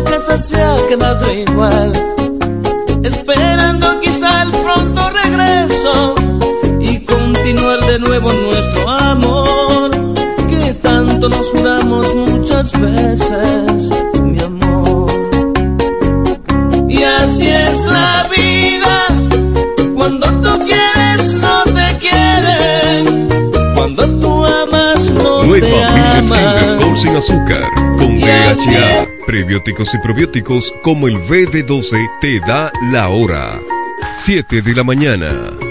la casa se ha quedado igual, esperando quizá el pronto regreso y continuar de nuevo nuestro amor, que tanto nos juramos muchas veces, mi amor. Y así es la vida, cuando tú quieres no te quieren, cuando tú amas no Nueva te Miles aman. Intergol sin azúcar, con DHA, prebióticos y probióticos como el BB12 te da la hora. 7 de la mañana.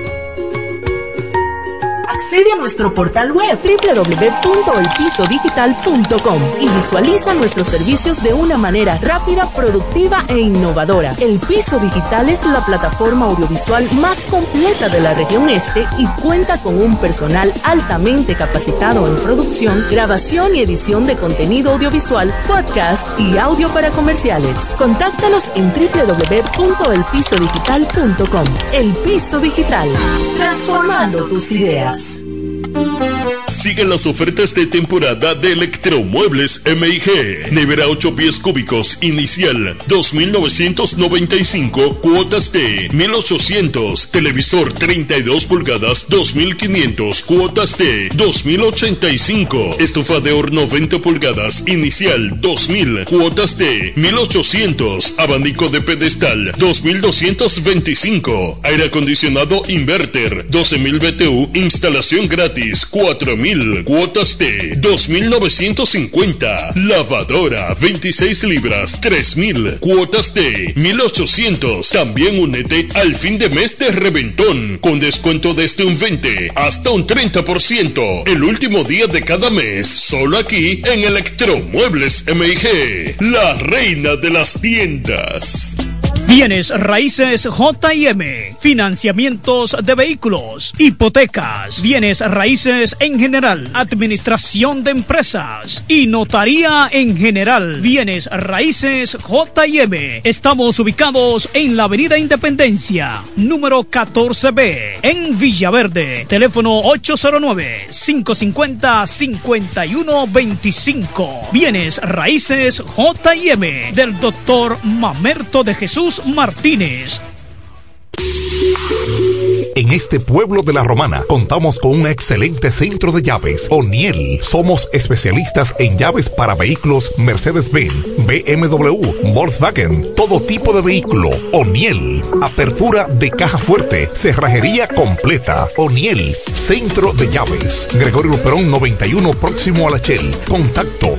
Accede a nuestro portal web www.elpisodigital.com y visualiza nuestros servicios de una manera rápida, productiva e innovadora. El Piso Digital es la plataforma audiovisual más completa de la región este y cuenta con un personal altamente capacitado en producción, grabación y edición de contenido audiovisual, podcast y audio para comerciales. Contáctanos en www.elpisodigital.com. El Piso Digital, transformando tus ideas. Siguen las ofertas de temporada de Electromuebles MIG. Nevera 8 pies cúbicos inicial 2.995, cuotas de 1.800. Televisor 32 pulgadas 2.500, cuotas de 2.085. Estufa de horno 20 pulgadas inicial 2.000, cuotas de 1.800. Abanico de pedestal 2.225. Aire acondicionado inverter 12.000 BTU, instalación gratis 4.000, cuotas de 2.950. Lavadora 26 libras 3.000, cuotas de 1.800. También únete al fin de mes de reventón con descuento desde un 20 hasta un 30%. El último día de cada mes, solo aquí en Electromuebles MIG, la reina de las tiendas. Bienes raíces J&M, financiamientos de vehículos, hipotecas, bienes raíces en general, administración de empresas y notaría en general. Bienes raíces J&M. Estamos ubicados en la Avenida Independencia, número 14B, en Villaverde. Teléfono 809-550-5125. Bienes raíces J&M del doctor Mamerto de Jesús Martínez. En este pueblo de La Romana contamos con un excelente centro de llaves, O'Neill. Somos especialistas en llaves para vehículos Mercedes-Benz, BMW, Volkswagen, todo tipo de vehículo. O'Neill. Apertura de caja fuerte, cerrajería completa. O'Neill, centro de llaves. Gregorio Luperón 91, próximo a La Shell. Contacto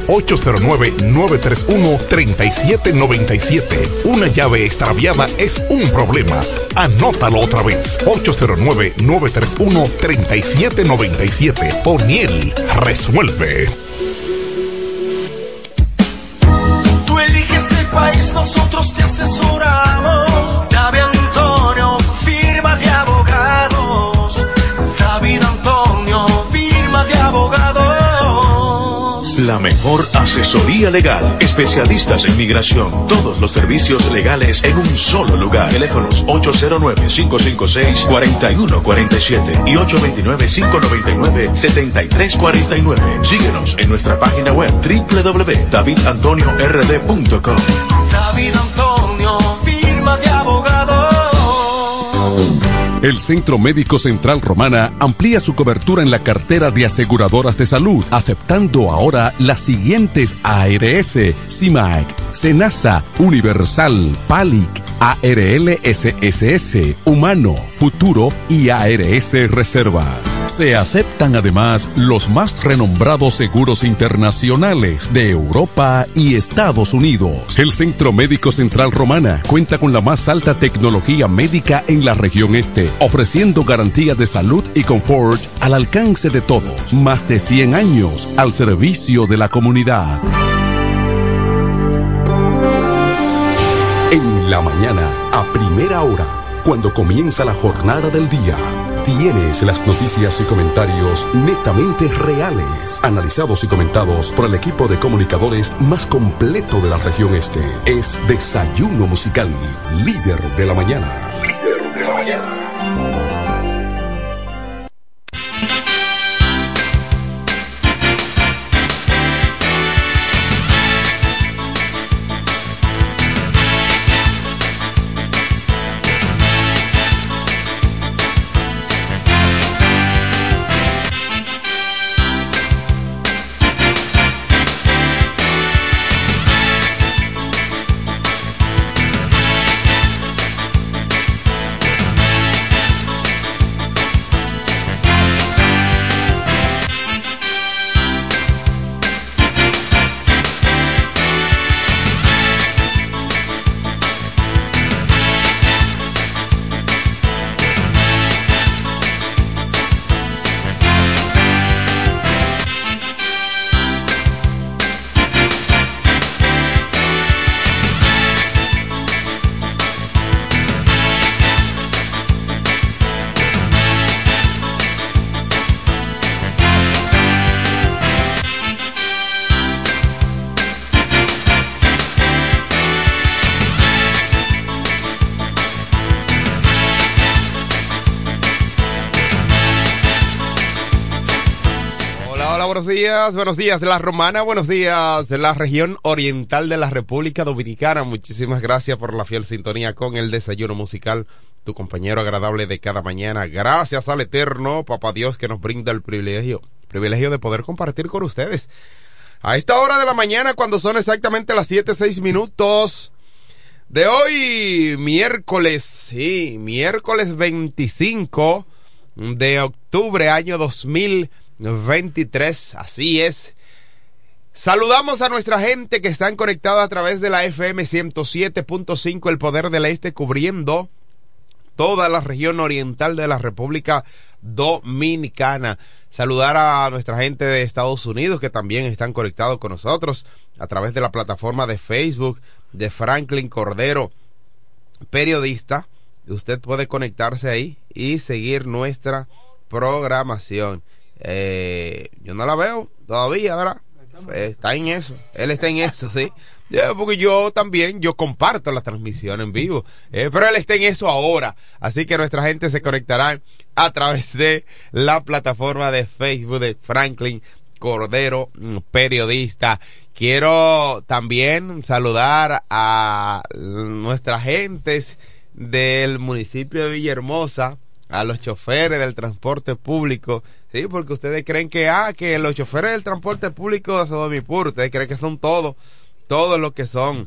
809-931-3797. Una llave extraviada es un problema. Anótalo otra vez. 809-931-3797. O'Neill resuelve. Tú eliges el país, nosotros te asesoramos. David Antonio, firma de abogados. David Antonio, firma de abogados. La mejor asesoría legal, especialistas en migración, todos los servicios legales en un solo lugar. Teléfonos 809-556-4147 y 829-599-7349. Síguenos en nuestra página web www.davidantoniord.com. David Antonio, firma de abogados. El Centro Médico Central Romana amplía su cobertura en la cartera de aseguradoras de salud, aceptando ahora las siguientes ARS, CIMAC, SENASA, Universal, PALIC, ARL-SSS, Humano, Futuro y ARS Reservas. Se aceptan además los más renombrados seguros internacionales de Europa y Estados Unidos. El Centro Médico Central Romana cuenta con la más alta tecnología médica en la región este, ofreciendo garantía de salud y confort al alcance de todos. Más de 100 años al servicio de la comunidad. En la mañana, a primera hora, cuando comienza la jornada del día, tienes las noticias y comentarios netamente reales, analizados y comentados por el equipo de comunicadores más completo de la región este. Es Desayuno Musical, líder de la mañana. Líder de la mañana. buenos días La Romana, buenos días de la región oriental de la República Dominicana. Muchísimas gracias por la fiel sintonía con el desayuno musical, tu compañero agradable de cada mañana. Gracias al eterno Papá Dios que nos brinda el privilegio de poder compartir con ustedes a esta hora de la mañana, cuando son exactamente las 7:06 de hoy, miércoles 25 de octubre, año 2023, así es. Saludamos a nuestra gente que están conectada a través de la FM 107.5, el Poder del Este, cubriendo toda la región oriental de la República Dominicana. Saludar a nuestra gente de Estados Unidos que también están conectados con nosotros a través de la plataforma de Facebook de Franklin Cordero, periodista. Usted puede conectarse ahí y seguir nuestra programación. Yo no la veo todavía, ¿verdad? Está en eso, él está en eso, sí. Porque yo comparto la transmisión en vivo, pero él está en eso ahora, así que nuestra gente se conectará a través de la plataforma de Facebook de Franklin Cordero, periodista. Quiero también saludar a nuestras gentes del municipio de Villahermosa, a los choferes del transporte público, sí, porque ustedes creen que los choferes del transporte público de Sodomipur, ustedes creen que son todos los que son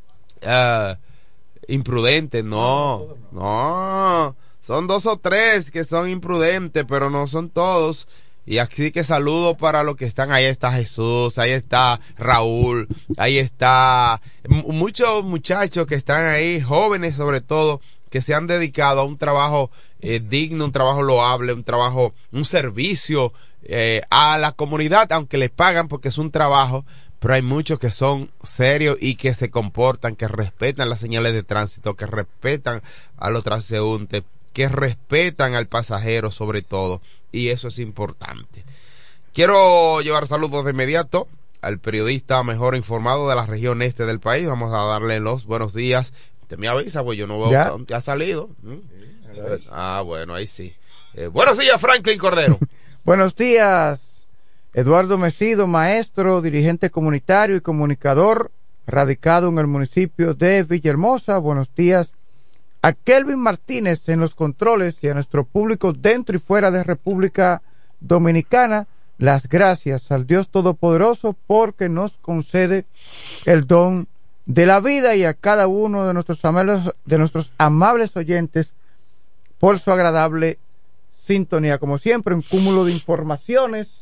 imprudentes. No, son 2 o 3 que son imprudentes, pero no son todos. Y así que saludo para los que están. Ahí está Jesús, ahí está Raúl, ahí está muchos muchachos que están ahí, jóvenes sobre todo, que se han dedicado a un trabajo digno, un trabajo loable, un servicio a la comunidad, aunque les pagan porque es un trabajo. Pero hay muchos que son serios y que se comportan, que respetan las señales de tránsito, que respetan a los transeúntes, que respetan al pasajero sobre todo, y eso es importante. Quiero llevar saludos de inmediato al periodista mejor informado de la región este del país. Vamos a darle los buenos días. Usted me avisa, pues yo no veo que ha salido. Bueno, ahí sí. Buenos días, Franklin Cordero. Buenos días, Eduardo Mesido, maestro, dirigente comunitario y comunicador, radicado en el municipio de Villahermosa. Buenos días a Kelvin Martínez en los controles y a nuestro público dentro y fuera de República Dominicana. Las gracias al Dios Todopoderoso porque nos concede el don de la vida, y a cada uno de nuestros amables oyentes por su agradable sintonía. Como siempre, un cúmulo de informaciones.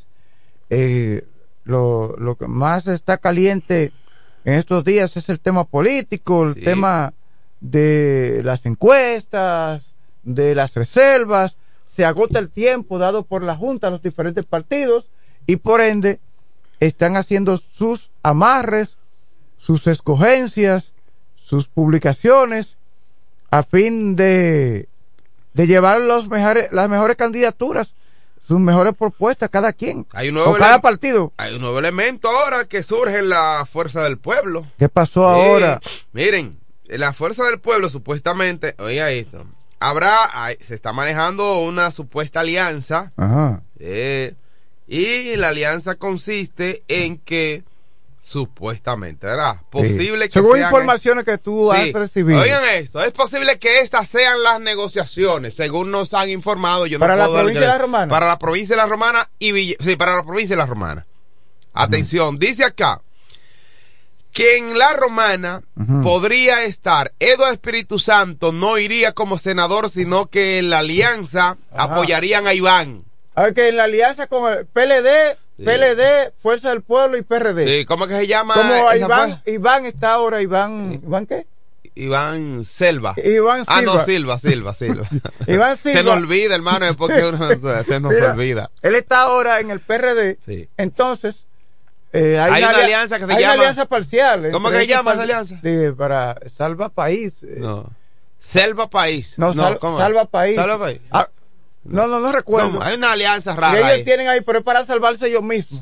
Lo que más está caliente en estos días es el tema político, el tema de las encuestas, de las reservas. Se agota el tiempo dado por la Junta a los diferentes partidos y por ende están haciendo sus amarres, sus escogencias, sus publicaciones a fin de llevar las mejores candidaturas, sus mejores propuestas, cada quien, cada partido. Hay un nuevo elemento ahora que surge en la Fuerza del Pueblo. ¿Qué pasó ahora? Miren, la Fuerza del Pueblo supuestamente, oiga esto, se está manejando una supuesta alianza. Ajá. Y la alianza consiste en que supuestamente, ¿verdad? Posible que según informaciones que tú has recibido. Oigan esto, es posible que estas sean las negociaciones, según nos han informado. Para la provincia de La Romana. Para la provincia de La Romana para la provincia de La Romana. Atención, dice acá que en La Romana podría estar Eduardo Espíritu Santo, no iría como senador, sino que en la alianza apoyarían a Iván. Que en la alianza con el PLD, Fuerza del Pueblo y PRD. Sí, ¿cómo es que se llama? Como Iván está ahora, ¿Iván qué? Iván Selva. Iván Silva. No, Silva. Iván Silva. Se nos olvida, hermano, porque se nos olvida. Él está ahora en el PRD, entonces hay una alianza que se llama... Hay una alianza parcial. ¿Cómo que se llama esa alianza? Para Salva País. Selva País. Salva País. Salva País. No recuerdo. No, hay una alianza rara. Que ellos tienen ahí, pero es para salvarse ellos mismos.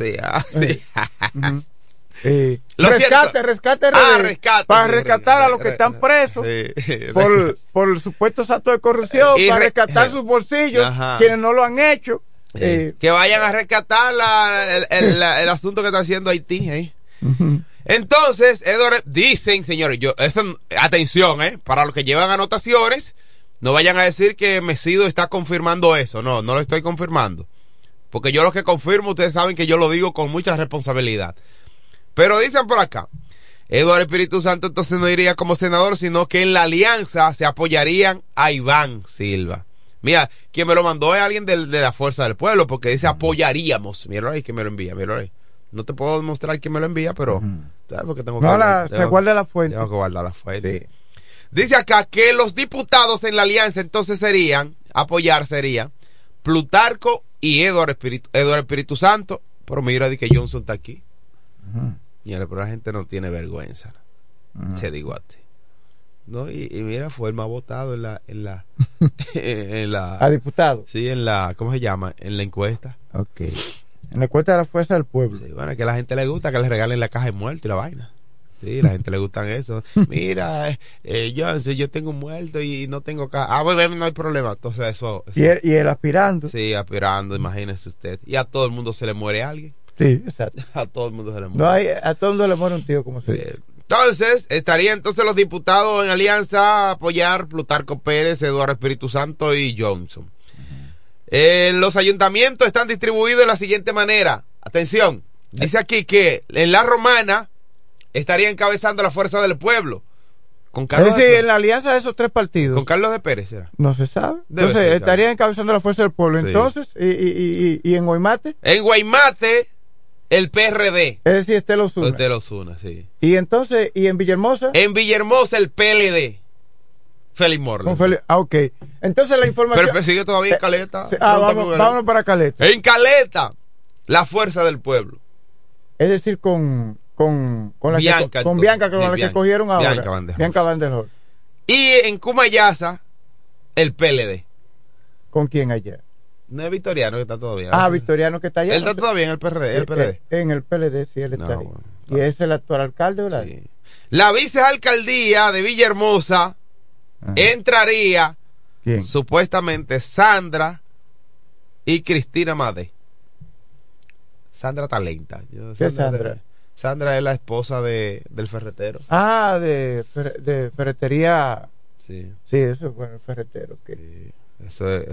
Rescate RD, para rescatar a los que están presos por supuestos actos de corrupción, para rescatar sus bolsillos, quienes no lo han hecho. Que vayan a rescatar el asunto que está haciendo Haití. Entonces, Edward, dicen, señores, atención, para los que llevan anotaciones, no vayan a decir que Mesido está confirmando eso. No lo estoy confirmando. Porque yo lo que confirmo, ustedes saben que yo lo digo con mucha responsabilidad. Pero dicen por acá, Eduardo Espíritu Santo entonces no iría como senador, sino que en la alianza se apoyarían a Iván Silva. Mira, quien me lo mandó es alguien de la Fuerza del Pueblo, porque dice apoyaríamos. Míralo ahí que me lo envía, míralo ahí. No te puedo demostrar quién me lo envía, pero ¿sabes? Porque tengo que se guarda la fuente. Tengo que guardar la fuente. Sí. Dice acá que los diputados en la alianza entonces serían Plutarco y Eduardo Espíritu Santo. Pero mira, di que Johnson está aquí. Señores, pero la gente no tiene vergüenza. Te digo a ti. No, y mira, fue el más votado en la ¿A diputado? Sí, ¿cómo se llama? En la encuesta. Ok. En la encuesta de la Fuerza del Pueblo. Sí, bueno, es que a la gente le gusta que le regalen la caja de muerto y la vaina. Sí, la gente le gustan eso. Mira, yo tengo un muerto y no tengo caja. Bueno, no hay problema. Entonces eso. ¿Y él aspirando? Sí, aspirando, imagínese usted. Y a todo el mundo se le muere alguien. Sí, exacto. A todo el mundo se le muere. A todo el mundo le muere un tío, como se dice. Entonces, estarían entonces los diputados en alianza a apoyar Plutarco Pérez, Eduardo Espíritu Santo y Johnson. Los ayuntamientos están distribuidos de la siguiente manera. Atención, dice aquí que en la Romana estaría encabezando la Fuerza del Pueblo. Con Carlos es decir, en la alianza de esos tres partidos. ¿Con Carlos de Pérez será? No se sabe. Entonces, estaría encabezando la Fuerza del Pueblo. Sí. Entonces, ¿y en Guaymate? En Guaymate, el PRD. Es decir, Estela Osuna. Estela Osuna, sí. Y entonces, ¿y en Villahermosa? En Villahermosa, el PLD. Félix Morland. Ok. Entonces la información. Pero sigue todavía en Caleta. Vámonos para Caleta. En Caleta, la Fuerza del Pueblo. Es decir, con Bianca, con la que cogieron ahora. Bianca Vanderhor. Y en Cumayasa, el PLD. ¿Con quién allá? No es Victoriano que está todavía. Victoriano que está allá. Él está todavía en el PRD. En el PLD, sí, él está ahí. Bueno, y es el actual alcalde, ¿verdad? Sí. La vicealcaldía de Villahermosa entraría supuestamente Sandra y Cristina Madé. Sandra Talenta. ¿Qué Sandra? Sandra es la esposa del ferretero. De ferretería. Sí. Sí, eso es bueno, el ferretero. Sí, eso es.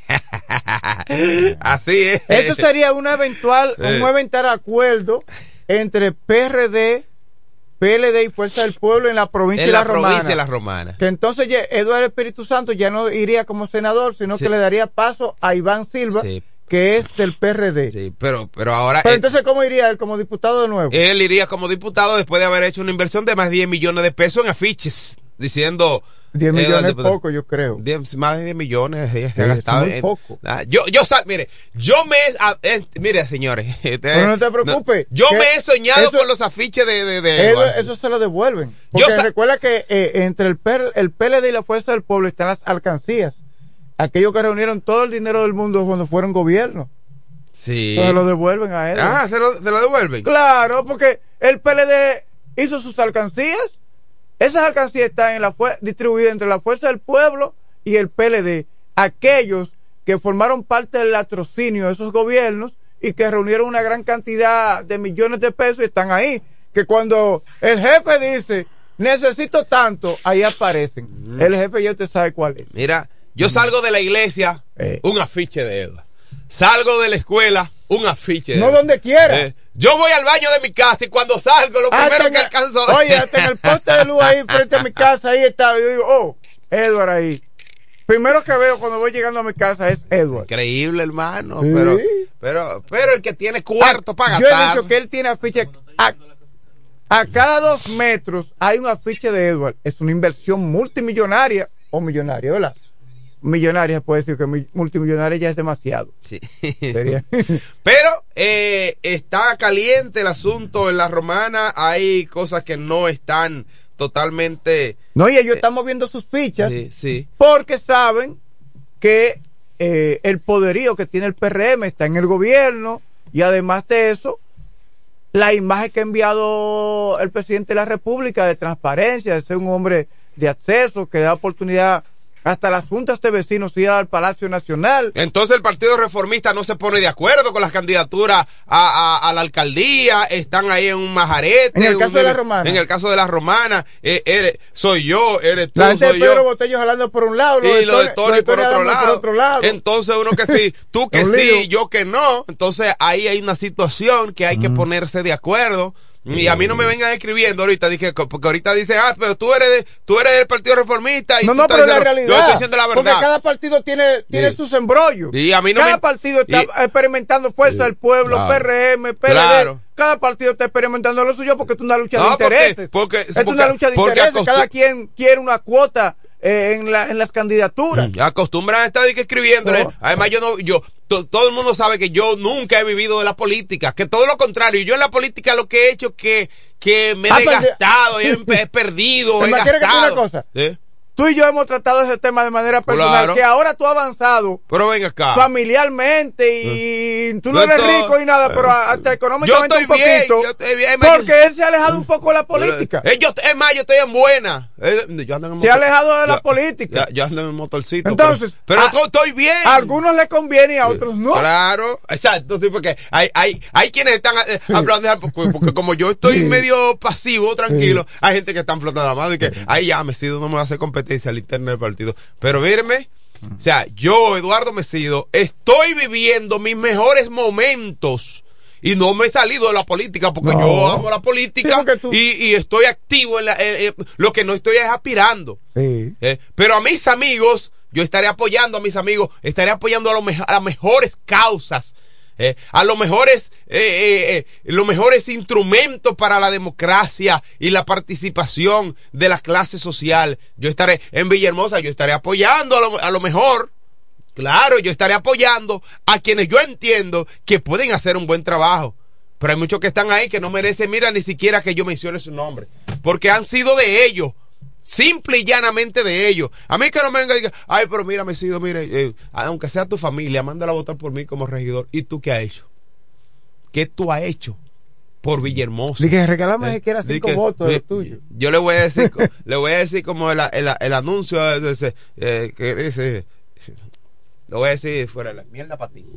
Así es. Eso sería un eventual acuerdo entre PRD, PLD y Fuerza del Pueblo en la provincia de La Romana. Que entonces Eduardo Espíritu Santo ya no iría como senador, sino que le daría paso a Iván Silva, que es del PRD. Sí, pero ahora... Pero entonces, ¿cómo iría él como diputado de nuevo? Él iría como diputado después de haber hecho una inversión de más de 10 millones de pesos en afiches, diciendo... 10 millones es poco, yo creo. Más de 10 millones se ha gastado. Muy poco. Mire, señores. Pero no te preocupes. Yo me he soñado con los afiches de eso se lo devuelven. Porque recuerda que entre el PLD y la Fuerza del Pueblo están las alcancías. Aquellos que reunieron todo el dinero del mundo cuando fueron gobierno. Sí. Se lo devuelven a él. ¿Se lo devuelven? Claro, porque el PLD hizo sus alcancías. Esas alcancías están distribuidas entre la Fuerza del Pueblo y el PLD. Aquellos que formaron parte del latrocinio de esos gobiernos y que reunieron una gran cantidad de millones de pesos y están ahí. Que cuando el jefe dice, necesito tanto, ahí aparecen. El jefe ya usted sabe cuál es. Mira, yo salgo de la iglesia, un afiche de Edward. Salgo de la escuela, un afiche de Edward. No donde quiera. Yo voy al baño de mi casa y cuando salgo, lo primero que alcanzo... Oye, hasta en el poste de luz ahí frente a mi casa, ahí está. Yo digo, Edward ahí. Primero que veo cuando voy llegando a mi casa es Edward. Increíble, hermano. ¿Sí? Pero el que tiene cuarto para gastar. Yo he dicho que él tiene afiche... A cada 2 metros hay un afiche de Edward. Es una inversión multimillonaria o millonaria, ¿verdad? Millonaria, se puede decir que multimillonaria ya es demasiado. Sí. Pero está caliente el asunto en La Romana. Hay cosas que no están totalmente... No, y ellos están moviendo sus fichas. Sí. Porque saben que el poderío que tiene el PRM está en el gobierno. Y además de eso, la imagen que ha enviado el presidente de la República de transparencia, de ser un hombre de acceso, que da oportunidad hasta las juntas de vecinos ir al Palacio Nacional. Entonces el Partido Reformista no se pone de acuerdo con las candidaturas a la alcaldía, están ahí en un majarete. En el caso de la Romana. En el caso de la Romana, soy yo, eres tú, la gente soy de Pedro yo. Botello jalando por un lado, Y lo de Tony por otro lado. Entonces Entonces uno que sí, tú que sí, yo que no. Entonces ahí hay una situación que hay que ponerse de acuerdo. Y a mí no me vengan escribiendo ahorita, dije, porque ahorita dice, pero tú eres del Partido Reformista. Y no, pero la realidad. Yo estoy diciendo la verdad. Porque cada partido tiene sus embrollos. Y a mí no cada partido está experimentando Fuerza del Pueblo, PRM, PRD. Claro. Cada partido está experimentando lo suyo porque es una lucha de intereses. Es una lucha de intereses. Cada quien quiere una cuota en las candidaturas. Acostumbran a estar escribiéndole. Además, todo el mundo sabe que yo nunca he vivido de la política, que todo lo contrario, yo en la política lo que he hecho que me he desgastado, he perdido, he gastado. Que una cosa. ¿Sí? Tú y yo hemos tratado ese tema de manera personal, claro. Que ahora tú has avanzado. Pero ven acá. Familiarmente y tú no eres rico y nada, pero hasta económicamente yo estoy un poquito. Bien, porque él se ha alejado un poco de la política. Es más, yo estoy en buena. Se ha alejado de la política. Yo ando en el motorcito. Entonces, pero estoy bien. A algunos les conviene y a otros no. Claro, exacto, sí, porque hay quienes están hablando porque como yo estoy medio pasivo, tranquilo, hay gente que están flotando la mano y que, ya Mesido no me va a hacer competencia al interno del partido. Pero mírenme, o sea, yo, Eduardo Mesido, estoy viviendo mis mejores momentos y no me he salido de la política porque yo amo la política, y estoy activo en lo que no estoy es aspirando. Sí. Pero a mis amigos, yo estaré apoyando a mis amigos, estaré apoyando a las mejores causas, a los mejores instrumentos para la democracia y la participación de la clase social. Yo estaré en Villahermosa, yo estaré apoyando a lo mejor. Claro, yo estaré apoyando a quienes yo entiendo que pueden hacer un buen trabajo. Pero hay muchos que están ahí que no merecen, ni siquiera que yo mencione su nombre, porque han sido de ellos. Simple y llanamente de ellos. A mí que no me venga y diga, pero mira, Mesido, mire, aunque sea tu familia, mándala a votar por mí como regidor. ¿Y tú qué has hecho? ¿Qué tú has hecho por Villahermosa? Dije, regálame siquiera 5 votos de tuyo. Yo le voy a decir, como el anuncio que dice, lo voy a decir fuera la mierda para ti.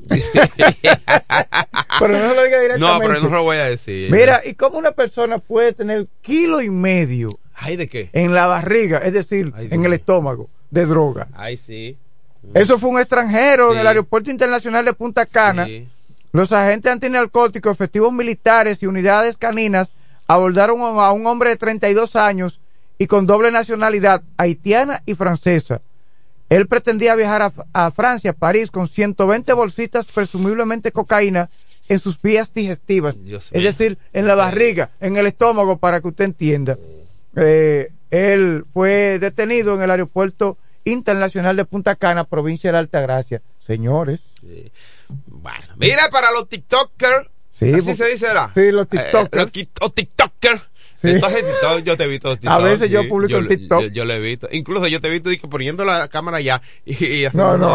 Pero no lo diga directamente. No, pero no lo voy a decir. Mira, ¿y cómo una persona puede tener 1,5 kilos ¿ay, de qué? en la barriga, es decir, en el estómago, de droga? Ay, sí. Eso fue un extranjero en el Aeropuerto Internacional de Punta Cana. Sí. Los agentes antinarcóticos, efectivos militares y unidades caninas abordaron a un hombre de 32 años y con doble nacionalidad, haitiana y francesa. Él pretendía viajar a Francia, París, con 120 bolsitas, presumiblemente cocaína, en sus vías digestivas. Es decir, en la barriga, en el estómago, para que usted entienda. Él fue detenido en el Aeropuerto Internacional de Punta Cana, provincia de la Altagracia. Señores. Sí. Bueno, mira, para los TikTokers, sí, así se dice, ¿verdad? Sí, los TikTokers. Los TikTokers. Sí. Entonces, yo te he visto TikTok. A veces yo publico en TikTok. Yo lo he visto. Incluso yo te he visto poniendo la cámara ya. Y así no.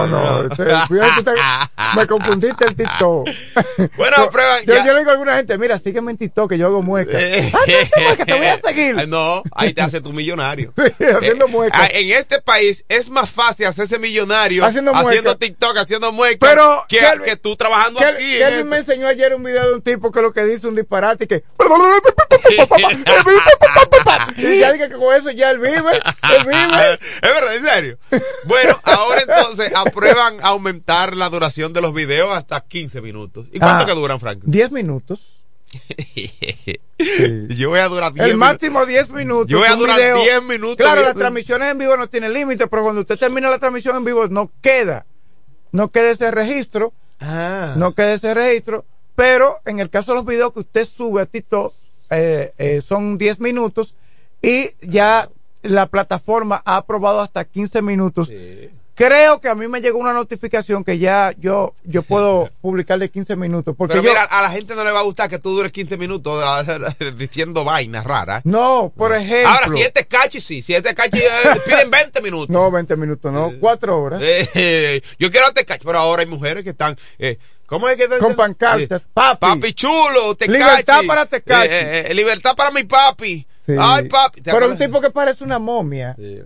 Me confundiste el TikTok. Bueno, prueba. Yo le digo a alguna gente, mira, sígueme en TikTok que yo hago muecas. Que te voy a seguir. No, ahí te haces tu millonario. Sí, haciendo muecas. En este país es más fácil hacerse millonario haciendo TikTok, haciendo muecas, pero que tú trabajando aquí. Kelvin me enseñó ayer un video de un tipo que lo que dice un disparate y que y ya dije que con eso ya él vive. Es verdad, en serio. Bueno, ahora entonces aprueban aumentar la duración de los videos hasta 15 minutos. ¿Y cuánto que duran, Frank? 10 minutos. Sí. Yo voy a durar 10 minutos. El máximo 10 minutos. Yo voy a durar 10 minutos. Claro, las transmisiones en vivo no tienen límite, pero cuando usted termina la transmisión en vivo no queda ese registro. No queda ese registro. Pero en el caso de los videos que usted sube a TikTok, son 10 minutos y ya la plataforma ha aprobado hasta 15 minutos. Sí. Creo que a mí me llegó una notificación que ya yo puedo publicar de 15 minutos. Porque pero mira, a la gente no le va a gustar que tú dures 15 minutos diciendo vainas raras. No, por ejemplo. Ahora, si este cachi piden 20 minutos. No, 20 minutos, no, 4 horas. Yo quiero este cachi, pero ahora hay mujeres que están... ¿cómo es que con pancartas? Papi chulo, Tecachi. Libertad para Tecachi. Libertad para mi papi. Sí. Ay, papi. Pero un tipo que parece una momia. Sí.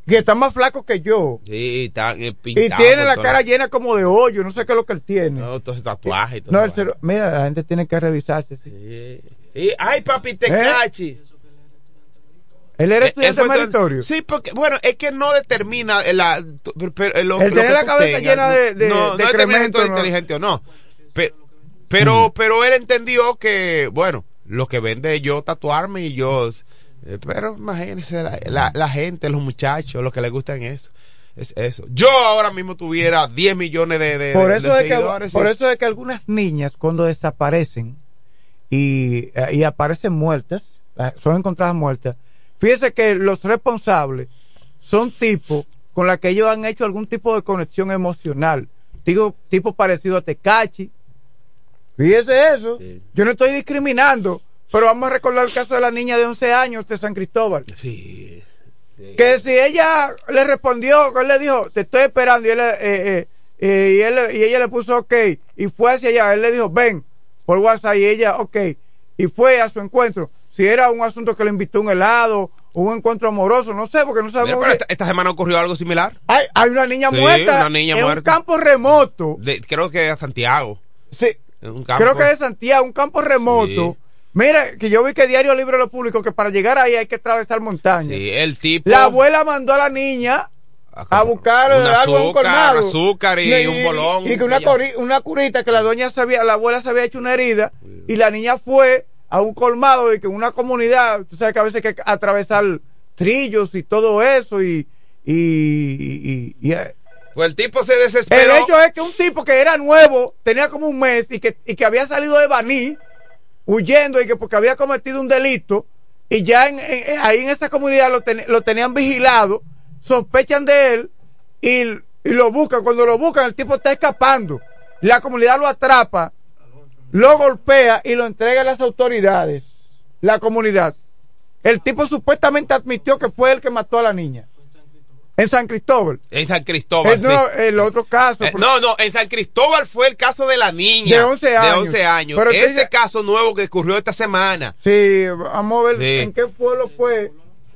que está más flaco que yo. Sí, está Y pintado. tiene la cara llena como de hoyo, no sé qué es lo que él tiene. No, entonces tatuaje y todo. No, mira, la gente tiene que revisarse. Sí. Sí. Y, ay, papi, te cachi. Él era estudiante meritorio. Sí, porque, bueno, es que no determina el tener la cabeza llena de no excremento, inteligente o no. Pero él entendió que, bueno, lo que vende yo tatuarme y yo... pero imagínense, la gente, los muchachos, los que les gustan eso. Es eso. Yo ahora mismo tuviera 10 millones de seguidores. Por eso es que algunas niñas, cuando desaparecen y aparecen muertas, son encontradas muertas, fíjese que los responsables son tipos con los que ellos han hecho algún tipo de conexión emocional. Tipo parecido a Tecachi. Fíjese eso. Sí. Yo no estoy discriminando, pero vamos a recordar el caso de la niña de 11 años de San Cristóbal. Sí. Que si ella le respondió, él le dijo, te estoy esperando, y ella le puso ok, y fue hacia allá, él le dijo, ven, por WhatsApp, y ella, ok, y fue a su encuentro. Si era un asunto que le invitó a un helado, un encuentro amoroso, no sé, porque no sabemos. Pero esta semana ocurrió algo similar. Hay una niña muerta en un campo remoto. Creo que de Santiago. Sí, creo que de Santiago, un campo remoto. Sí. Mira, que yo vi que Diario Libre lo publicó, que para llegar ahí hay que atravesar montañas. Sí, el tipo... La abuela mandó a la niña a buscar algo en un colmado. Azúcar y un bolón. Y que una curita que la abuela se había hecho una herida, y la niña fue a un colmado y que en una comunidad, tú sabes que a veces hay que atravesar trillos y todo eso pues el tipo se desesperó. El hecho es que un tipo que era nuevo, tenía como un mes y que había salido de Baní huyendo, y que porque había cometido un delito, y ya ahí en esa comunidad lo tenían vigilado, sospechan de él y lo buscan. Cuando lo buscan, el tipo está escapando, la comunidad lo atrapa, lo golpea y lo entrega a las autoridades. La comunidad, el tipo supuestamente admitió que fue el que mató a la niña en San Cristóbal. En San Cristóbal, no, el otro caso. No, en San Cristóbal fue el caso de la niña. De 11 años. Pero este caso nuevo que ocurrió esta semana. Sí, vamos a ver en qué pueblo fue.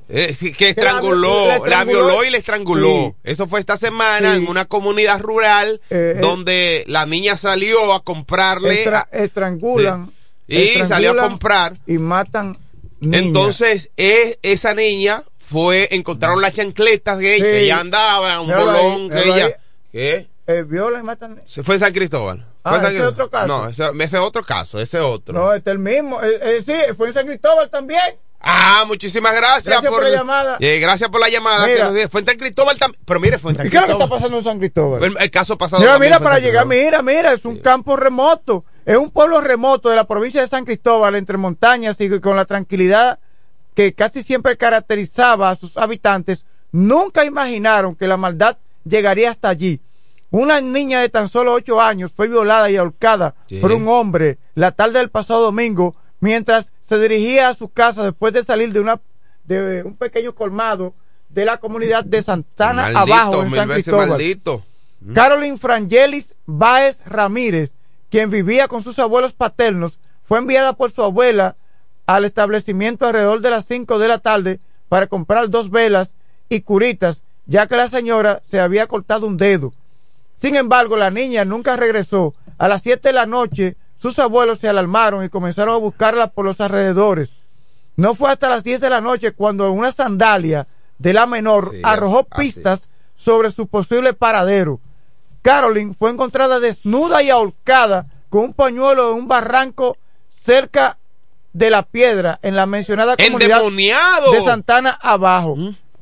Que estranguló, la violó y la estranguló. Sí. Eso fue esta semana en una comunidad rural donde la niña salió a comprarle. Estrangulan. Y salió a comprar. Y matan niñas. Entonces, esa niña encontraron las chancletas de ella, que ella andaba, un bolón que ella. ¿Qué? Viola y matan. Fue en San Cristóbal. ¿Ese es otro caso? No, ese es otro caso, ese otro. No, este es el mismo. Sí, fue en San Cristóbal también. Muchísimas gracias por la llamada. Gracias por la llamada. Mira, que fue en San Cristóbal también. Pero mire, fue en San Cristóbal. ¿Y qué es lo que está pasando en San Cristóbal? El caso pasado. Mira, para llegar, mira, es un campo remoto. Es un pueblo remoto de la provincia de San Cristóbal, entre montañas, y con la tranquilidad que casi siempre caracterizaba a sus habitantes. Nunca imaginaron que la maldad llegaría hasta allí. Una niña de tan solo 8 años fue violada y ahorcada por un hombre la tarde del pasado domingo, mientras se dirigía a su casa después de salir de un pequeño colmado de la comunidad de Santana Abajo, en San Cristóbal. Carolyn Frangelis Báez Ramírez, quien vivía con sus abuelos paternos, fue enviada por su abuela al establecimiento alrededor de las 5 de la tarde para comprar 2 velas y curitas, ya que la señora se había cortado un dedo. Sin embargo, la niña nunca regresó. A las 7 de la noche, sus abuelos se alarmaron y comenzaron a buscarla por los alrededores. No fue hasta las 10 de la noche cuando una sandalia de la menor arrojó pistas sobre su posible paradero. Carolyn fue encontrada desnuda y ahorcada con un pañuelo en un barranco cerca de La Piedra, en la mencionada comunidad de Santana Abajo.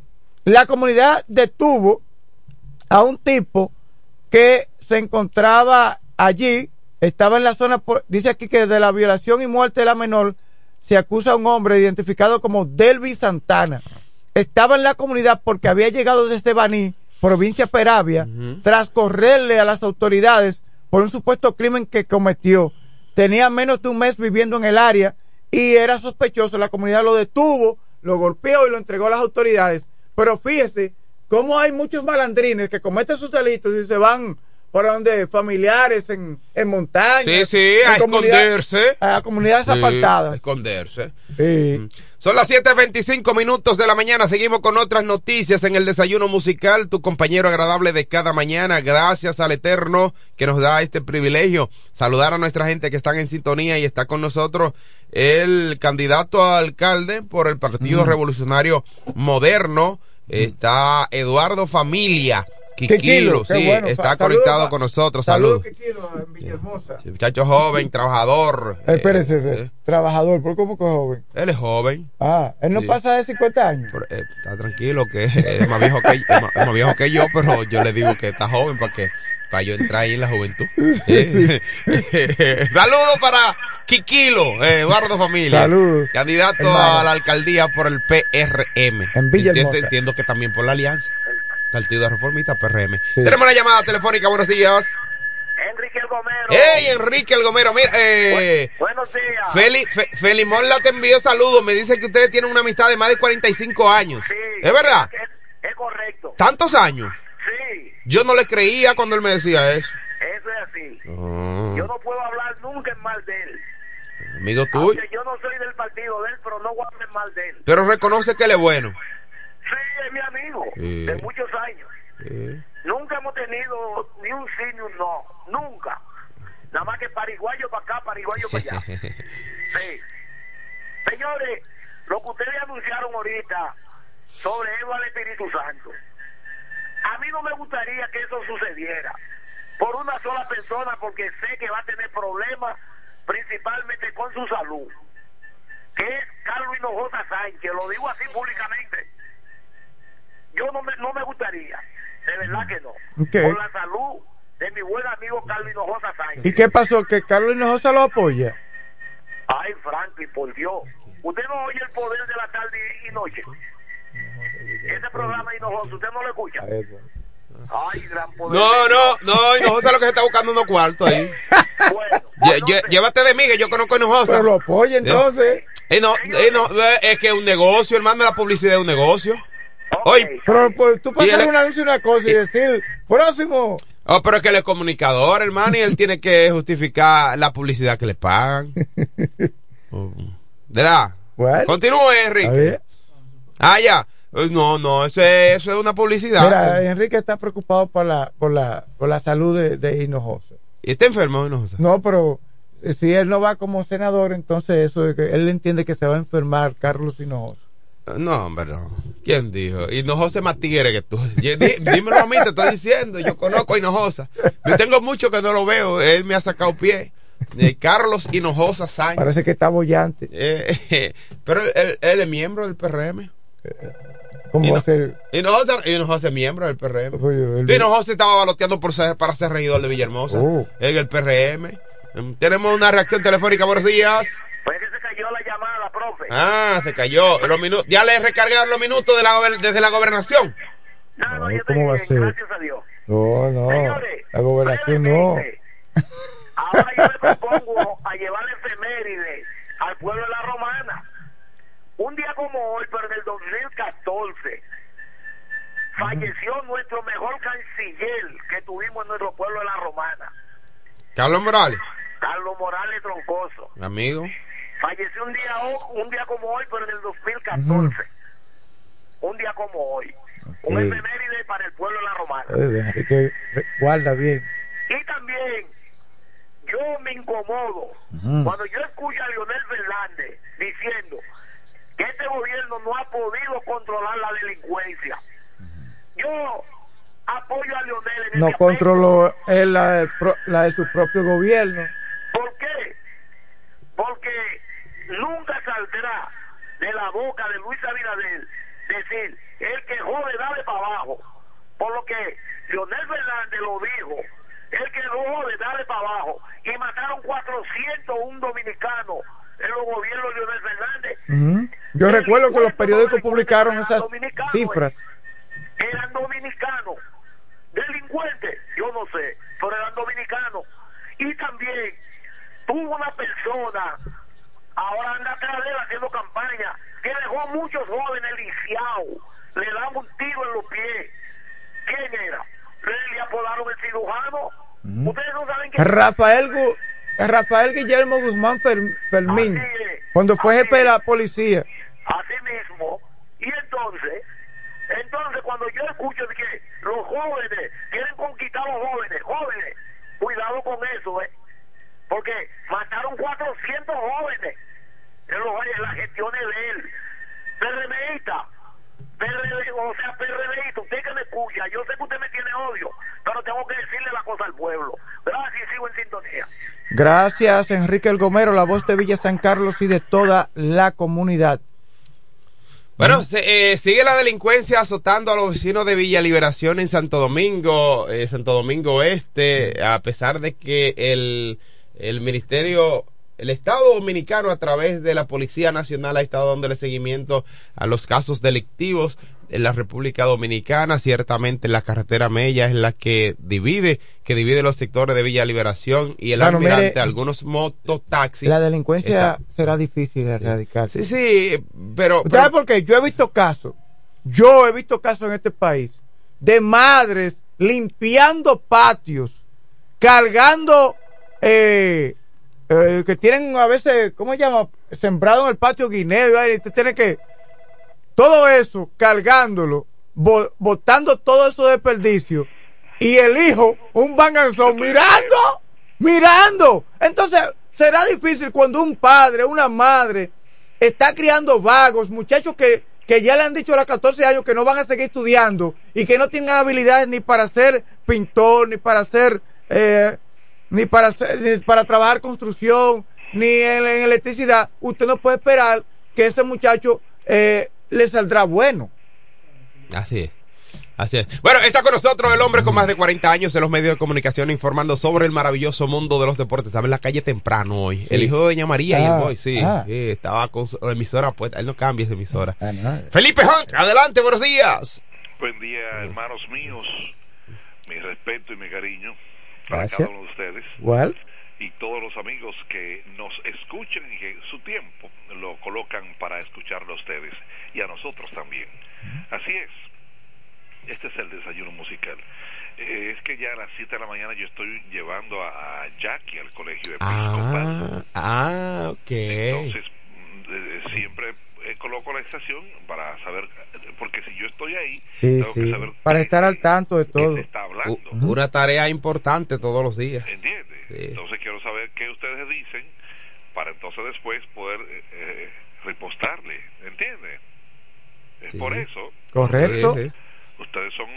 La comunidad detuvo a un tipo que se encontraba allí, estaba en la zona, dice aquí que de la violación y muerte de la menor se acusa a un hombre identificado como Delvi Santana. Estaba en la comunidad porque había llegado desde Baní, provincia Peravia, tras correrle a las autoridades por un supuesto crimen que cometió. Tenía menos de un mes viviendo en el área y era sospechoso. La comunidad lo detuvo, lo golpeó y lo entregó a las autoridades. Pero fíjese cómo hay muchos malandrines que cometen sus delitos y se van por donde familiares en montañas. Sí, a esconderse. A comunidades apartadas. A esconderse. Sí. Son las 7:25 de la mañana. Seguimos con otras noticias en el desayuno musical. Tu compañero agradable de cada mañana. Gracias al Eterno que nos da este privilegio. Saludar a nuestra gente que están en sintonía y está con nosotros el candidato a alcalde por el Partido Revolucionario Moderno. Está Eduardo Familia. Quiquilo, sí, bueno, está conectado con nosotros. Saludos. Quiquilo, en Villahermosa. Sí, muchacho joven, trabajador. Espérese, trabajador, ¿por cómo que joven? Él es joven. Él no pasa de 50 años. Pero, está tranquilo, que es más viejo es más viejo que yo, pero yo le digo que está joven para yo entrar ahí en la juventud. Saludos para Quiquilo, Eduardo Familia. Saludos. Candidato hermano a la alcaldía por el PRM. En Villahermosa. Entiendo que también por la Alianza. Partido Reformista, PRM. Sí. Tenemos una llamada telefónica, buenos días. Enrique El Gomero. ¡Ey, Enrique El Gomero! Mira, buenos días. Feli Mola te envió saludos. Me dice que ustedes tienen una amistad de más de 45 años. Sí. ¿Es verdad? Es correcto. ¿Tantos años? Sí. Yo no le creía cuando él me decía eso. Eso es así. Yo no puedo hablar nunca en mal de él. Amigo tuyo. Aunque yo no soy del partido de él, pero no voy a hablar mal de él. Pero reconoce que él es bueno. Sí, es mi amigo. De muchos años. Nunca hemos tenido ni un sí ni un no. Nunca. Nada más que pariguayo para acá, pariguayo para allá. Sí. Señores, lo que ustedes anunciaron ahorita sobre Eva al Espíritu Santo, a mí no me gustaría que eso sucediera por una sola persona, porque sé que va a tener problemas principalmente con su salud, que es Carlos Hinojosa Sánchez. Lo digo así públicamente. Yo no me gustaría, de verdad que no. Por la salud de mi buen amigo Carlos Hinojosa Sánchez. ¿Y qué pasó? ¿Que Carlos Hinojosa lo apoya? Ay, Franklin, por Dios. ¿Usted no oye el poder de la tarde y noche? Ese programa Hinojosa, ¿usted no lo escucha? Ay, gran poder. No, Hinojosa lo que se está buscando unos cuartos ahí. Bueno, llévate de mí, que yo conozco a Hinojosa. Pero lo apoya entonces. No, es que es un negocio, hermano, la publicidad es un negocio. Okay. Pero pues, tú puedes hacer un anuncio una cosa y decir, próximo. Pero es que él es comunicador, hermano, y él tiene que justificar la publicidad que le pagan. ¿Verdad? Bueno, continúe, Enrique. Ya. No, eso es una publicidad. Mira, Enrique está preocupado por la salud de Hinojosa. ¿Y está enfermo Hinojosa? No, pero si él no va como senador, entonces eso es que él entiende que se va a enfermar Carlos Hinojosa. No, hombre, no. ¿Quién dijo? Hinojosa es más tigre que tú. Dímelo a mí, te estoy diciendo. Yo conozco a Hinojosa. Yo tengo mucho que no lo veo. Él me ha sacado pie. Carlos Hinojosa Sánchez. Parece que está bollante. Pero él es miembro del PRM. ¿Cómo va a ser? Hinojosa es miembro del PRM. Hinojosa estaba baloteando para ser regidor de Villahermosa. En el PRM. Tenemos una reacción telefónica. Buenos días. Pues que se cayó la llamada, profe. Se cayó. ¿Ya le recargaron los minutos desde la gobernación? No, yo estoy ¿cómo va bien, a ser? gracias a Dios. No. Señores, la gobernación no. Ahora yo me propongo a llevar efemérides al pueblo de la Romana. Un día como hoy, pero en el 2014, falleció nuestro mejor canciller que tuvimos en nuestro pueblo de la Romana. Carlos Morales Troncoso. Amigo. Falleció un día como hoy, pero en el 2014. Un día como hoy. Un efeméride para el pueblo de la Romana. Que guarda bien. Y también yo me incomodo cuando yo escucho a Leonel Fernández diciendo que este gobierno no ha podido controlar la delincuencia. Yo apoyo a Leonel en no este controló él la de su propio gobierno. ¿Por qué? Porque nunca saldrá de la boca de Luis Abinader decir, el que jode dale para abajo. Por lo que Leonel Fernández lo dijo, el que no jode dale para abajo. Y mataron 401 dominicanos en los gobiernos de Leonel Fernández. Yo recuerdo que los periódicos publicaron esas cifras. Eran dominicanos. Delincuentes, yo no sé, pero eran dominicanos. Y también tuvo una persona, ahora anda atrás de él haciendo campaña, que dejó muchos jóvenes lisiados, le daban un tiro en los pies. ¿Quién era? Le apodaron el cirujano. Ustedes no saben que... Rafael Guillermo Guzmán Fermín, cuando fue jefe de la policía. Así mismo. Y entonces cuando yo escucho de que los jóvenes quieren conquistar a los jóvenes, cuidado con eso, porque mataron 400 jóvenes en las gestiones de él. PRDista, usted que me escucha, yo sé que usted me tiene odio, pero tengo que decirle la cosa al pueblo. Gracias, sigo en sintonía. Gracias, Enrique El Gomero, la voz de Villa San Carlos y de toda la comunidad. Bueno, sigue la delincuencia azotando a los vecinos de Villa Liberación en Santo Domingo Este, a pesar de que el Estado Dominicano a través de la Policía Nacional ha estado dándole seguimiento a los casos delictivos en la República Dominicana. Ciertamente la carretera Mella es la que divide los sectores de Villa Liberación y el Almirante, mire, algunos mototaxis. La delincuencia será difícil de erradicar. Sí, pero... ¿Sabes por qué? Yo he visto casos en este país de madres limpiando patios, cargando que tienen a veces, ¿cómo se llama? Sembrado en el patio guineo, y usted tiene que todo eso cargándolo, botando todo eso de desperdicio, y el hijo, un banganzón, mirando. Entonces será difícil cuando un padre, una madre está criando vagos, muchachos que ya le han dicho a los 14 años que no van a seguir estudiando y que no tienen habilidades ni para ser pintor, ni para ser ni para trabajar construcción, ni en electricidad. Usted no puede esperar que ese muchacho le saldrá bueno. Así es. Bueno, está con nosotros el hombre con más de 40 años en los medios de comunicación informando sobre el maravilloso mundo de los deportes. Estaba en la calle temprano hoy. Sí. El hijo de Doña María y el boy, sí. Estaba con su emisora puesta. Él no cambia esa emisora. Felipe Hunt, adelante, buenos días. Buen día, hermanos míos. Mi respeto y mi cariño para cada uno de ustedes. ¿Cuál? Y todos los amigos que nos escuchan y que su tiempo lo colocan para escucharlo a ustedes y a nosotros también. Así es. Este es el desayuno musical. Es que ya a las 7 de la mañana yo estoy llevando a Jackie al colegio episcopal. Ok. Entonces, siempre coloco la estación para saber, porque si yo estoy ahí, tengo que saber para estar al tanto de todo. Está hablando. Una tarea importante todos los días. ¿Entiendes? Sí. Entonces quiero saber qué ustedes dicen para entonces después poder repostarle. ¿Entiendes? Es por eso. Correcto. Ustedes son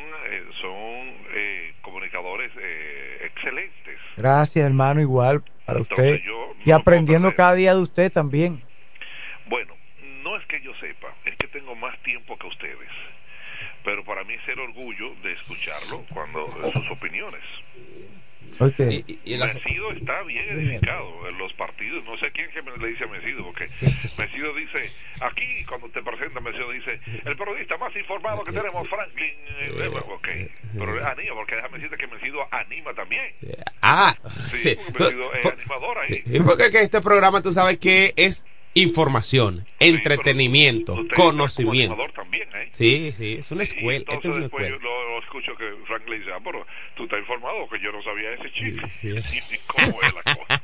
comunicadores excelentes. Gracias, hermano, igual para usted. Y aprendiendo cada día de usted también. Bueno, no es que yo sepa, es que tengo más tiempo que ustedes. Pero para mí es el orgullo de escucharlo cuando sus opiniones. Okay. Mesido está bien edificado en los partidos. No sé quién que le dice a Mesido, porque Mesido dice, aquí cuando te presenta Mesido dice, el periodista más informado que tenemos, Franklin. Ok, pero anima, porque déjame decirte que Mesido anima también. Sí, Mesido es animador ahí. Porque que este programa tú sabes que es información, entretenimiento, conocimiento. También, Sí, es una escuela. Entonces es después yo lo escucho que Frank le dice, pero tú estás informado, que yo no sabía ese chico. ¿Cómo es la cosa?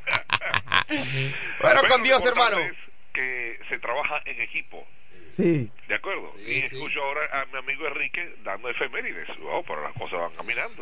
Bueno, con Dios, hermano. Es que se trabaja en equipo. Sí. ¿De acuerdo? Y escucho ahora a mi amigo Enrique dando efemérides. Pero las cosas van caminando.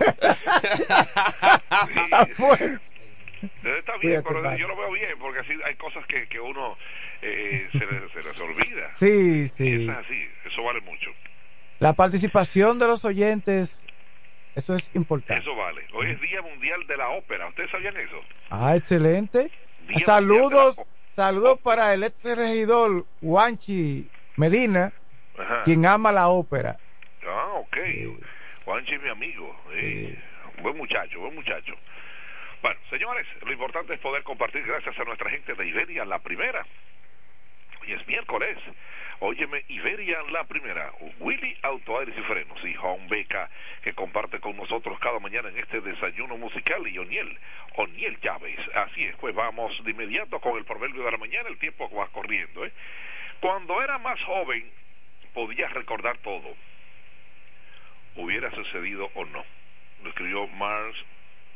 Bueno. Está bien, pero yo lo veo bien, porque así hay cosas que uno se les olvida. Sí. Es así, eso vale mucho. La participación de los oyentes, eso es importante. Eso vale. Hoy es Día Mundial de la Ópera. ¿Ustedes sabían eso? Excelente. Saludos para el ex regidor Juanchi Medina, quien ama la ópera. Ok. Juanchi es mi amigo. Buen muchacho. Bueno, señores, lo importante es poder compartir gracias a nuestra gente de Iberia, la primera. Hoy es miércoles. Óyeme, Iberia, la primera. Willy Auto Aires y Frenos y Home Beca, que comparte con nosotros cada mañana en este desayuno musical. Y O'Neill Llaves. Así es, pues vamos de inmediato con el proverbio de la mañana. El tiempo va corriendo, Cuando era más joven, podía recordar todo. Hubiera sucedido o no. Lo escribió Mark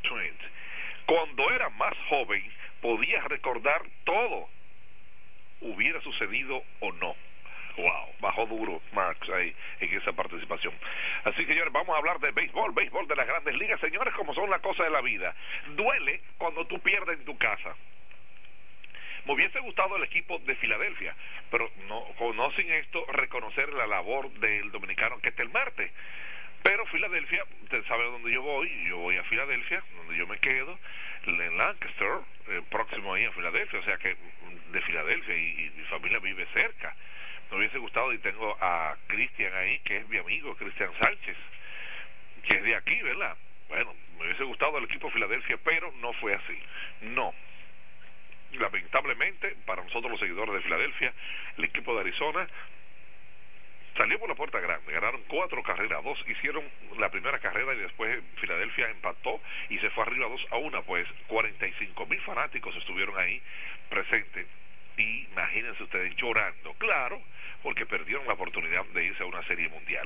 Trent. Cuando era más joven, podía recordar todo, hubiera sucedido o no. Wow, bajó duro Marks ahí en esa participación. Así que, señores, vamos a hablar de béisbol de las grandes ligas, señores, como son las cosas de la vida. Duele cuando tú pierdes en tu casa. Me hubiese gustado el equipo de Filadelfia, pero no sin esto reconocer la labor del dominicano Ketel Marte. Pero Filadelfia, usted sabe dónde yo voy a Filadelfia, donde yo me quedo, en Lancaster, próximo ahí a Filadelfia, o sea que de Filadelfia y mi familia vive cerca. Me hubiese gustado, y tengo a Cristian ahí, que es mi amigo, Cristian Sánchez, que es de aquí, ¿verdad? Bueno, me hubiese gustado el equipo de Filadelfia, pero no fue así. No. Lamentablemente, para nosotros los seguidores de Filadelfia, el equipo de Arizona salió por la puerta grande, ganaron 4 carreras a 2, hicieron la primera carrera y después Filadelfia empató y se fue arriba 2-1, pues 45,000 fanáticos estuvieron ahí presentes. Y imagínense ustedes llorando, claro, porque perdieron la oportunidad de irse a una serie mundial.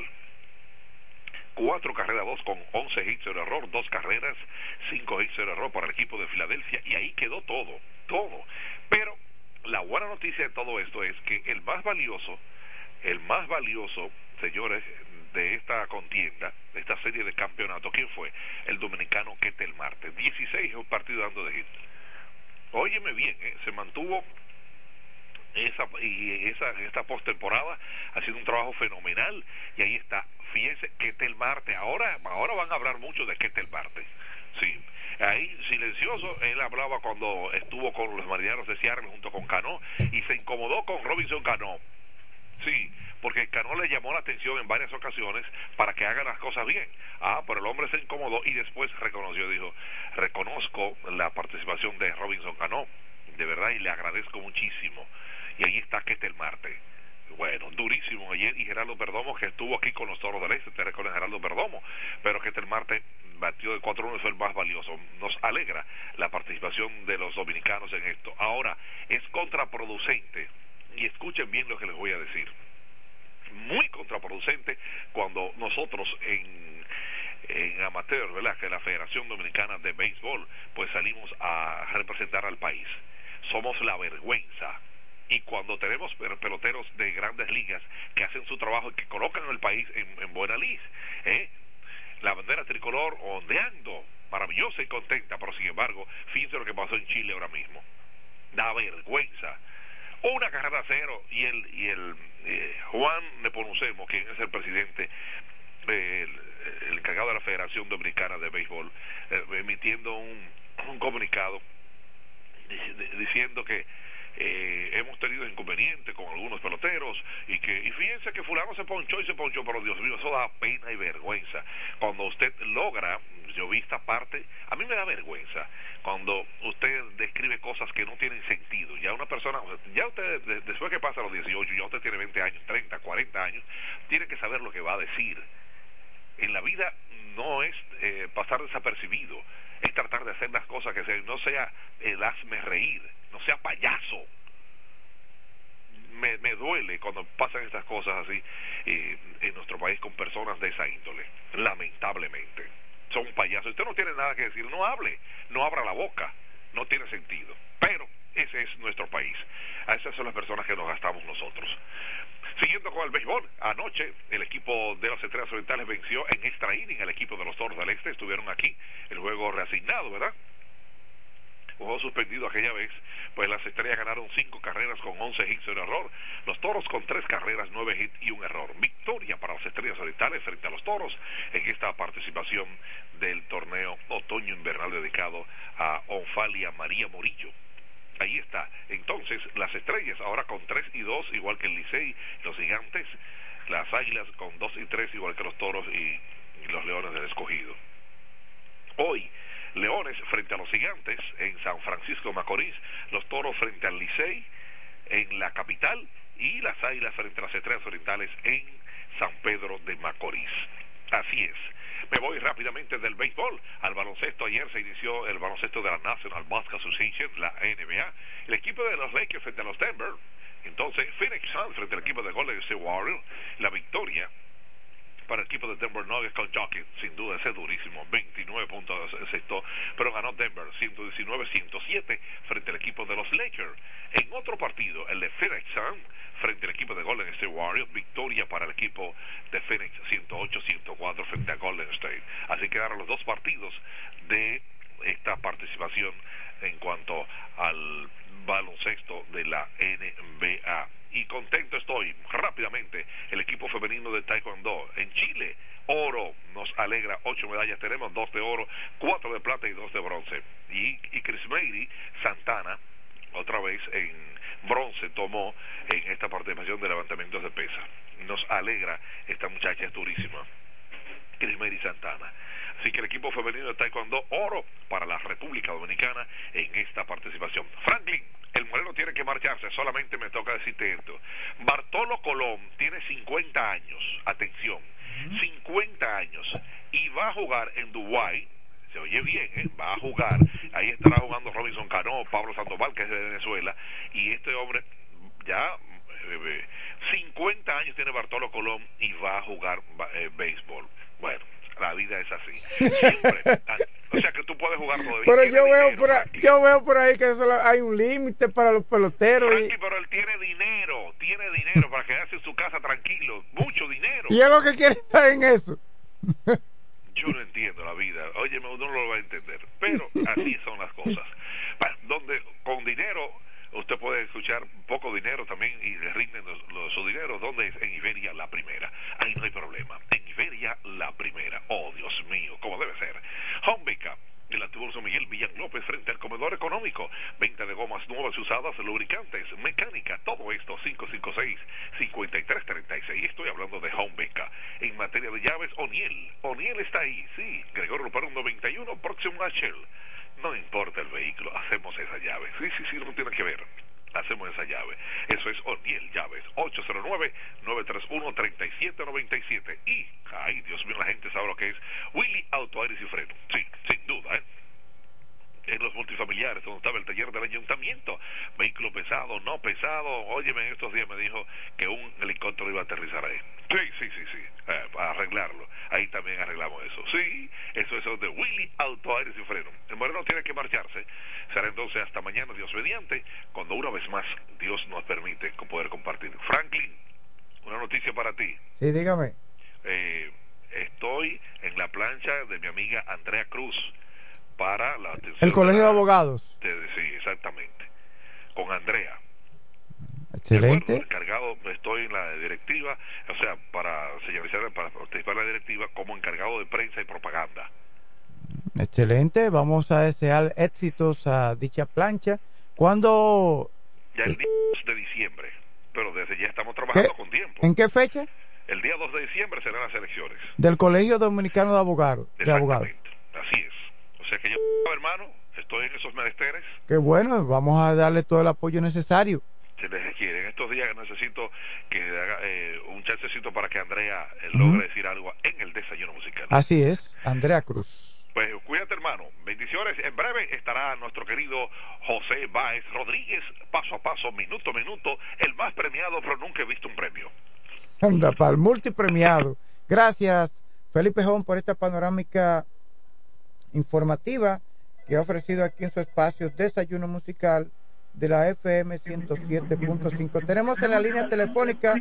4 carreras a 2 con 11 hits de error, 2 carreras, 5 hits de error para el equipo de Filadelfia, y ahí quedó todo. Pero la buena noticia de todo esto es que el más valioso, señores, de esta contienda, de esta serie de campeonato, ¿quién fue? El dominicano Ketel Marte, 16 partidos dando de hit. Óyeme bien, se mantuvo esta postemporada haciendo un trabajo fenomenal, y ahí está, fíjense, Ketel Marte, ahora van a hablar mucho de Ketel Marte, sí, ahí silencioso, él hablaba cuando estuvo con los Marineros de Seattle junto con Cano, y se incomodó con Robinson Cano, sí, porque Cano le llamó la atención en varias ocasiones para que haga las cosas bien, pero el hombre se incomodó y después reconoció, dijo, reconozco la participación de Robinson Cano, de verdad, y le agradezco muchísimo. Y ahí está Ketel Marte. Bueno, durísimo ayer, y Gerardo Perdomo, que estuvo aquí con los Toros del Este, te recuerdas Gerardo Perdomo, pero Ketel Marte batió de 4-1, fue el más valioso. Nos alegra la participación de los dominicanos en esto. Ahora, es contraproducente, y escuchen bien lo que les voy a decir, muy contraproducente cuando nosotros en amateur, ¿verdad?, que la Federación Dominicana de Béisbol, pues salimos a representar al país. Somos la vergüenza. Y cuando tenemos peloteros de grandes ligas que hacen su trabajo y que colocan al país en buena lid, la bandera tricolor ondeando, maravillosa y contenta, pero sin embargo, fíjense lo que pasó en Chile ahora mismo. Da vergüenza. 1-0, y el Juan Nepomucemo, quien es el presidente, el encargado de la Federación Dominicana de Béisbol, emitiendo un comunicado diciendo que hemos tenido inconvenientes con algunos peloteros y fíjense que fulano se ponchó, pero Dios mío, eso da pena y vergüenza. Cuando usted logra, yo vi esta parte, a mí me da vergüenza cuando usted describe cosas que no tienen sentido. Ya una persona, ya usted, después que pasa los 18, ya usted tiene 20 años, 30, 40 años, tiene que saber lo que va a decir. En la vida no es pasar desapercibido, es tratar de hacer las cosas que no sea el hazme reír, no sea payaso. Me duele cuando pasan estas cosas así en nuestro país con personas de esa índole, lamentablemente. Son payasos. Usted no tiene nada que decir, no hable, no abra la boca, no tiene sentido. Pero ese es nuestro país. A esas son las personas que nos gastamos nosotros. Siguiendo con el béisbol, anoche el equipo de las Estrellas Orientales venció en extra inning al equipo de los Toros del Este. Estuvieron aquí, el juego reasignado, ¿verdad? Juego suspendido aquella vez, pues las Estrellas ganaron 5 carreras con 11 hits de error, los Toros con 3 carreras, 9 hits y un error. Victoria para las Estrellas Orientales frente a los Toros en esta participación del torneo otoño-invernal dedicado a Onfalia María Morillo. Ahí está. Entonces, las Estrellas ahora con 3-2, igual que el Licey, los Gigantes, las Águilas con 2-3, igual que los Toros y los Leones del Escogido. Hoy, Leones frente a los Gigantes en San Francisco de Macorís, los Toros frente al Licey en la capital y las Águilas frente a las Estrellas Orientales en San Pedro de Macorís. Así es. Me voy rápidamente del béisbol al baloncesto. Ayer se inició el baloncesto de la National Basketball Association, la NBA. El equipo de los Lakers frente a los Denver. Entonces, Phoenix Suns frente al equipo de Golden State Warriors. La victoria para el equipo de Denver Nuggets con Jokic, sin duda ese durísimo, 29 puntos aceptó, pero ganó Denver 119-107 frente al equipo de los Lakers. En otro partido, el de Phoenix Suns frente al equipo de Golden State Warriors, victoria para el equipo de Phoenix 108-104 frente a Golden State. Así quedaron los dos partidos de esta participación en cuanto al baloncesto de la NBA. Y contento estoy, rápidamente, el equipo femenino de Taekwondo en Chile, oro, nos alegra, 8 medallas tenemos, 2 de oro, 4 de plata y 2 de bronce. Y Crismeiri Santana, otra vez en bronce, tomó en esta participación de levantamientos de pesa. Nos alegra, esta muchacha es durísima, Crismeiri Santana. Así que el equipo femenino de Taekwondo, oro para la República Dominicana en esta participación. Franklin, el Moreno tiene que marcharse, solamente me toca decirte esto. Bartolo Colón tiene 50 años, atención, 50 años, y va a jugar en Dubái. Se oye bien, va a jugar, ahí estará jugando Robinson Cano, Pablo Sandoval, que es de Venezuela, y este hombre ya 50 años tiene Bartolo Colón y va a jugar béisbol. Bueno, la vida es así, siempre. O sea que tú puedes jugar todavía. Pero yo veo por ahí que hay un límite para los peloteros. Frankie, pero él tiene dinero para quedarse en su casa tranquilo, mucho dinero. Y es lo que quiere estar en eso. Yo no entiendo la vida, oye, uno no lo va a entender, pero así son las cosas. Donde con dinero usted puede escuchar poco dinero también y le rinden su dinero. ¿Dónde es? En Iberia La Primera. Ahí no hay problema. En Iberia La Primera. Oh, Dios mío, como debe ser. Homebeca, el antiguo San Miguel Villan López frente al comedor económico. Venta de gomas nuevas y usadas, lubricantes, mecánica, todo esto 556-5336. Estoy hablando de Homebeca. En materia de llaves, O'Neill está ahí, sí. Gregorio Luperón 91, próximo a Shell. No importa el vehículo, hacemos esa llave. Sí, no tiene que ver. Hacemos esa llave. Eso es O'Neill Llaves, 809-931-3797. Y, ay, Dios mío, la gente sabe lo que es Willy Auto Aires y Freno. Sí, sin duda, en los multifamiliares, donde estaba el taller del ayuntamiento, vehículo pesado, no pesado. Óyeme, en estos días me dijo que un helicóptero iba a aterrizar ahí. Sí, para arreglarlo. Ahí también arreglamos eso. Sí, eso es de Willy Auto Aires y Freno. El Moreno tiene que marcharse. Será entonces hasta mañana, Dios mediante, cuando una vez más Dios nos permite poder compartir. Franklin, una noticia para ti. Sí, dígame. Estoy en la plancha de mi amiga Andrea Cruz para la atención. El Colegio de Abogados. Sí, exactamente. Con Andrea. Excelente. Encargado, estoy en la directiva, o sea, para señalizar, para participar en la directiva como encargado de prensa y propaganda. Excelente, vamos a desear éxitos a dicha plancha. ¿Cuándo? Ya el día 2 de diciembre, pero desde ya estamos trabajando con tiempo. ¿En qué fecha? El día 2 de diciembre serán las elecciones. Del Colegio Dominicano de Abogados. Exactamente, así es. O sea que yo, hermano, estoy en esos menesteres. Qué bueno, vamos a darle todo el apoyo necesario. Se les requiere. En estos días necesito que haga un chancecito para que Andrea logre decir algo en el desayuno musical. Así es, Andrea Cruz. Pues cuídate, hermano. Bendiciones. En breve estará nuestro querido José Báez Rodríguez, paso a paso, minuto a minuto, el más premiado, pero nunca he visto un premio. Anda, para el multipremiado. Gracias, Felipe Jón, por esta panorámica informativa que ha ofrecido aquí en su espacio Desayuno Musical de la FM 107.5. Tenemos en la línea telefónica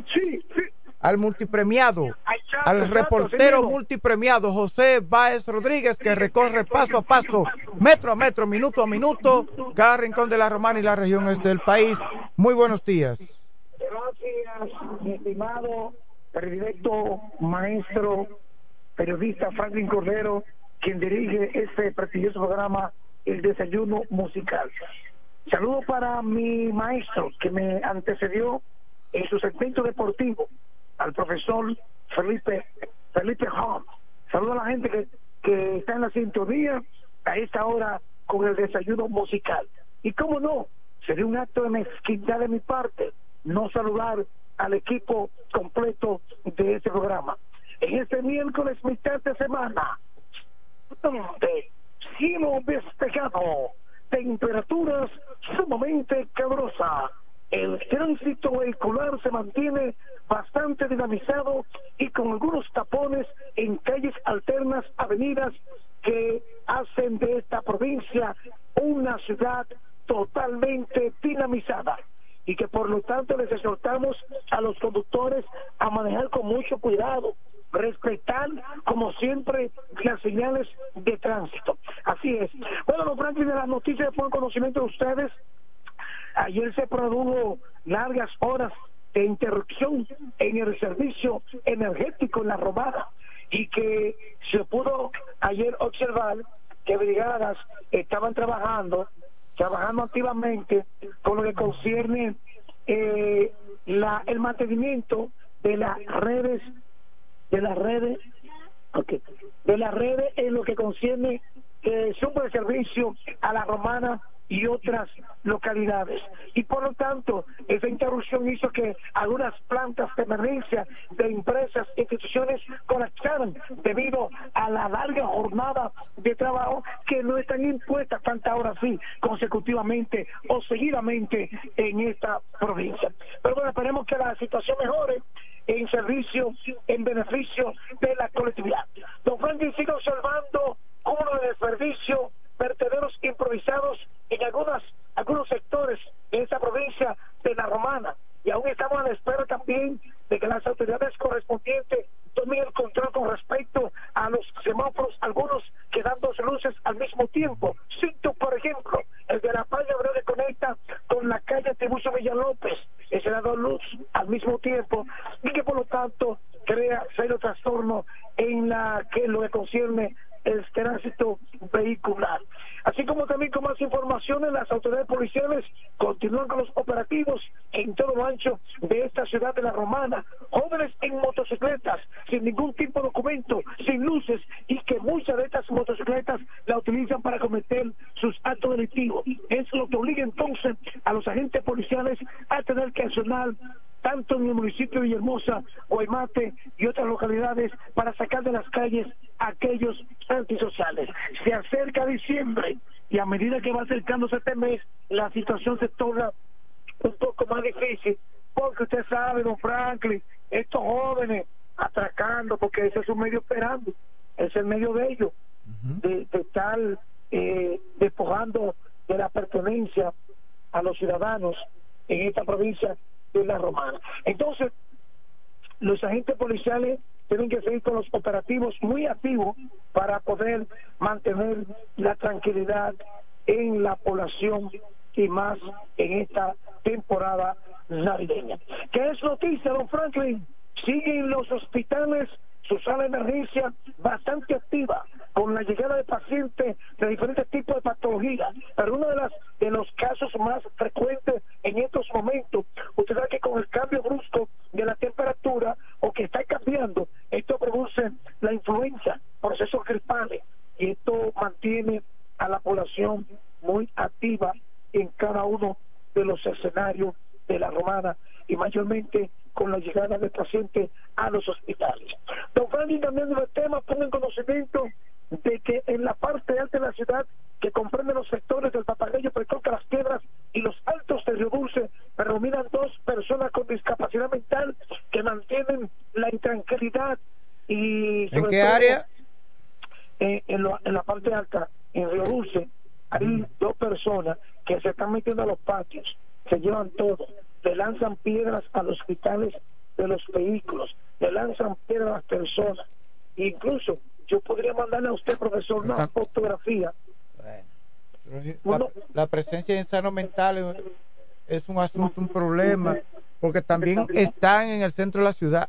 al multipremiado, al reportero multipremiado José Báez Rodríguez, que recorre paso a paso, metro a metro, minuto a minuto, cada rincón de la Romana y la región este del país. Muy buenos días. Gracias, mi estimado predilecto maestro periodista Franklin Cordero, quien dirige este prestigioso programa El Desayuno Musical. Saludo para mi maestro que me antecedió en su segmento deportivo, al profesor Felipe Hall. Saludo a la gente que está en la sintonía a esta hora con el Desayuno Musical. Y cómo no, sería un acto de mezquindad de mi parte no saludar al equipo completo de este programa. En este miércoles, mitad de semana, donde cielo despejado, temperaturas sumamente calurosa, el tránsito vehicular se mantiene bastante dinamizado y con algunos tapones en calles alternas, avenidas que hacen de esta provincia una ciudad totalmente dinamizada, y que por lo tanto les exhortamos a los conductores a manejar con mucho cuidado, respetar como siempre las señales de tránsito. Así es. Bueno, don Franklin, de las noticias que fueron conocimiento de ustedes, ayer se produjo largas horas de interrupción en el servicio energético en La Romana, y que se pudo ayer observar que brigadas estaban trabajando activamente con lo que concierne el mantenimiento de las redes en lo que concierne super servicio a La Romana y otras localidades, y por lo tanto esa interrupción hizo que algunas plantas de emergencia de empresas e instituciones colapsaran debido a la larga jornada de trabajo, que no están impuestas tantas horas así consecutivamente o seguidamente en esta provincia. Pero bueno, esperemos que la situación mejore en servicio, en beneficio de la colectividad. Don Franklin, sigue observando cúmulo de desperdicio, vertederos improvisados en algunos sectores de esta provincia de La Romana, y aún estamos a la espera también de que las autoridades correspondientes tomen el control con respecto a los semáforos, algunos que dan dos luces al mismo tiempo. Cito, por ejemplo, el de La Palla Breve conecta con la calle Tiburcio Villalópez, ese da dos luces al mismo tiempo, y que por lo tanto crea serio trastorno en lo que concierne el tránsito vehicular. Así como también con más informaciones, las autoridades policiales continúan con los operativos en todo lo ancho de esta ciudad de La Romana. Jóvenes en motocicletas, sin ningún tipo de documento, sin luces, y que muchas de estas motocicletas la utilizan para cometer sus actos delictivos. Es lo que obliga entonces a los agentes policiales a tener que accionar tanto en el municipio de Villahermosa, Guaymate y otras localidades, para sacar de las calles a aquellos antisociales. Se acerca diciembre, y a medida que va acercándose este mes, la situación se torna un poco más difícil, porque usted sabe, don Franklin, estos jóvenes atracando, porque ese es un medio esperando, es el medio de ellos, de estar despojando de la pertenencia a los ciudadanos en esta provincia de La Romana. Entonces, los agentes policiales tienen que seguir con los operativos muy activos para poder mantener la tranquilidad en la población, y más en esta temporada navideña. ¿Qué es noticia, don Franklin? Siguen los hospitales su sala de emergencia bastante activa, con la llegada de pacientes de diferentes tipos de patologías, pero uno de los casos más frecuentes en estos momentos, usted sabe que con el cambio brusco de la temperatura, o que está cambiando, esto produce la influenza, procesos gripales, y esto mantiene a la población muy activa en cada uno de los escenarios de La Romana, y mayormente con la llegada de pacientes a los hospitales. Don Franklin, también del tema, ponga en conocimiento de que en la parte alta de la ciudad, que comprende los sectores del Papagayo, Precoca, Las Piedras y los Altos de Río Dulce, predominan dos personas con discapacidad mental que mantienen la intranquilidad. Y ¿en qué área? En la parte alta, en Río Dulce, hay dos personas que se están metiendo a los patios, se llevan todo, le lanzan piedras a los cristales de los vehículos, le lanzan piedras a las personas. Incluso yo podría mandarle a usted, profesor, una fotografía. La presencia de insanos mentales es un asunto, un problema, porque también están en el centro de la ciudad.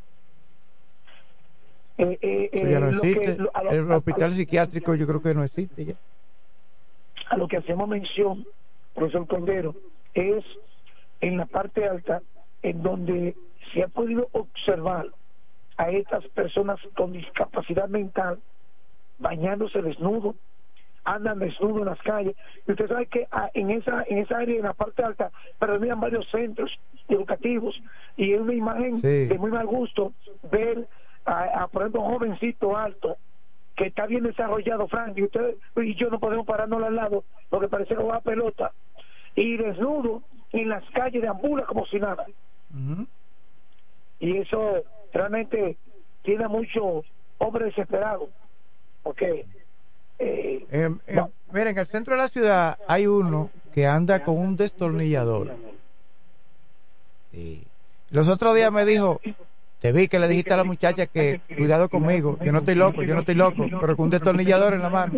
Eso ya no existe. El hospital psiquiátrico yo creo que no existe ya. A lo que hacemos mención, profesor Condero, es en la parte alta, en donde se ha podido observar a estas personas con discapacidad mental bañándose desnudo, andan desnudos en las calles. Y usted sabe que en esa área, en la parte alta, predominan varios centros educativos, y es una imagen de muy mal gusto ver por ejemplo, un jovencito alto que está bien desarrollado, Frank, y usted y yo no podemos pararnos al lado porque parece que va a pelota, y desnudo en las calles deambula como si nada. Y eso realmente tiene a muchos hombres desesperados, porque miren, en el centro de la ciudad hay uno que anda con un destornillador. Los otros días me dijo: te vi que le dijiste a la muchacha que cuidado conmigo, yo no estoy loco, pero con un destornillador en la mano.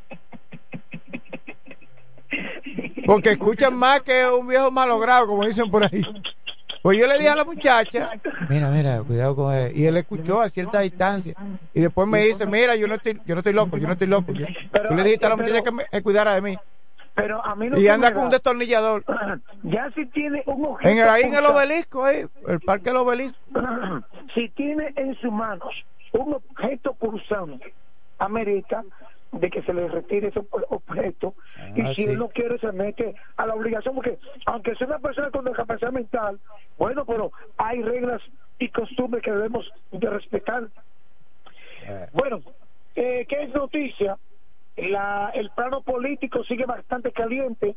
Porque escuchan más que un viejo malogrado, como dicen por ahí. Pues yo le dije a la muchacha: mira, cuidado con él. Y él escuchó a cierta distancia. Y después me dice: mira, yo no estoy loco. Tú le dijiste a la muchacha que cuidara de mí. Pero a mí no, y anda con un destornillador. Ya si tiene un objeto ahí en el obelisco, el parque del obelisco. Si tiene en sus manos un objeto punzante, amerita de que se le retire ese objeto. Y si él no quiere, se mete a la obligación, porque aunque sea una persona con discapacidad mental, bueno, pero hay reglas y costumbres que debemos de respetar. Bueno, ¿qué es noticia? El plano político sigue bastante caliente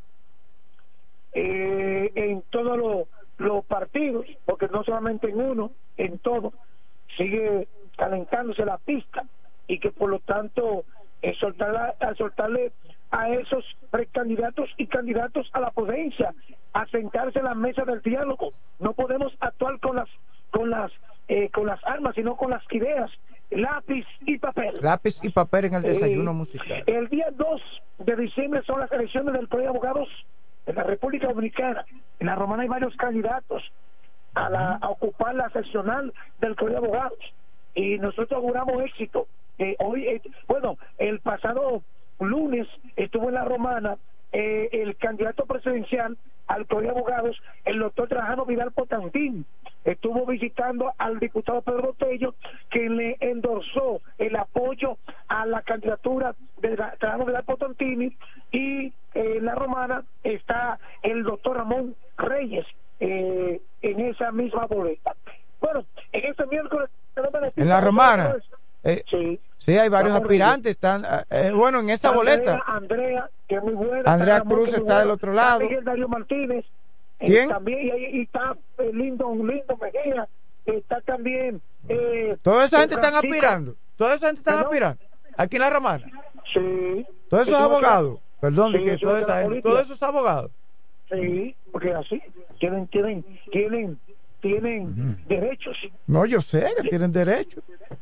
en todos los partidos, porque no solamente en uno, en todo sigue calentándose la pista, y que por lo tanto soltarle a esos precandidatos y candidatos a la potencia a sentarse en la mesa del diálogo. No podemos actuar con las armas, sino con las ideas. Lápiz y papel en el desayuno musical. El día 2 de diciembre son las elecciones del Colegio de Abogados de la República Dominicana. En la Romana hay varios candidatos a ocupar la seccional del Colegio de Abogados, y nosotros auguramos éxito. Hoy, el pasado lunes estuvo en la Romana el candidato presidencial al Colegio de Abogados, el doctor Trajano Vidal Potantín. Estuvo visitando al diputado Pedro Botello, que le endorsó el apoyo a la candidatura de Trajano Vidal Potantini. Y en la Romana está el doctor Ramón Reyes en esa misma boleta. Bueno, en este miércoles en la Romana sí, hay varios aspirantes. Están en esa boleta. Andrea, que es muy buena. Andrea Cruz está del otro lado. Miguel Darío Martínez. ¿Quién? También, y está Lindo Mejía. Está también. Toda esa gente están aspirando. Aquí en la Romana. Sí. Todos esos abogados. Perdón, sí, que toda esa gente. Todos esos abogados. Sí, porque así tienen derechos. No, yo sé que tienen derechos.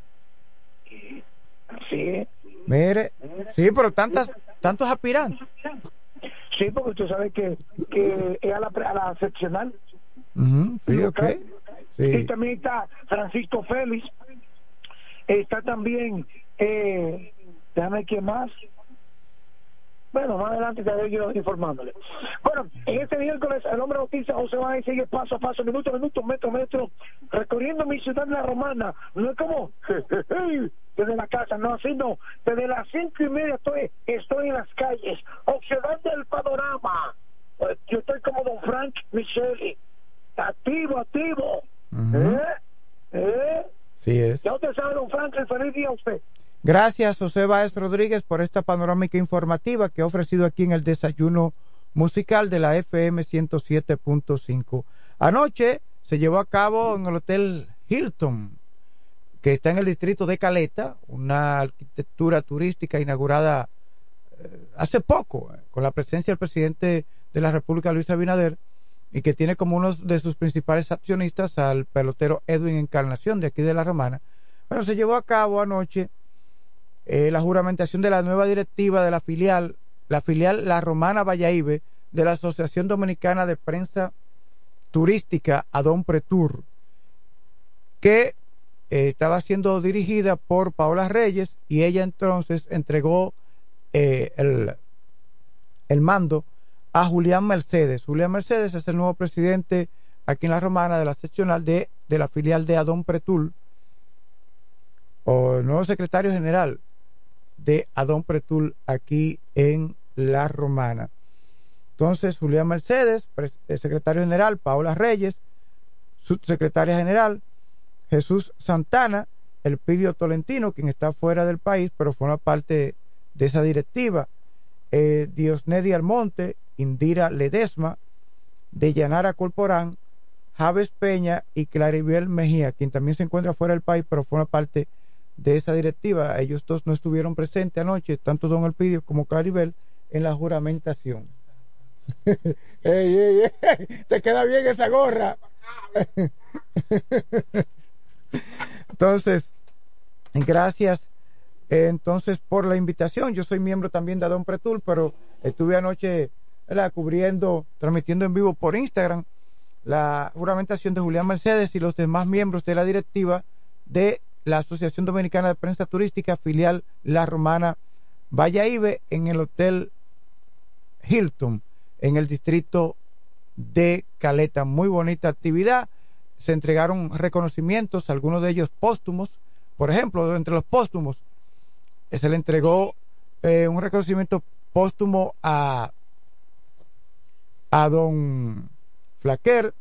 Sí. Mire, sí, pero tantos aspirantes. Sí, porque tú sabes que es a la seccional. Sí, ok. Sí. Y también está Francisco Félix. Está también, déjame que más. Bueno, más adelante estaré yo informándole. Bueno, en este miércoles el hombre noticia José Báez sigue paso a paso, minuto a minuto, metro a metro, recorriendo mi ciudad de la Romana. No es como desde la casa, no, así no. Desde las 5:30 estoy en las calles, observando el panorama. Yo estoy como don Frank Micheli, activo. Sí es. Ya usted sabe, don Frank, feliz día a usted. Gracias, José Báez Rodríguez, por esta panorámica informativa que ha ofrecido aquí en el desayuno musical de la FM 107.5. Anoche se llevó a cabo en el Hotel Hilton, que está en el distrito de Caleta, una arquitectura turística inaugurada hace poco, con la presencia del presidente de la República, Luis Abinader, y que tiene como uno de sus principales accionistas al pelotero Edwin Encarnación, de aquí de La Romana. Bueno, se llevó a cabo anoche la juramentación de la nueva directiva de la filial La Romana Valladolid de la Asociación Dominicana de Prensa Turística Adón Pretur, que estaba siendo dirigida por Paola Reyes, y ella entonces entregó el mando a Julián Mercedes. Julián Mercedes es el nuevo presidente aquí en La Romana de la seccional de la filial de Adón Pretur, o nuevo secretario general de Adón Pretur aquí en La Romana. Entonces, Julián Mercedes, secretario general, Paola Reyes, subsecretaria general, Jesús Santana, Elpidio Tolentino, quien está fuera del país, pero forma parte de esa directiva, Diosnedi Almonte, Indira Ledesma, de Yanara Corporán, Javes Peña y Claribel Mejía, quien también se encuentra fuera del país, pero forma parte de esa directiva. Ellos dos no estuvieron presentes anoche, tanto don Elpidio como Claribel, en la juramentación. ey, te queda bien esa gorra. Entonces, gracias entonces por la invitación. Yo soy miembro también de Adón Pretul, pero estuve anoche cubriendo, transmitiendo en vivo por Instagram la juramentación de Julián Mercedes y los demás miembros de la directiva de la Asociación Dominicana de Prensa Turística, filial La Romana Valladolid, en el Hotel Hilton, en el distrito de Caleta. Muy bonita actividad. Se entregaron reconocimientos, algunos de ellos póstumos. Por ejemplo, entre los póstumos se le entregó un reconocimiento póstumo a don Flaquel,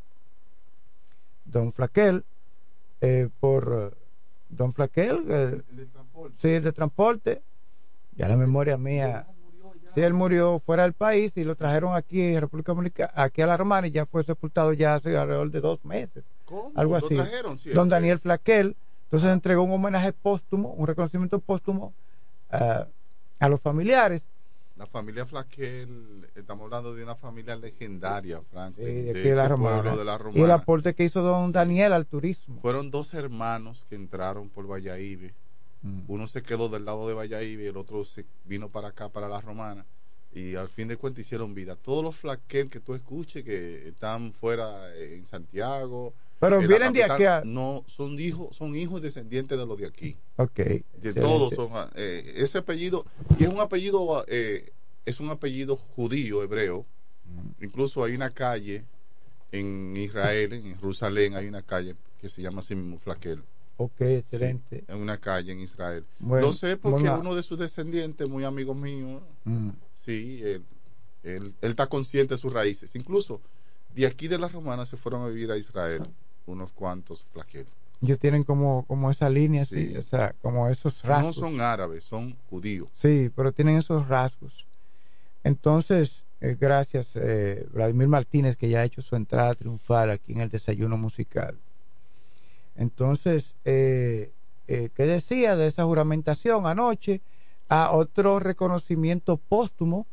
por don Flaquel, sí, de transporte. Ya la memoria mía, sí, él murió fuera del país y lo trajeron aquí en República Dominicana, aquí a La Romana, y ya fue sepultado ya hace alrededor de 2 meses. ¿Cómo? Algo así. ¿Lo trajeron? Sí, don Daniel Flaquel. Entonces entregó un homenaje póstumo, un reconocimiento póstumo a los familiares. La familia Flaquel, estamos hablando de una familia legendaria, Frank, Sí, de aquí este La Romana. pueblo de La Romana. Y el aporte que hizo don Daniel al turismo. Fueron 2 hermanos que entraron por Valladolid. Uno se quedó del lado de Valladolid y el otro se vino para acá, para La Romana, y al fin de cuentas hicieron vida. Todos los Flaquel que tú escuches que están fuera en Santiago, pero vienen de aquí no son hijos descendientes de los de aquí. Okay, de excelente. todos son ese apellido, y es un apellido judío hebreo. Incluso hay una calle en Israel, en Jerusalén, hay una calle que se llama así mismo Flaquel. Ok, excelente. Sí, en una calle en Israel. Bueno, lo sé porque uno de sus descendientes, muy amigo mío, sí, él está consciente de sus raíces. Incluso de aquí de La Romana se fueron a vivir a Israel unos cuantos Flaquel. Ellos tienen como esa línea, Sí. sí, o sea, como esos rasgos. No son árabes, son judíos. Sí, pero tienen esos rasgos. Entonces, gracias Vladimir Martínez, que ya ha hecho su entrada triunfal aquí en el desayuno musical. Entonces, ¿qué decía de esa juramentación anoche? A otro reconocimiento póstumo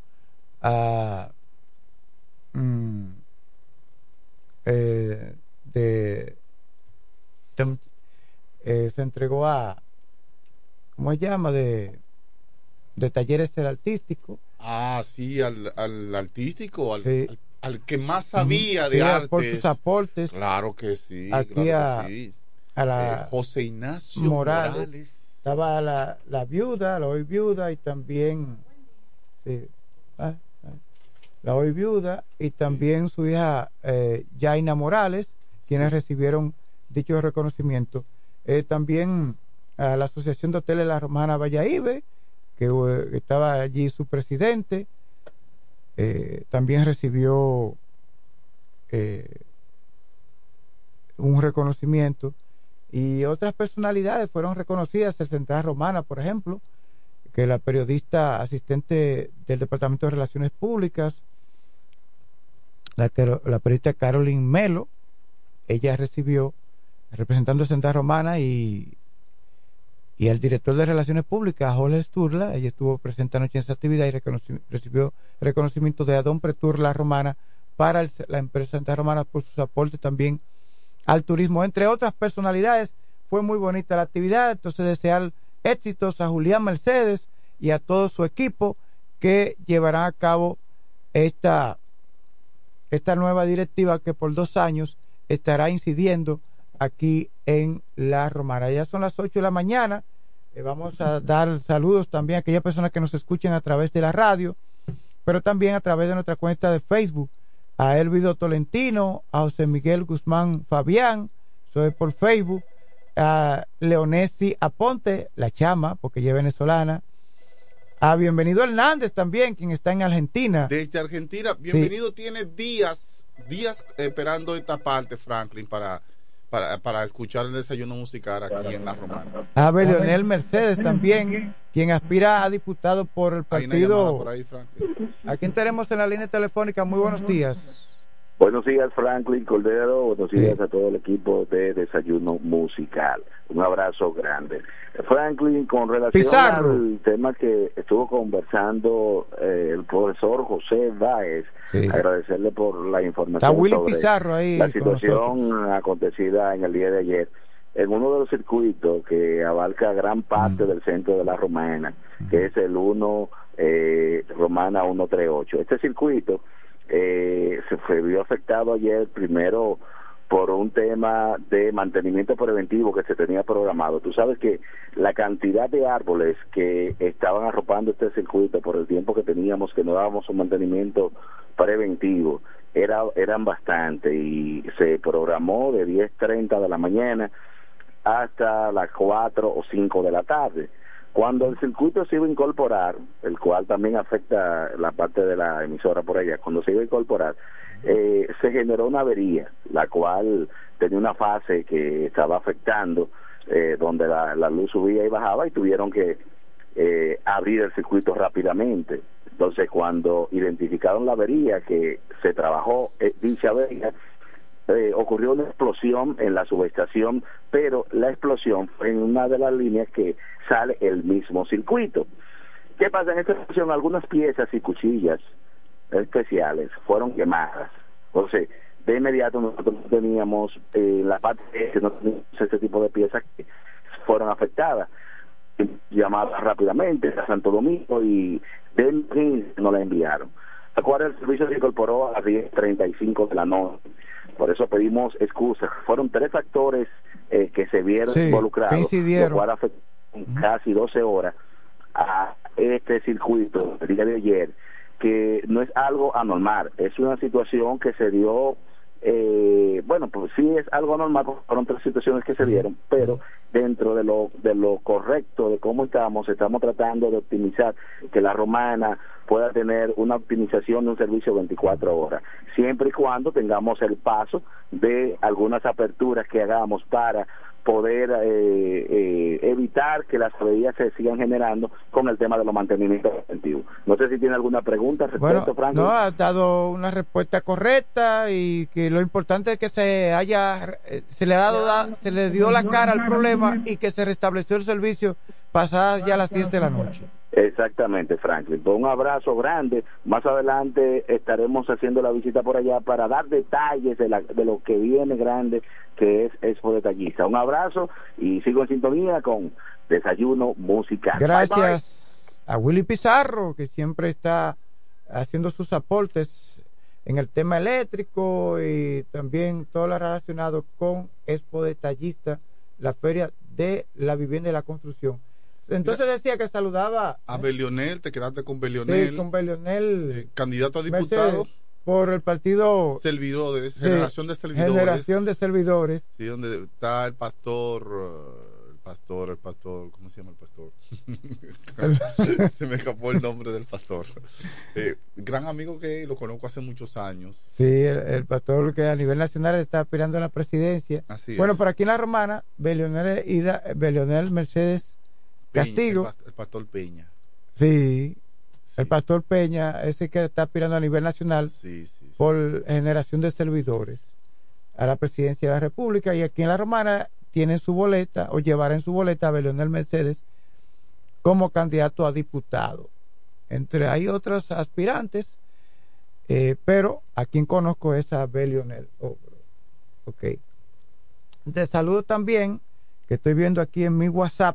se entregó a, ¿cómo se llama? De Talleres el Artístico. Ah, sí, al artístico, Sí. al que más sabía de Sí, artes. por sus aportes. Claro que sí. Aquí claro que sí. a la José Ignacio Morales. Estaba la viuda, la hoy viuda, y también sí, la hoy viuda, y también su hija Yaina Morales, quienes recibieron dicho reconocimiento. También a la Asociación de Hoteles La Romana Valladolid, que estaba allí su presidente, también recibió un reconocimiento, y otras personalidades fueron reconocidas. El Central Romana, por ejemplo, que la periodista asistente del Departamento de Relaciones Públicas, la periodista Caroline Melo, ella recibió, representando a Central Romana, y el director de Relaciones Públicas, Jorge Sturla, ella estuvo presente anoche en esa actividad y recibió reconocimiento de Adón Pretur La Romana para la empresa Central Romana por sus aportes también al turismo, entre otras personalidades. Fue muy bonita la actividad. Entonces, desear éxitos a Julián Mercedes y a todo su equipo que llevarán a cabo esta nueva directiva que por 2 años estará incidiendo aquí en La Romana. Ya son las 8 de la mañana. Vamos a dar saludos también a aquellas personas que nos escuchen a través de la radio, pero también a través de nuestra cuenta de Facebook, a Elvido Tolentino, a José Miguel Guzmán Fabián, soy por Facebook, a Leonesi Aponte, la chama, porque ella es venezolana, a Bienvenido Hernández también, quien está en Argentina. Desde Argentina, Bienvenido, sí. Tiene días esperando esta parte, Franklin, para escuchar el desayuno musical aquí en La Romana. A ver, Leonel Mercedes también, quien aspira a diputado por el partido. Por ahí, Franklin. ¿A quién tenemos en la línea telefónica? Muy buenos días. Buenos días, Franklin Cordero. Buenos días a todo el equipo de Desayuno Musical. Un abrazo grande. Franklin, con relación al tema que estuvo conversando el profesor José Báez, agradecerle por la información sobre ahí la situación acontecida en el día de ayer en uno de los circuitos que abarca gran parte del centro de la Romana, que es el 1 Romana 138. Este circuito se vio afectado ayer primero por un tema de mantenimiento preventivo que se tenía programado. Tú sabes que la cantidad de árboles que estaban arropando este circuito por el tiempo que teníamos, que no dábamos un mantenimiento preventivo, eran bastante, y se programó de 10:30 de la mañana hasta las 4 o 5 de la tarde. Cuando el circuito se iba a incorporar, el cual también afecta la parte de la emisora por allá, cuando se iba a incorporar, se generó una avería, la cual tenía una fase que estaba afectando, donde la luz subía y bajaba, y tuvieron que abrir el circuito rápidamente. Entonces, cuando identificaron la avería, que se trabajó dicha avería, ocurrió una explosión en la subestación, pero la explosión fue en una de las líneas que sale el mismo circuito. ¿Qué pasa? En esta explosión algunas piezas y cuchillas especiales fueron quemadas. Entonces, de inmediato nosotros teníamos la parte que no teníamos este tipo de piezas que fueron afectadas, llamadas rápidamente a Santo Domingo, y de no la enviaron. La cual el servicio se incorporó a las 10:35 de la noche. Por eso pedimos excusas. Fueron 3 factores que se vieron involucrados, lo cual afectó casi 12 horas a este circuito el día de ayer, que no es algo anormal, es una situación que se dio, bueno, pues sí es algo anormal, fueron 3 situaciones que se dieron, pero dentro de lo correcto de cómo estamos tratando de optimizar que la Romana pueda tener una optimización de un servicio 24 horas, siempre y cuando tengamos el paso de algunas aperturas que hagamos para poder evitar que las averías se sigan generando con el tema de los mantenimientos preventivos. No sé si tiene alguna pregunta respecto, Franklin. No, ha dado una respuesta correcta, y que lo importante es que se le dio la cara al problema y que se restableció el servicio pasadas ya las 10 de la noche. Exactamente, Franklin. Un abrazo grande. Más adelante estaremos haciendo la visita por allá para dar detalles de lo que viene grande, que es Expo Detallista. Un abrazo y sigo en sintonía con Desayuno Musical. Gracias. Bye, bye. A Willy Pizarro, que siempre está haciendo sus aportes en el tema eléctrico y también todo lo relacionado con Expo Detallista, la feria de la vivienda y la construcción. Entonces decía que saludaba a Belionel. Te quedaste con Belionel. Sí, con Belionel, candidato a diputado por el partido Servidores, sí, Generación de Servidores. Generación de Servidores. Sí, donde está el pastor, ¿cómo se llama el pastor? Se me escapó el nombre del pastor. Gran amigo que lo conozco hace muchos años. Sí, el pastor que a nivel nacional está aspirando a la presidencia. Así bueno, es. por aquí en la Romana, Belionel Mercedes Castilgo. El pastor Peña. Sí, el pastor Peña, ese que está aspirando a nivel nacional por Generación de Servidores a la presidencia de la República, y aquí en la Romana tienen su boleta, o llevarán su boleta a Belionel Mercedes como candidato a diputado. Hay otros aspirantes, pero a quien conozco es a Belionel. Ok. Te saludo también, que estoy viendo aquí en mi WhatsApp,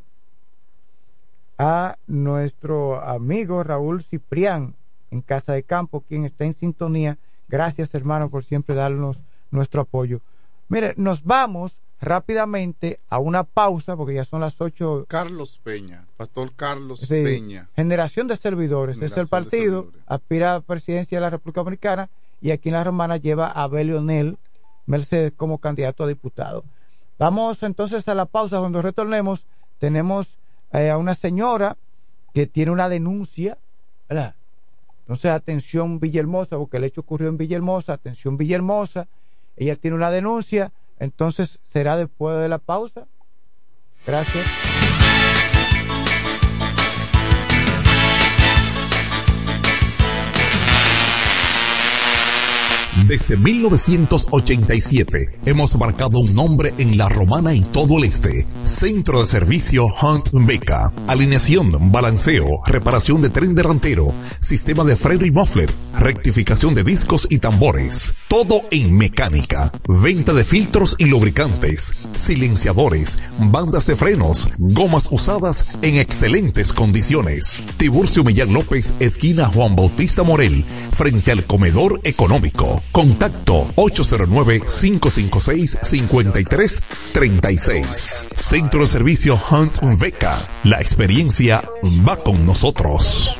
a nuestro amigo Raúl Ciprián en Casa de Campo, quien está en sintonía. Gracias, hermano, por siempre darnos nuestro apoyo. Mire, nos vamos rápidamente a una pausa porque ya son las 8. Carlos Peña, pastor Carlos Peña. Generación de Servidores, es el partido, aspira a presidencia de la República Dominicana, y aquí en la Romana lleva a Belionel Mercedes como candidato a diputado. Vamos entonces a la pausa. Cuando retornemos tenemos a una señora que tiene una denuncia, ¿verdad? Entonces, atención Villahermosa, porque el hecho ocurrió en Villahermosa. Atención Villahermosa, ella tiene una denuncia. Entonces será después de la pausa. Gracias. Desde 1987 hemos marcado un nombre en La Romana y todo el este. Centro de servicio Hunt Beca. Alineación, balanceo, reparación de tren delantero, sistema de freno y muffler, rectificación de discos y tambores. Todo en mecánica. Venta de filtros y lubricantes, silenciadores, bandas de frenos, gomas usadas en excelentes condiciones. Tiburcio Millán López, esquina Juan Bautista Morel, frente al comedor económico. Contacto 809-556-5336. Centro de servicio Hunt Beca. La experiencia va con nosotros.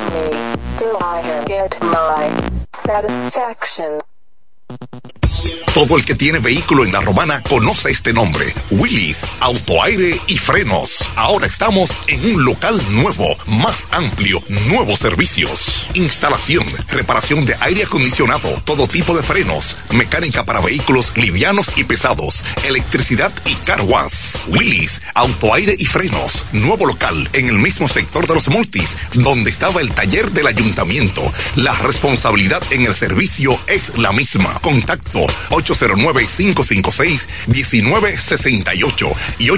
Todo el que tiene vehículo en La Romana conoce este nombre: Willis Autoaire y Frenos. Ahora estamos en un local nuevo, más amplio, nuevos servicios: instalación, reparación de aire acondicionado, todo tipo de frenos, mecánica para vehículos livianos y pesados, electricidad y car wash. Willis Autoaire y Frenos, nuevo local en el mismo sector de los Multis, donde estaba el taller del ayuntamiento. La responsabilidad en el servicio es la misma. Contacto 809-556-1968 y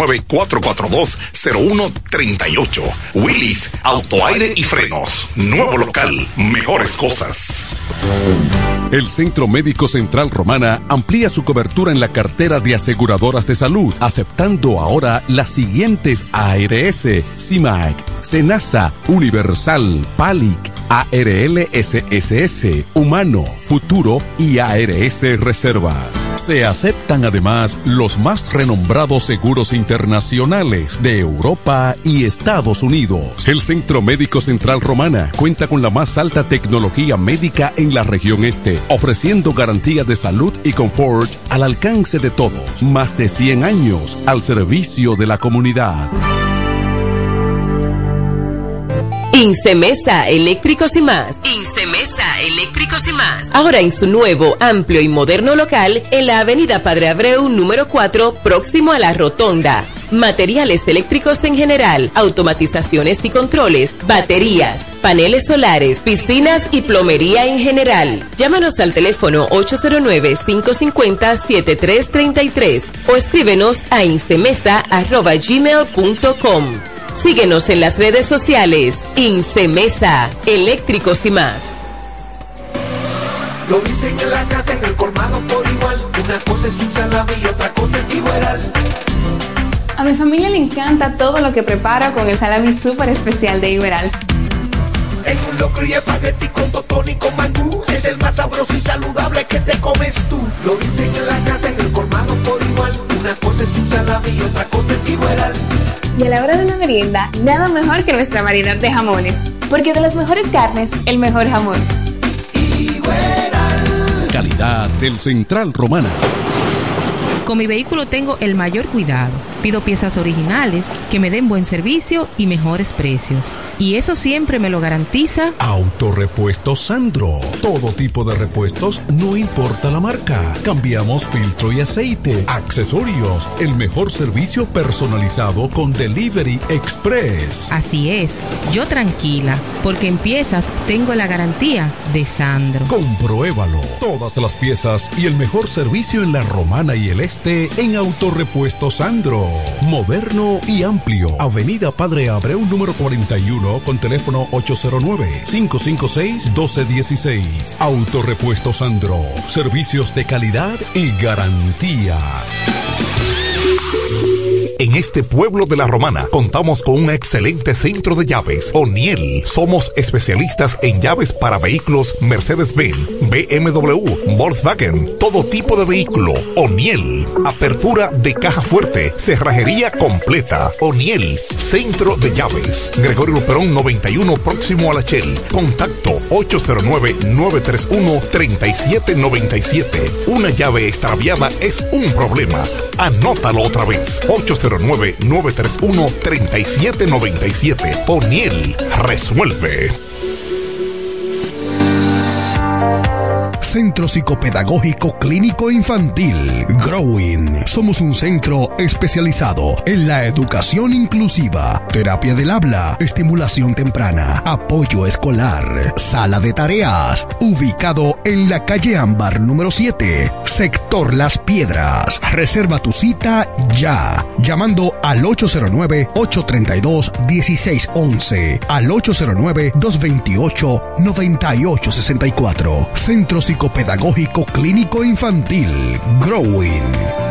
809-442-0138. Willis Autoaire y Frenos. Nuevo local, mejores cosas. El Centro Médico Central Romana amplía su cobertura en la cartera de aseguradoras de salud, aceptando ahora las siguientes ARS, CIMAC, SENASA, Universal, PALIC, ARL SSS, Humano, Futuro y ARS Reservas. Se aceptan además los más renombrados seguros internacionales de Europa y Estados Unidos. El Centro Médico Central Romana cuenta con la más alta tecnología médica en la región este, ofreciendo garantía de salud y confort al alcance de todos. Más de 100 años al servicio de la comunidad. Incemesa Eléctricos y Más. Incemesa Eléctricos y Más. Ahora en su nuevo, amplio y moderno local en la avenida Padre Abreu número 4, próximo a la Rotonda. Materiales eléctricos en general, automatizaciones y controles, baterías, paneles solares, piscinas y plomería en general. Llámanos al teléfono 809-550-7333 o escríbenos a incemesa@gmail.com. Síguenos en las redes sociales. Incemesa, Eléctricos y Más. Lo dicen en la casa, en el colmado por igual. Una cosa es un salami y otra cosa es Iberal. A mi familia le encanta todo lo que prepara con el salami súper especial de Iberal. En un locro y espagueti con totón y con mangú. Es el más sabroso y saludable que te comes tú. Lo dicen en la casa, en el colmado por igual. Una cosa es un salami y otra cosa es Iberal. Y a la hora de la merienda, nada mejor que nuestra variedad de jamones. Porque de las mejores carnes, el mejor jamón. Calidad del Central Romana. Con mi vehículo tengo el mayor cuidado. Pido piezas originales, que me den buen servicio y mejores precios. Y eso siempre me lo garantiza Autorepuestos Sandro. Todo tipo de repuestos, no importa la marca. Cambiamos filtro y aceite, accesorios, el mejor servicio personalizado con Delivery Express. Así es, yo tranquila, porque en piezas tengo la garantía de Sandro. Compruébalo. Todas las piezas y el mejor servicio en La Romana y el Este en Autorepuestos Sandro. Moderno y amplio. Avenida Padre Abreu número 41 con teléfono 809-556-1216. Autorepuestos Sandro. Servicios de calidad y garantía. En este pueblo de La Romana contamos con un excelente centro de llaves. O'Neill. Somos especialistas en llaves para vehículos Mercedes-Benz, BMW, Volkswagen, todo tipo de vehículo. O'Neill. Apertura de caja fuerte, cerrajería completa. O'Neill. Centro de llaves. Gregorio Luperón 91, próximo a La Shell. Contacto 809-931-3797. Una llave extraviada es un problema. Anótalo otra vez. 809-931-3797. O'Neill resuelve. Centro Psicopedagógico Clínico Infantil Growing. Somos un centro especializado en la educación inclusiva, terapia del habla, estimulación temprana, apoyo escolar, sala de tareas, ubicado en la calle Ámbar número 7, sector Las Piedras. Reserva tu cita ya, llamando al 809-832-1611, al 809-228-9864. Centro Psicopedagógico Clínico Infantil Growing.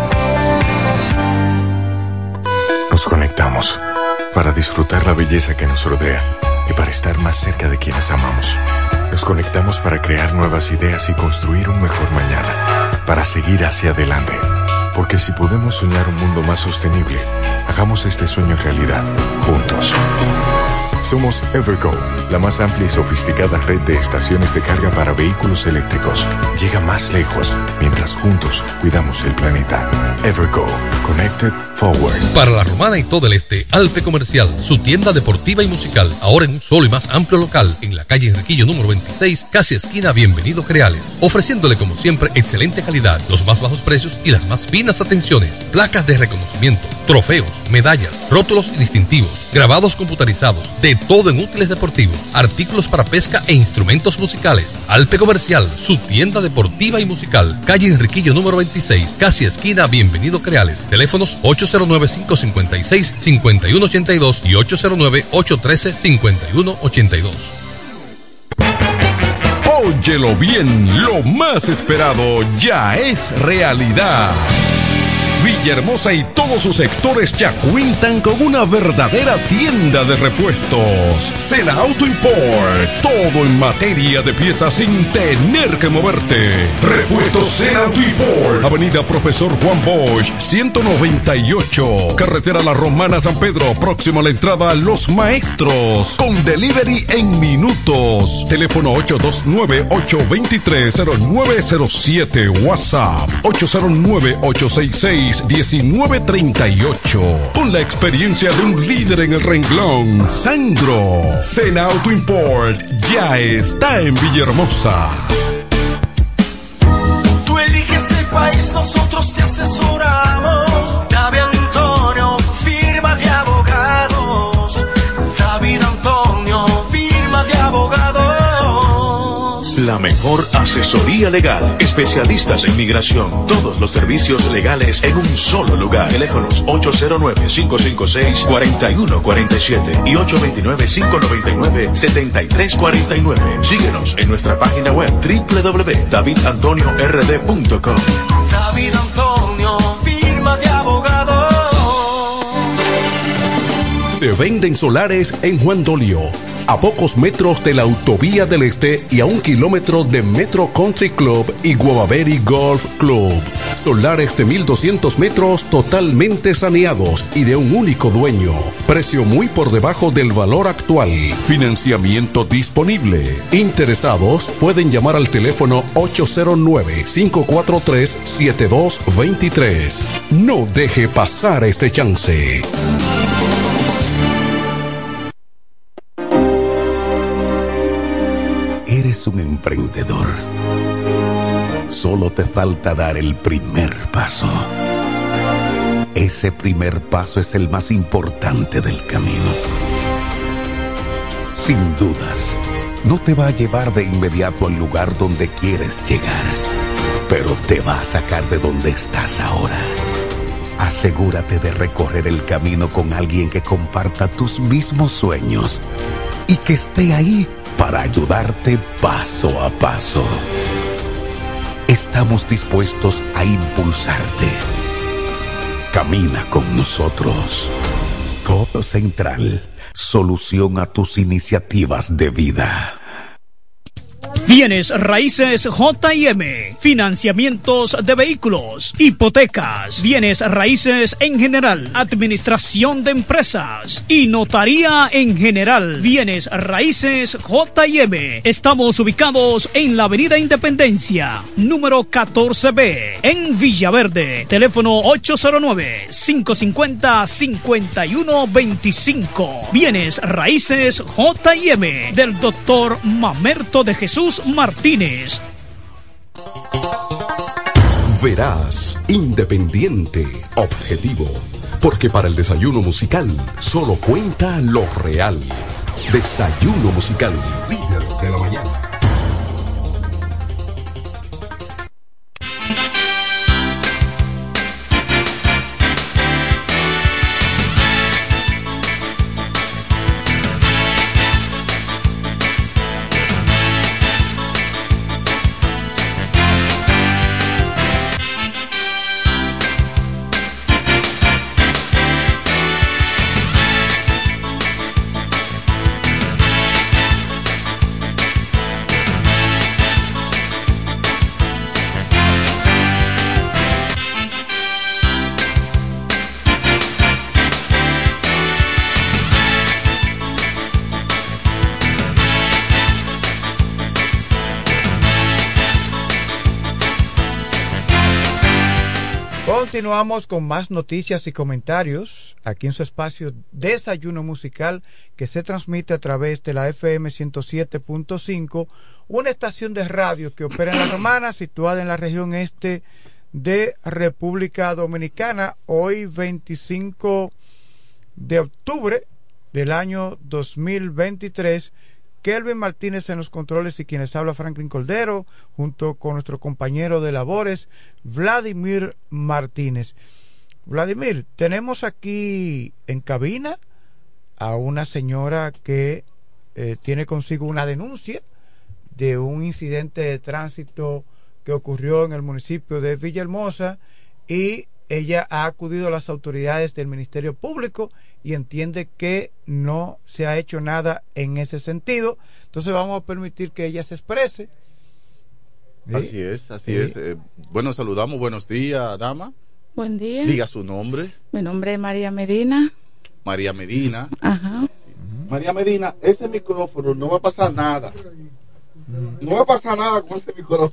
Nos conectamos para disfrutar la belleza que nos rodea y para estar más cerca de quienes amamos. Nos conectamos para crear nuevas ideas y construir un mejor mañana, para seguir hacia adelante. Porque si podemos soñar un mundo más sostenible, hagamos este sueño realidad, juntos. Somos Evergo, la más amplia y sofisticada red de estaciones de carga para vehículos eléctricos. Llega más lejos, mientras juntos cuidamos el planeta. Evergo, Connected Forward. Para la Romana y todo el este, Alpe Comercial, su tienda deportiva y musical, ahora en un solo y más amplio local, en la calle Enriquillo número 26, casi esquina Bienvenido Creales, ofreciéndole como siempre excelente calidad, los más bajos precios y las más finas atenciones, placas de reconocimiento, trofeos, medallas, rótulos y distintivos, grabados computarizados, de todo en útiles deportivos, artículos para pesca e instrumentos musicales. Alpe Comercial, su tienda deportiva y musical, calle Enriquillo número 26, casi esquina Bienvenido Creales. Teléfonos 809-556-5182 y 809-813-5182. Óyelo bien, lo más esperado ya es realidad. Villahermosa y todos sus sectores ya cuentan con una verdadera tienda de repuestos. Sena Auto Import, todo en materia de piezas sin tener que moverte. Repuestos Sena Auto Import, Avenida Profesor Juan Bosch, 198, Carretera La Romana San Pedro, próximo a la entrada a Los Maestros, con delivery en minutos. Teléfono 829-823-0907, WhatsApp 809-866-1938. Con la experiencia de un líder en el renglón, Sandro. Sena Auto Import ya está en Villahermosa. Tú eliges el país, nosotros te asesoramos. David Antonio, firma de abogados. David Antonio, firma de abogados. La mejor asesoría legal. Especialistas en migración. Todos los servicios legales en un solo lugar. Teléfonos 809-556-4147 y 829-599-7349. Síguenos en nuestra página web www.davidantoniord.com. David Antonio, firma de abogados. Se venden solares en Juan Dolio, a pocos metros de la Autovía del Este y a 1 kilómetro de Metro Country Club y Guavaberi Golf Club. Solares de 1,200 metros totalmente saneados y de un único dueño. Precio muy por debajo del valor actual. Financiamiento disponible. Interesados pueden llamar al teléfono 809-543-7223. No deje pasar este chance. Eres un emprendedor. Solo te falta dar el primer paso. Ese primer paso es el más importante del camino. Sin dudas, no te va a llevar de inmediato al lugar donde quieres llegar, pero te va a sacar de donde estás ahora. Asegúrate de recorrer el camino con alguien que comparta tus mismos sueños y que esté ahí para ayudarte paso a paso. Estamos dispuestos a impulsarte. Camina con nosotros. Codo Central, solución a tus iniciativas de vida. Bienes raíces J&M, financiamientos de vehículos, hipotecas, bienes raíces en general, administración de empresas y notaría en general. Bienes raíces J&M. Estamos ubicados en la Avenida Independencia, número 14B, en Villaverde. Teléfono 809-550-5125. Bienes raíces J&M del doctor Mamerto de Jesús Martínez. Veraz, independiente, objetivo. Porque para el desayuno musical solo cuenta lo real. Desayuno musical, líder de la mañana. Continuamos con más noticias y comentarios aquí en su espacio Desayuno Musical, que se transmite a través de la FM 107.5, una estación de radio que opera en La Romana, situada en la región este de República Dominicana. Hoy 25 de octubre del año 2023, Kelvin Martínez en los controles y quienes habla Franklin Cordero, junto con nuestro compañero de labores Vladimir Martínez. Vladimir, tenemos aquí en cabina a una señora que tiene consigo una denuncia de un incidente de tránsito que ocurrió en el municipio de Villahermosa, y ella ha acudido a las autoridades del Ministerio Público y entiende que no se ha hecho nada en ese sentido. Entonces vamos a permitir que ella se exprese. ¿Sí? Así es. Bueno, saludamos. Buenos días, dama. Buen día. Diga su nombre. Mi nombre es María Medina. María Medina. Ajá. Sí. María Medina, ese micrófono no va a pasar nada. No va a pasar nada con ese micrófono.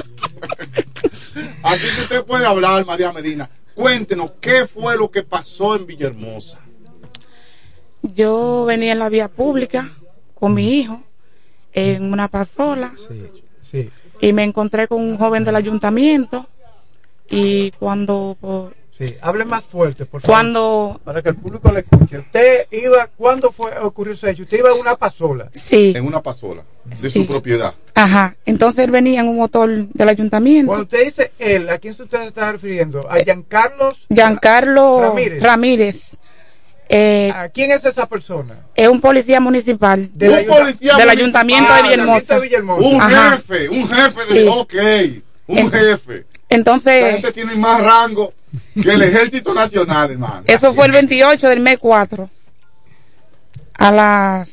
Así que usted puede hablar, María Medina. Cuéntenos, ¿qué fue lo que pasó en Villahermosa? Yo venía en la vía pública con mi hijo en una pasola. Sí. Y me encontré con un joven del ayuntamiento. Y cuando... Sí, hable más fuerte, por favor. Cuando... Para que el público le escuche. Usted iba... ¿Cuándo ocurrió ese hecho? Usted iba en una pasola. Sí. En una pasola de su propiedad. Ajá. Entonces él venía en un motor del ayuntamiento. Cuando usted dice él, ¿a quién usted se está refiriendo? ¿A Giancarlo Ramírez? ¿A quién es esa persona? Es un policía municipal del ayuntamiento de Villahermosa. Un jefe de... Un jefe. Entonces... La gente tiene más rango que el Ejército Nacional, hermano. Eso fue el 28 del mes 4. A las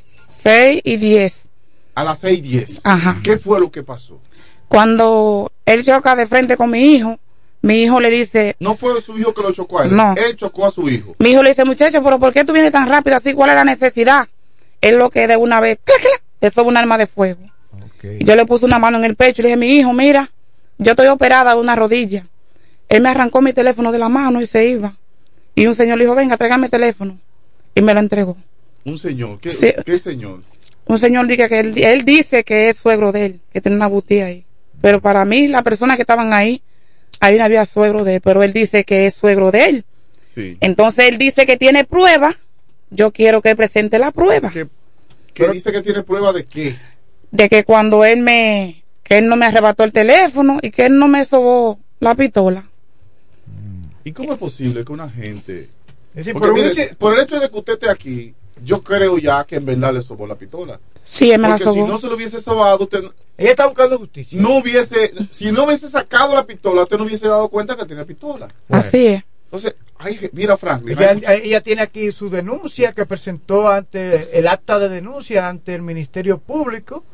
6:10. A las 6:10. Ajá. ¿Qué fue lo que pasó? Cuando él choca de frente con mi hijo le dice... ¿No fue su hijo que lo chocó a él? No. Él chocó a su hijo. Mi hijo le dice, muchacho, pero ¿por qué tú vienes tan rápido así? ¿Cuál es la necesidad? Él lo que de una vez... Eso es un arma de fuego. Okay. Y yo le puse una mano en el pecho y le dije, mi hijo, mira, yo estoy operada de una rodilla. Él me arrancó mi teléfono de la mano y se iba. Y un señor le dijo, venga, tráigame el teléfono. Y me lo entregó. ¿Un señor? ¿Qué señor? Un señor dice que él dice que es suegro de él, que tiene una butía ahí. Pero para mí, las personas que estaban ahí no había suegro de él, pero él dice que es suegro de él. Sí. Entonces él dice que tiene prueba. Yo quiero que él presente la prueba. ¿Qué dice que tiene prueba de qué? De que cuando que él no me arrebató el teléfono y que él no me sobó la pistola. ¿Y cómo es posible que una gente... Es decir, por el hecho de que usted esté aquí, yo creo ya que en verdad le sobó la pistola. Sí, él me la sobó. Porque si no se lo hubiese sobado, usted... Ella está buscando justicia. Si no hubiese sacado la pistola, usted no hubiese dado cuenta que tenía pistola. Bueno. Así es. Entonces, mira, Franklin. Ella tiene aquí su denuncia que presentó ante el acta de denuncia ante el Ministerio Público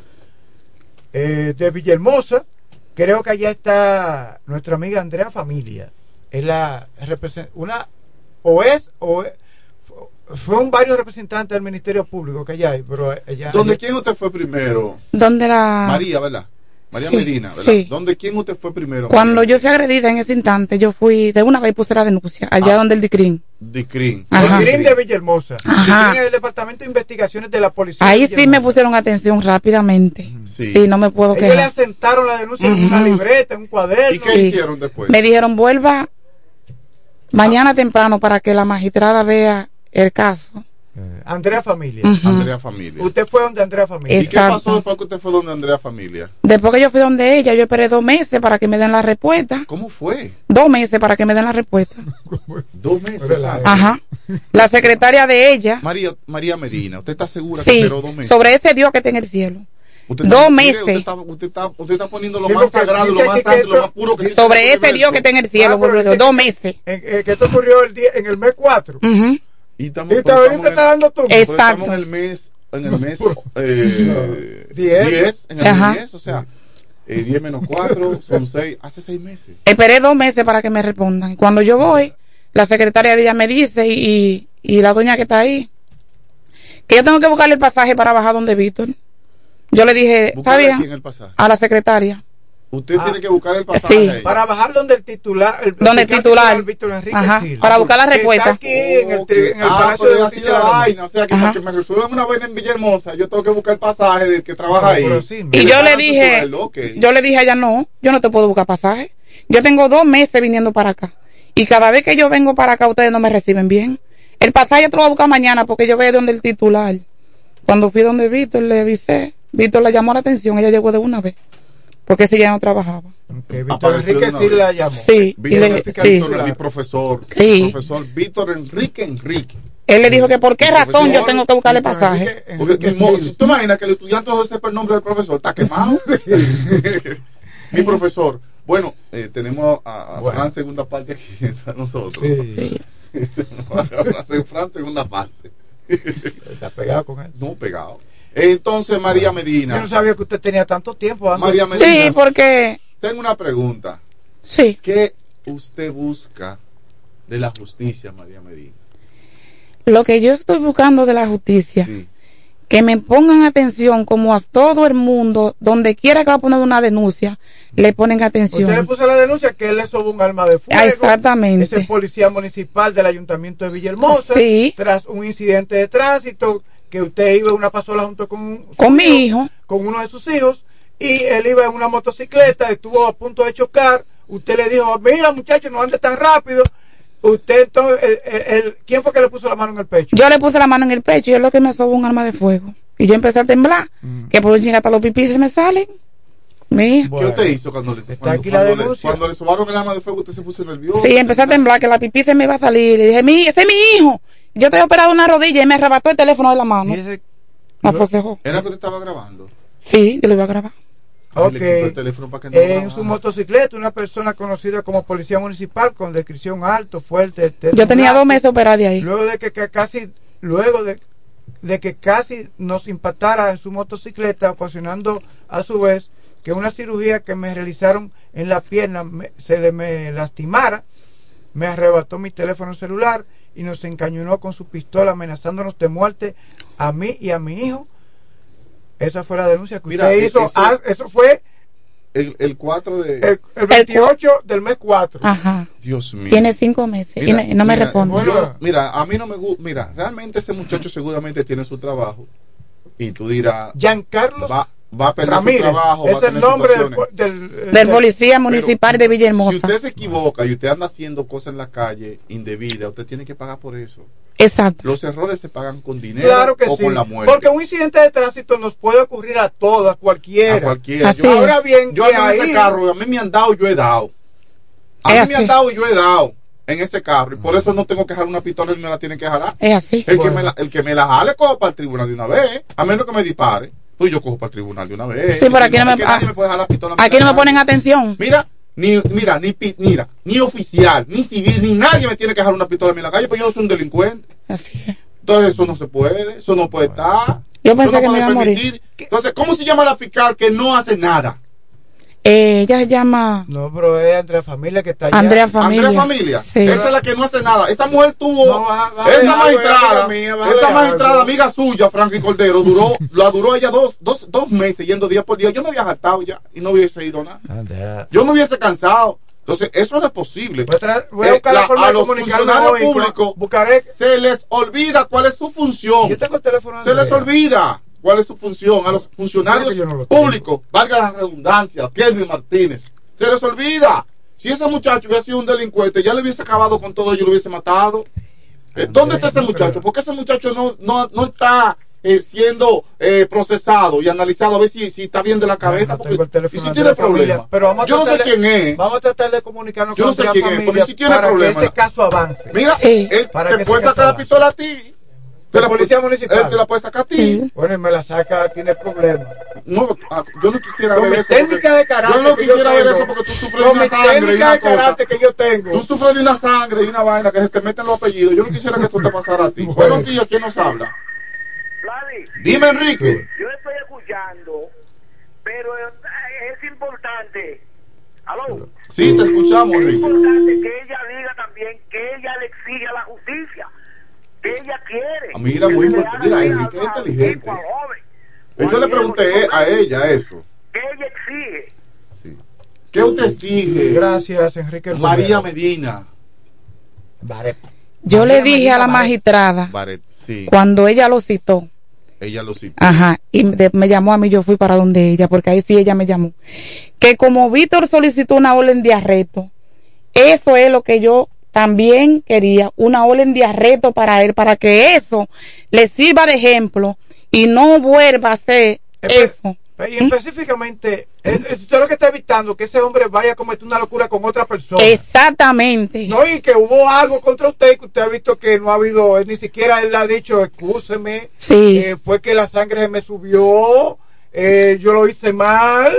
de Villahermosa. Creo que allá está nuestra amiga Andrea Familia. Es la fueron varios representantes del Ministerio Público que allá hay, pero ella... ¿Quién usted fue primero? ¿Dónde la...? María, ¿verdad? María Sí, Medina, ¿verdad? sí. ¿Quién usted fue primero? Cuando yo fui agredida en ese instante, yo fui de una vez y puse la denuncia, allá donde el DICRIN. DICRIN. Ajá. DICRIN de Villahermosa. Ajá. DICRIN es el Departamento de Investigaciones de la Policía. Ahí de sí me Villahermosa. pusieron atención rápidamente. Sí. Sí, no me puedo Ellos le quejar. asentaron la denuncia en una libreta, en un cuaderno. ¿Y qué Sí. hicieron después? Me dijeron, vuelva mañana temprano para que la magistrada vea el caso. Andrea Familia. Ujú. Andrea Familia. Usted fue donde Andrea Familia. ¿Y qué Exacto. pasó después que usted fue donde Andrea Familia? Después que yo fui donde ella, yo esperé 2 meses para que me den la respuesta. ¿Cómo fue? 2 meses para que me den la respuesta. 2 meses. Ajá. La secretaria de ella, María Medina, ¿usted está segura que sí, esperó 2 meses? sobre ese Dios que está en el cielo. Usted 2 mire, meses. Usted está poniendo lo Sí, más porque sagrado, dice lo más aquí que santo, lo esto- más puro que existe Sobre en el ese Dios universo. que está en el cielo, pero boludo, dice 2 que- meses. que esto ocurrió en el mes 4. Ujú. Y Y todavía usted está dando tú. pero Exacto. estamos en el mes 10. 10, en el Ajá. mes 10, o sea, 10 menos 4 son 6, hace 6 meses. Esperé 2 meses para que me respondan. Y cuando yo voy, la secretaria de ella me dice, y la doña que está ahí, que yo tengo que buscarle el pasaje para bajar donde Víctor. Yo le dije, ¿está Buscarle bien? aquí en el pasaje. A la secretaria. Usted tiene que buscar el pasaje. Sí. a ella. Para bajar donde el titular. Donde el titular. Víctor Enrique Ajá. Silva. Para buscar la Que respuesta. Está aquí en el, en el Palacio pero de es así Justicia la de la vaina, o sea, que Ajá. para que me resuelvan una vaina en Villahermosa, yo tengo que buscar el pasaje del que trabaja ahí. pero sí, Y mira, yo le pagan su dije, sueldo, ok. yo le dije a ella, no, yo no te puedo buscar pasaje. Yo tengo 2 meses viniendo para acá. Y cada vez que yo vengo para acá, ustedes no me reciben bien. El pasaje yo te lo voy a buscar mañana porque yo voy donde el titular. Cuando fui donde Víctor, le avisé. Víctor le llamó la atención, ella llegó de una vez. Porque si ya no trabajaba. Que Víctor Apareció Enrique de una sí vez. la llamó. Sí, y Víctor, le, sí. Víctor, mi profesor, Sí. profesor Víctor Enrique. Él le dijo que por qué Mi razón profesor, yo tengo que buscarle Víctor pasaje. Porque si tú imaginas que el estudiante no sepa el nombre del profesor, está quemado. Mi profesor. Bueno, tenemos a Fran segunda parte aquí entre nosotros. Sí. Fran segunda parte. Está pegado con él. No, pegado. Entonces, María Yo Medina. no sabía que usted tenía tanto tiempo. dando- María Medina. Sí, porque, Tengo una pregunta. sí. ¿Qué usted busca de la justicia, María Medina? Lo que yo estoy buscando de la justicia, Sí. que me pongan atención como a todo el mundo, donde quiera que va a poner una denuncia, le ponen atención. Usted le puso la denuncia que él le sobó un arma de fuego. Exactamente. Es el policía municipal del Ayuntamiento de Villahermosa. Sí. Tras un incidente de tránsito que usted iba en una pasola junto con Con mi hijo. con uno de sus hijos, y él iba en una motocicleta, estuvo a punto de chocar. Usted le dijo, mira muchacho, no ande tan rápido. Usted entonces, ¿quién fue que le puso la mano en el pecho? Yo le puse la mano en el pecho y es lo que me sobó un arma de fuego. Y yo empecé a temblar, que por un chinga hasta los pipis se me salen. Mía. ¿Qué usted hizo cuando le aquí la denuncia. cuando le sobaron el arma de fuego? ¿Usted se puso nervioso? Sí, empecé a temblar, que la pipí se me iba a salir. Y dije, ese es mi hijo. Yo estoy operado una rodilla y me arrebató el teléfono de la mano. Me afosejó. ¿Era que usted estaba grabando? Sí, yo lo iba a grabar. Ok. Le quitó el teléfono para que no En grabara. su motocicleta, una persona conocida como policía municipal con descripción alto, fuerte. Yo tenía 2 meses operada de ahí. Luego de que casi nos impactara en su motocicleta, ocasionando a su vez que una cirugía que me realizaron en la pierna me lastimara, me arrebató mi teléfono celular y nos encañonó con su pistola amenazándonos de muerte a mí y a mi hijo. Esa fue la denuncia que Mira, usted hizo. Eso fue el 4 de... el 28 del mes 4. Ajá. Dios mío. Tiene 5 meses Mira, y no me mira, responde. Mira, a mí no me gusta. Mira, realmente ese muchacho seguramente tiene su trabajo. Y tú dirás... Giancarlos va a perder Ramírez, su trabajo. va es a tener el nombre situaciones. Del policía municipal de Villahermosa. Si usted se equivoca y usted anda haciendo cosas en la calle indebidas, usted tiene que pagar por eso. Exacto. Los errores se pagan con dinero Claro que o sí, con la muerte. porque un incidente de tránsito nos puede ocurrir a todos, a cualquiera. A cualquiera. Así Yo, es. Ahora bien, yo que ando en ese ahí- carro, a mí me han dado, yo he dado. A Es mí me así. han dado y yo he dado en ese carro. Y por eso no tengo que jalar una pistola y me la tienen que jalar. Es así. El que me la jale, cojo para el tribunal de una vez. A menos que me dispare. Pues yo cojo para el tribunal de una vez. Sí, pero aquí no me- es que nadie me puede jalar pistola. Aquí no me ponen atención. Mira, ni oficial, ni civil, ni nadie me tiene que jalar una pistola a mí en la calle, pues yo no soy un delincuente. Así es. Entonces eso no se puede, eso no puede estar. Yo pensé Eso no que me puede iba a morir. permitir. Entonces, ¿cómo se llama la fiscal que no hace nada? Ella se llama... No, pero es Andrea Familia que está allá. Andrea Familia. Andrea Familia. Sí. Esa es la que no hace nada. Esa mujer tuvo... esa magistrada, amiga suya, Franklin Cordero, la duró ella dos meses yendo día por día. Yo me había hartado ya y no hubiese ido nada. Yo me hubiese cansado. Entonces, eso no es posible. Voy a buscar la forma a de los comunicarme funcionarios hoy, públicos buscaré. se les olvida cuál es su función. Yo tengo el teléfono de Se les Andrea. olvida cuál es su función. A los funcionarios Yo no lo tengo. públicos, valga la redundancia, Kelvin Martínez, se les olvida. Si ese muchacho hubiera sido un delincuente, ya le hubiese acabado con todo y lo hubiese matado. ¿Dónde está ese muchacho? Porque ese muchacho no está siendo procesado y analizado a ver si está bien de la cabeza. Y si tiene problemas. Yo no sé quién es. Vamos a tratar de comunicarnos Yo no sé Andrea quién es, Familia pero si tiene para problemas. que ese caso avance. Mira, él Para te que puede ese sacar caso la pistola a ti. ¿De la policía municipal? Él te la puede sacar a ti. Bueno, y me la saca, tiene problemas. No, yo no quisiera Con ver mi eso. técnica de carácter Yo no que quisiera yo ver tengo. eso porque tú sufres de Con una mi sangre y técnica una de carácter cosa. que yo tengo. Tú sufres de una sangre y una vaina que se te meten los apellidos. Yo no quisiera que esto te pasara a ti. Buenos días, ¿quién nos habla? Dime, Enrique. Yo estoy escuchando, pero es importante. ¿Aló? Sí, te escuchamos, Es Enrique. importante que ella diga también que ella le exige a la justicia, que ella quiere. Mira, muy importante. Mira, Enrique es inteligente. Yo le pregunté a ella eso. Que ella exige. ¿Qué usted exige? Gracias, Enrique. María Medina. Yo le dije a la magistrada, Sí. cuando ella lo citó, Ella lo citó. ajá, y me llamó a mí, yo fui para donde ella, porque ahí sí ella me llamó, que como Víctor solicitó una orden de arresto, eso es lo que yo también quería, una orden de arresto para él, para que eso le sirva de ejemplo y no vuelva a hacer eso. Y específicamente, usted lo que está evitando que ese hombre vaya a cometer una locura con otra persona. Exactamente. No, y que hubo algo contra usted, que usted ha visto que no ha habido, ni siquiera él le ha dicho, excúseme, sí. Fue que la sangre se me subió, yo lo hice mal.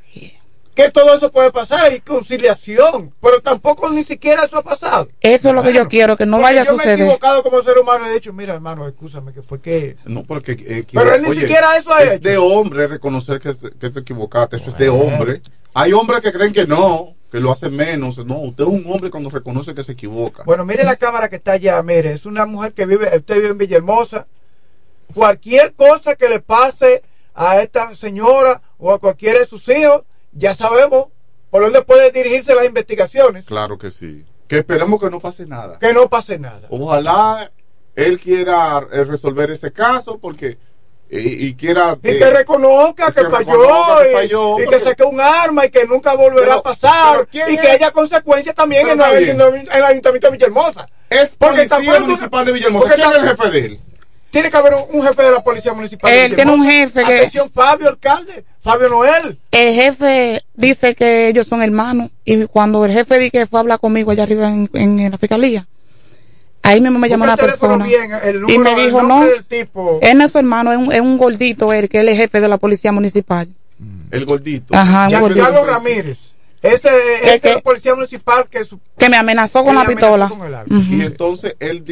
Que todo eso puede pasar, hay conciliación, pero tampoco ni siquiera eso ha pasado. Eso es lo que yo quiero, que no vaya a yo suceder. Me he equivocado como ser humano, he dicho, mira hermano, excúsame, que fue que... No, porque... pero él ni siquiera eso ha hecho. Es de hombre reconocer que te equivocaste, eso es de hombre. Hay hombres que creen que no, que lo hacen menos. No, usted es un hombre cuando reconoce que se equivoca. Bueno, mire la cámara que está allá, mire, es una mujer que usted vive en Villahermosa. Cualquier cosa que le pase a esta señora o a cualquiera de sus hijos, ya sabemos por dónde puede dirigirse las investigaciones. Claro que sí. Que esperemos que no pase nada. Que no pase nada. Ojalá él quiera resolver ese caso porque y quiera y que reconozca que falló y que saque un arma y que nunca volverá a pasar y que haya consecuencias también en el Ayuntamiento de Villahermosa. Es policía municipal de Villahermosa. ¿Quién es el jefe de él? Tiene que haber un jefe de la policía municipal. Él tiene un jefe que... Atención, Fabio, alcalde. Fabio Noel. El jefe dice que ellos son hermanos. Y cuando el jefe dice que fue a hablar conmigo allá arriba en la fiscalía, ahí mismo me llamó una persona. Y me dijo, no, él no es su hermano, es un gordito, él, que él es jefe de la policía municipal. El gordito. Ajá, un gordito. Carlos Ramírez. Ese es el policía municipal que me amenazó con la pistola. Y entonces él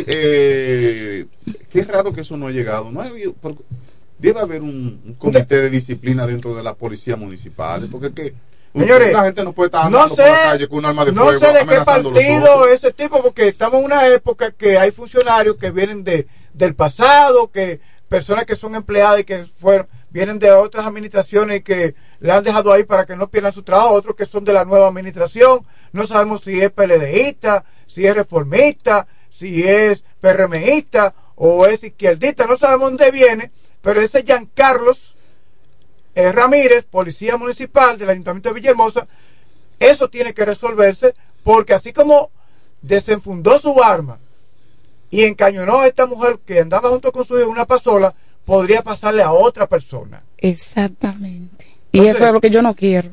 qué raro que eso no ha llegado. No debe haber un comité de disciplina dentro de la policía municipal, porque es que señores, la gente no puede estar andando por la calle con un arma de fuego. No sé de qué partido ese tipo, porque estamos en una época que hay funcionarios que vienen del pasado, que personas que son empleadas y que vienen de otras administraciones y que le han dejado ahí para que no pierdan su trabajo, otros que son de la nueva administración. No sabemos si es PLDista, si es reformista, si es PRMista o es izquierdista, no sabemos dónde viene, pero ese Giancarlos Ramírez, policía municipal del Ayuntamiento de Villahermosa, eso tiene que resolverse, porque así como desenfundó su arma y encañonó a esta mujer que andaba junto con su hijo una pasola, podría pasarle a otra persona. Exactamente. Y entonces, eso es lo que yo no quiero.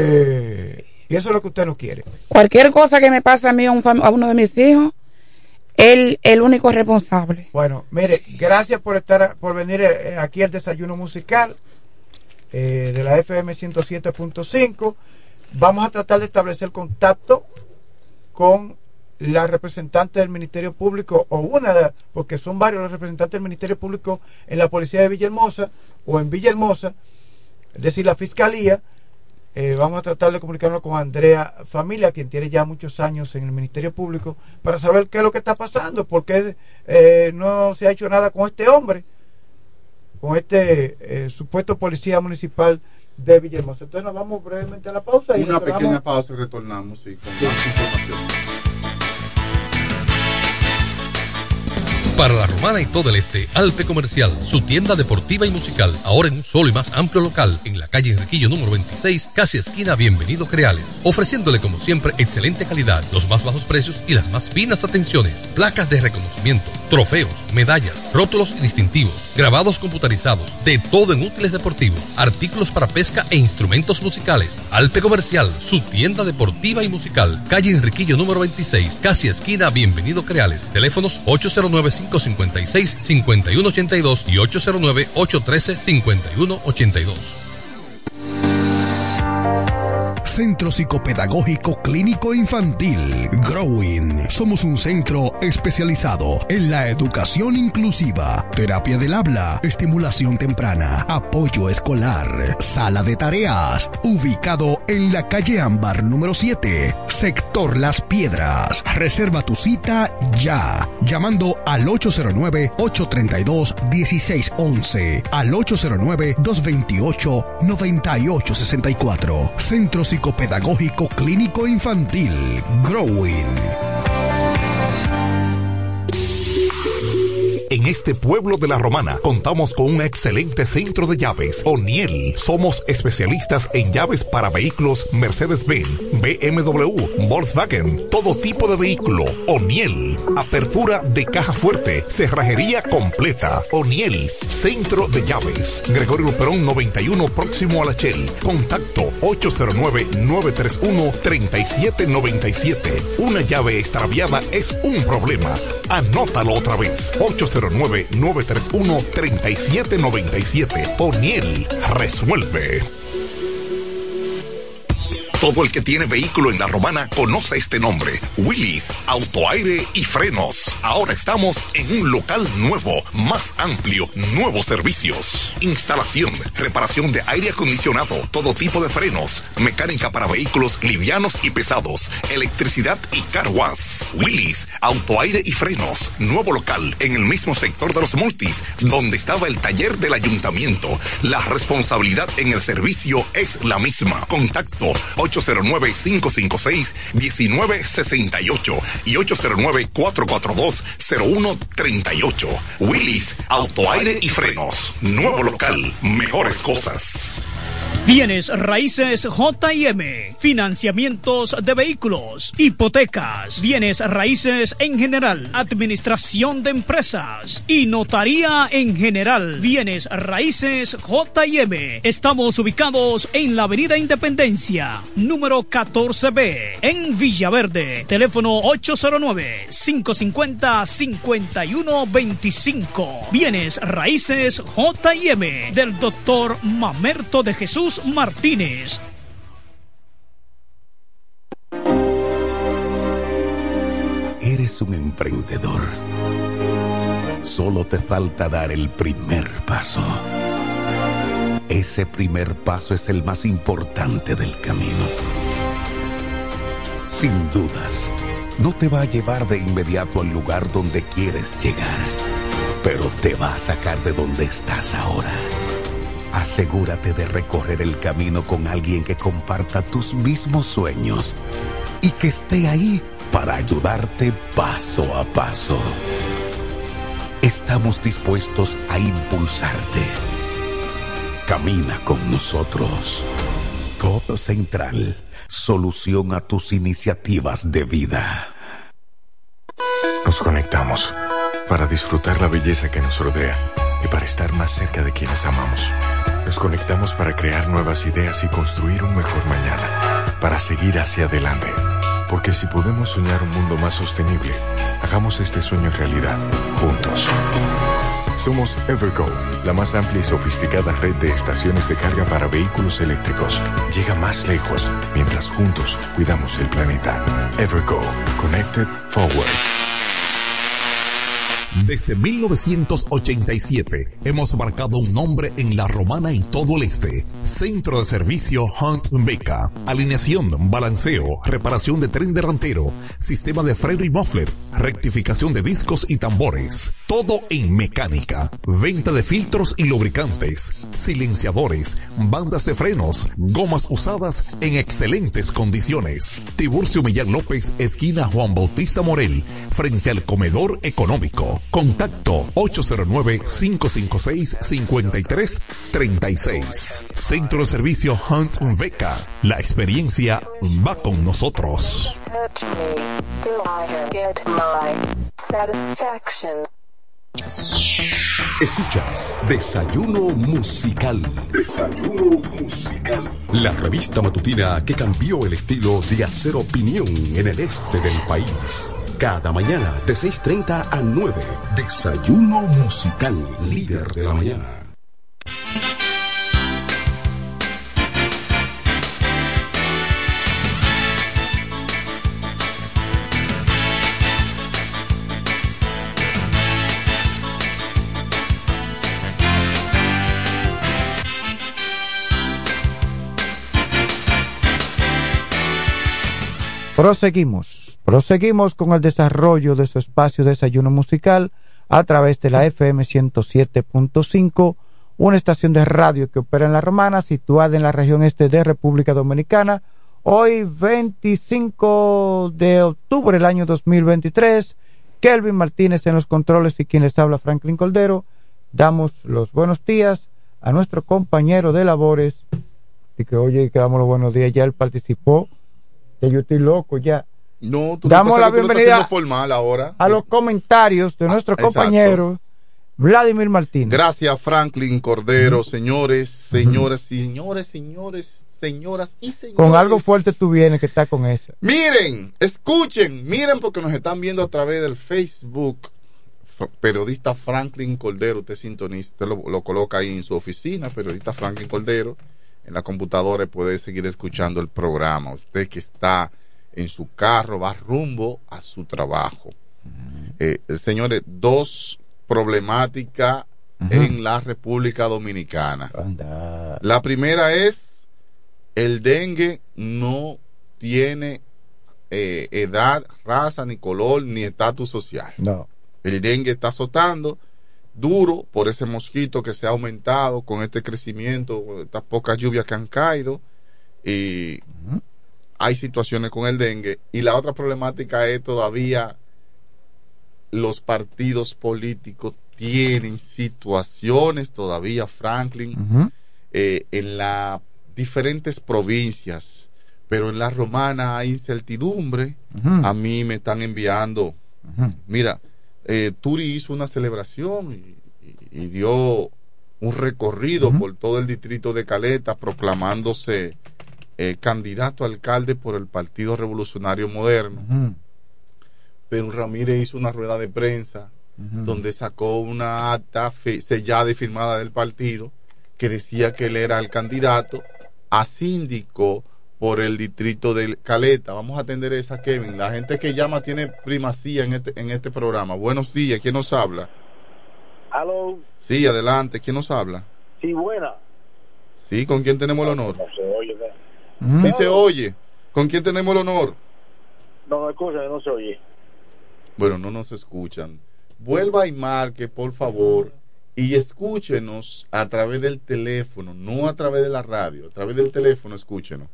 Y eso es lo que usted no quiere. Cualquier cosa que me pase a mí a uno de mis hijos, él el único responsable. Bueno, mire, gracias por venir aquí al desayuno musical de la FM 107.5. Vamos a tratar de establecer contacto con la representante del Ministerio Público, porque son varios los representantes del Ministerio Público en la Policía de Villahermosa o en Villahermosa, es decir, la Fiscalía, Vamos a tratar de comunicarnos con Andrea Familia, quien tiene ya muchos años en el Ministerio Público, para saber qué es lo que está pasando, porque no se ha hecho nada con este hombre, con este supuesto policía municipal de Villahermosa. Entonces nos vamos brevemente a la pausa. Y una pequeña pausa y retornamos con más información. Para la Romana y todo el este, Alpe Comercial, su tienda deportiva y musical, ahora en un solo y más amplio local, en la calle Enriquillo número 26, casi esquina Bienvenido Creales, ofreciéndole como siempre excelente calidad, los más bajos precios y las más finas atenciones, placas de reconocimiento, trofeos, medallas, rótulos y distintivos, grabados computarizados, de todo en útiles deportivos, artículos para pesca e instrumentos musicales. Alpe Comercial, su tienda deportiva y musical, calle Enriquillo número 26, casi esquina Bienvenido Creales, teléfonos 809-556-5182 y 809-813-5182. Centro Psicopedagógico Clínico Infantil Growing. Somos un centro especializado en la educación inclusiva, terapia del habla, estimulación temprana, apoyo escolar, sala de tareas, ubicado en la calle Ámbar número 7, sector Las Piedras. Reserva tu cita ya, llamando al 809-832-1611, al 809-228-9864. Centro Psicopedagógico Clínico Infantil Growing. En este pueblo de la Romana contamos con un excelente centro de llaves, O'Neill. Somos especialistas en llaves para vehículos Mercedes-Benz, BMW, Volkswagen, todo tipo de vehículo. O'Neill. Apertura de caja fuerte, cerrajería completa. O'Neill, centro de llaves. Gregorio Perón 91, próximo a la Shell. Contacto 809-931-3797. Una llave extraviada es un problema. Anótalo otra vez. 809-931-3797. O'Neill resuelve. Todo el que tiene vehículo en La Romana conoce este nombre: Willis Autoaire y Frenos. Ahora estamos en un local nuevo, más amplio, nuevos servicios: instalación, reparación de aire acondicionado, todo tipo de frenos, mecánica para vehículos livianos y pesados, electricidad y car wash. Willis Autoaire y Frenos, nuevo local en el mismo sector de los Multis, donde estaba el taller del ayuntamiento. La responsabilidad en el servicio es la misma. Contacto 809-556-1968 y 809-442-0138. Willis Autoaire y Frenos. Nuevo local, mejores cosas. Bienes raíces J&M, financiamientos de vehículos, hipotecas, bienes raíces en general, administración de empresas y notaría en general. Bienes raíces J&M. Estamos ubicados en la Avenida Independencia, número 14B, en Villaverde. Teléfono 809-550-5125. Bienes raíces J&M del doctor Mamerto de Jesús Martínez. Eres un emprendedor. Solo te falta dar el primer paso. Ese primer paso es el más importante del camino. Sin dudas, no te va a llevar de inmediato al lugar donde quieres llegar, pero te va a sacar de donde estás ahora. Asegúrate de recorrer el camino con alguien que comparta tus mismos sueños y que esté ahí para ayudarte paso a paso. Estamos dispuestos a impulsarte. Camina con nosotros. Codo Central, solución a tus iniciativas de vida. Nos conectamos para disfrutar la belleza que nos rodea y para estar más cerca de quienes amamos. Nos conectamos para crear nuevas ideas y construir un mejor mañana, para seguir hacia adelante. Porque si podemos soñar un mundo más sostenible, hagamos este sueño realidad, juntos. Somos Evergo, la más amplia y sofisticada red de estaciones de carga para vehículos eléctricos. Llega más lejos, mientras juntos cuidamos el planeta. Evergo, Connected Forward. Desde 1987 hemos marcado un nombre en La Romana y todo el este. Centro de servicio Hunt Beca. Alineación, balanceo, reparación de tren delantero, sistema de freno y muffler, rectificación de discos y tambores. Todo en mecánica. Venta de filtros y lubricantes, silenciadores, bandas de frenos, gomas usadas en excelentes condiciones. Tiburcio Millán López, esquina Juan Bautista Morel, frente al comedor económico. Contacto 809-556-5336. Centro de servicio Hunt Beca. La experiencia va con nosotros. Escuchas Desayuno Musical. Desayuno Musical. La revista matutina que cambió el estilo de hacer opinión en el este del país. Cada mañana de 6:30 a 9. Desayuno Musical, líder de la mañana. Proseguimos con el desarrollo de su espacio de Desayuno Musical a través de la FM 107.5, una estación de radio que opera en La Romana, situada en la región este de República Dominicana. Hoy, 25 de octubre del año 2023, Kelvin Martínez en los controles y quien les habla, Franklin Cordero. Damos los buenos días a nuestro compañero de labores, y que oye, que damos los buenos días, ya él participó. Que yo estoy loco ya. No, tú damos la bienvenida formal ahora a los comentarios de nuestro compañero Vladimir Martínez. Gracias, Franklin Cordero. Señores, señoras y señoras. Con algo fuerte tú vienes que está con eso. Miren, escuchen, miren, porque nos están viendo a través del Facebook. Periodista Franklin Cordero, usted sintoniza, usted lo coloca ahí en su oficina, periodista Franklin Cordero. En la computadora puede seguir escuchando el programa. Usted que está en su carro, va rumbo a su trabajo. Señores, dos problemáticas en la República Dominicana. La primera es, el dengue no tiene edad, raza, ni color, ni estatus social. No. El dengue está azotando duro por ese mosquito que se ha aumentado con este crecimiento, estas pocas lluvias que han caído, y hay situaciones con el dengue. Y la otra problemática es todavía los partidos políticos tienen situaciones todavía, Franklin, en las diferentes provincias, pero en la Romana hay incertidumbre. A mí me están enviando, mira, Turi hizo una celebración y dio un recorrido por todo el distrito de Caleta proclamándose candidato a alcalde por el Partido Revolucionario Moderno. Pero Ramírez hizo una rueda de prensa donde sacó una acta sellada y firmada del partido que decía que él era el candidato a síndico por el distrito de Caleta. Vamos a atender esa, Kevin. La gente que llama tiene primacía en este programa. Buenos días, ¿quién nos habla? ¿Aló? Sí, adelante, ¿quién nos habla? Sí, buena. Sí, ¿con quién tenemos el honor? No se oye, Sí se oye. ¿Con quién tenemos el honor? No, escucha, no se oye. Bueno, no nos escuchan. Vuelva y marque, por favor, y escúchenos a través del teléfono, no a través de la radio, a través del teléfono, escúchenos.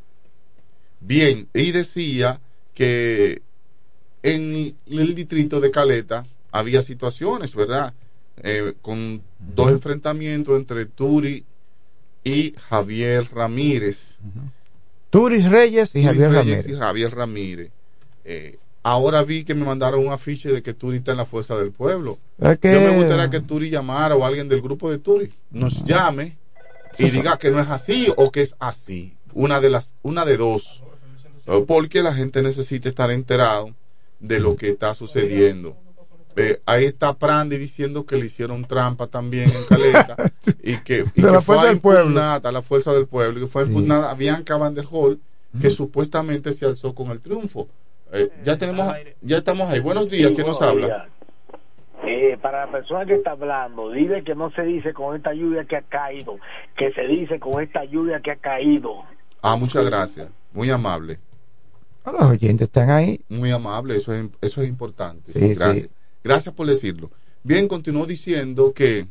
Bien, y decía que en el distrito de Caleta había situaciones, ¿verdad? Con dos enfrentamientos entre Turi y Javier Ramírez. Turi Reyes y Javier Ramírez. Ahora vi que me mandaron un afiche de que Turi está en la Fuerza del Pueblo. Yo me gustaría que Turi llamara, o alguien del grupo de Turi nos llame y diga que no es así o que es así. Una de dos. Porque la gente necesita estar enterado de lo que está sucediendo. Ahí está Prandi diciendo que le hicieron trampa también en Caleta y que fue impugnada a la Fuerza del Pueblo, y que fue impugnada a Bianca Van der Hol, que supuestamente se alzó con el triunfo. Ya estamos ahí. Buenos días, ¿quién nos habla? para la persona que está hablando, dile que no se dice con esta lluvia que ha caído, que se dice con esta lluvia que ha caído. Muchas gracias, muy amable. Los oyentes están ahí. Muy amable, eso es importante. Sí, gracias. sí. Gracias por decirlo. Bien, continuó diciendo que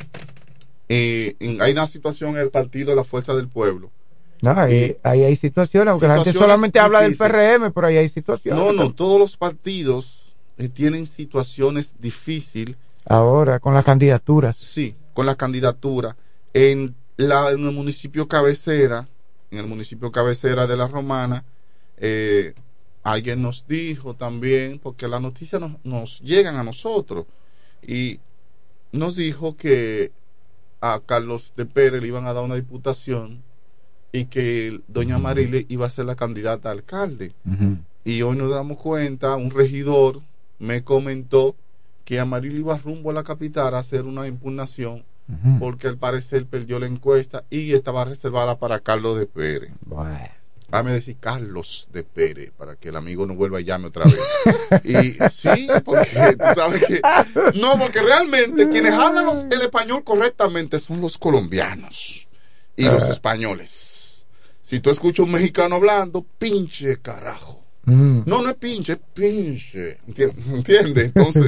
hay una situación en el partido de la Fuerza del Pueblo. No, ahí hay situaciones, aunque la gente solamente habla del PRM, pero ahí hay situaciones. No, todos los partidos tienen situaciones difíciles. Ahora, con las candidaturas. Sí, con la candidatura. En el municipio cabecera, de La Romana, alguien nos dijo también, porque las noticias nos llegan a nosotros, y nos dijo que a Carlos de Pérez le iban a dar una diputación y que doña Marile iba a ser la candidata a alcalde. Y hoy nos damos cuenta, un regidor me comentó que Amarillo iba rumbo a la capital a hacer una impugnación porque al parecer perdió la encuesta y estaba reservada para Carlos de Pérez. Déjame decir Carlos de Pérez para que el amigo no vuelva y llame otra vez. Y sí, porque tú sabes que no, porque realmente quienes hablan el español correctamente son los colombianos y los españoles. Si tú escuchas un mexicano hablando, pinche carajo. No es pinche, es pinche. ¿Entiendes? Entonces,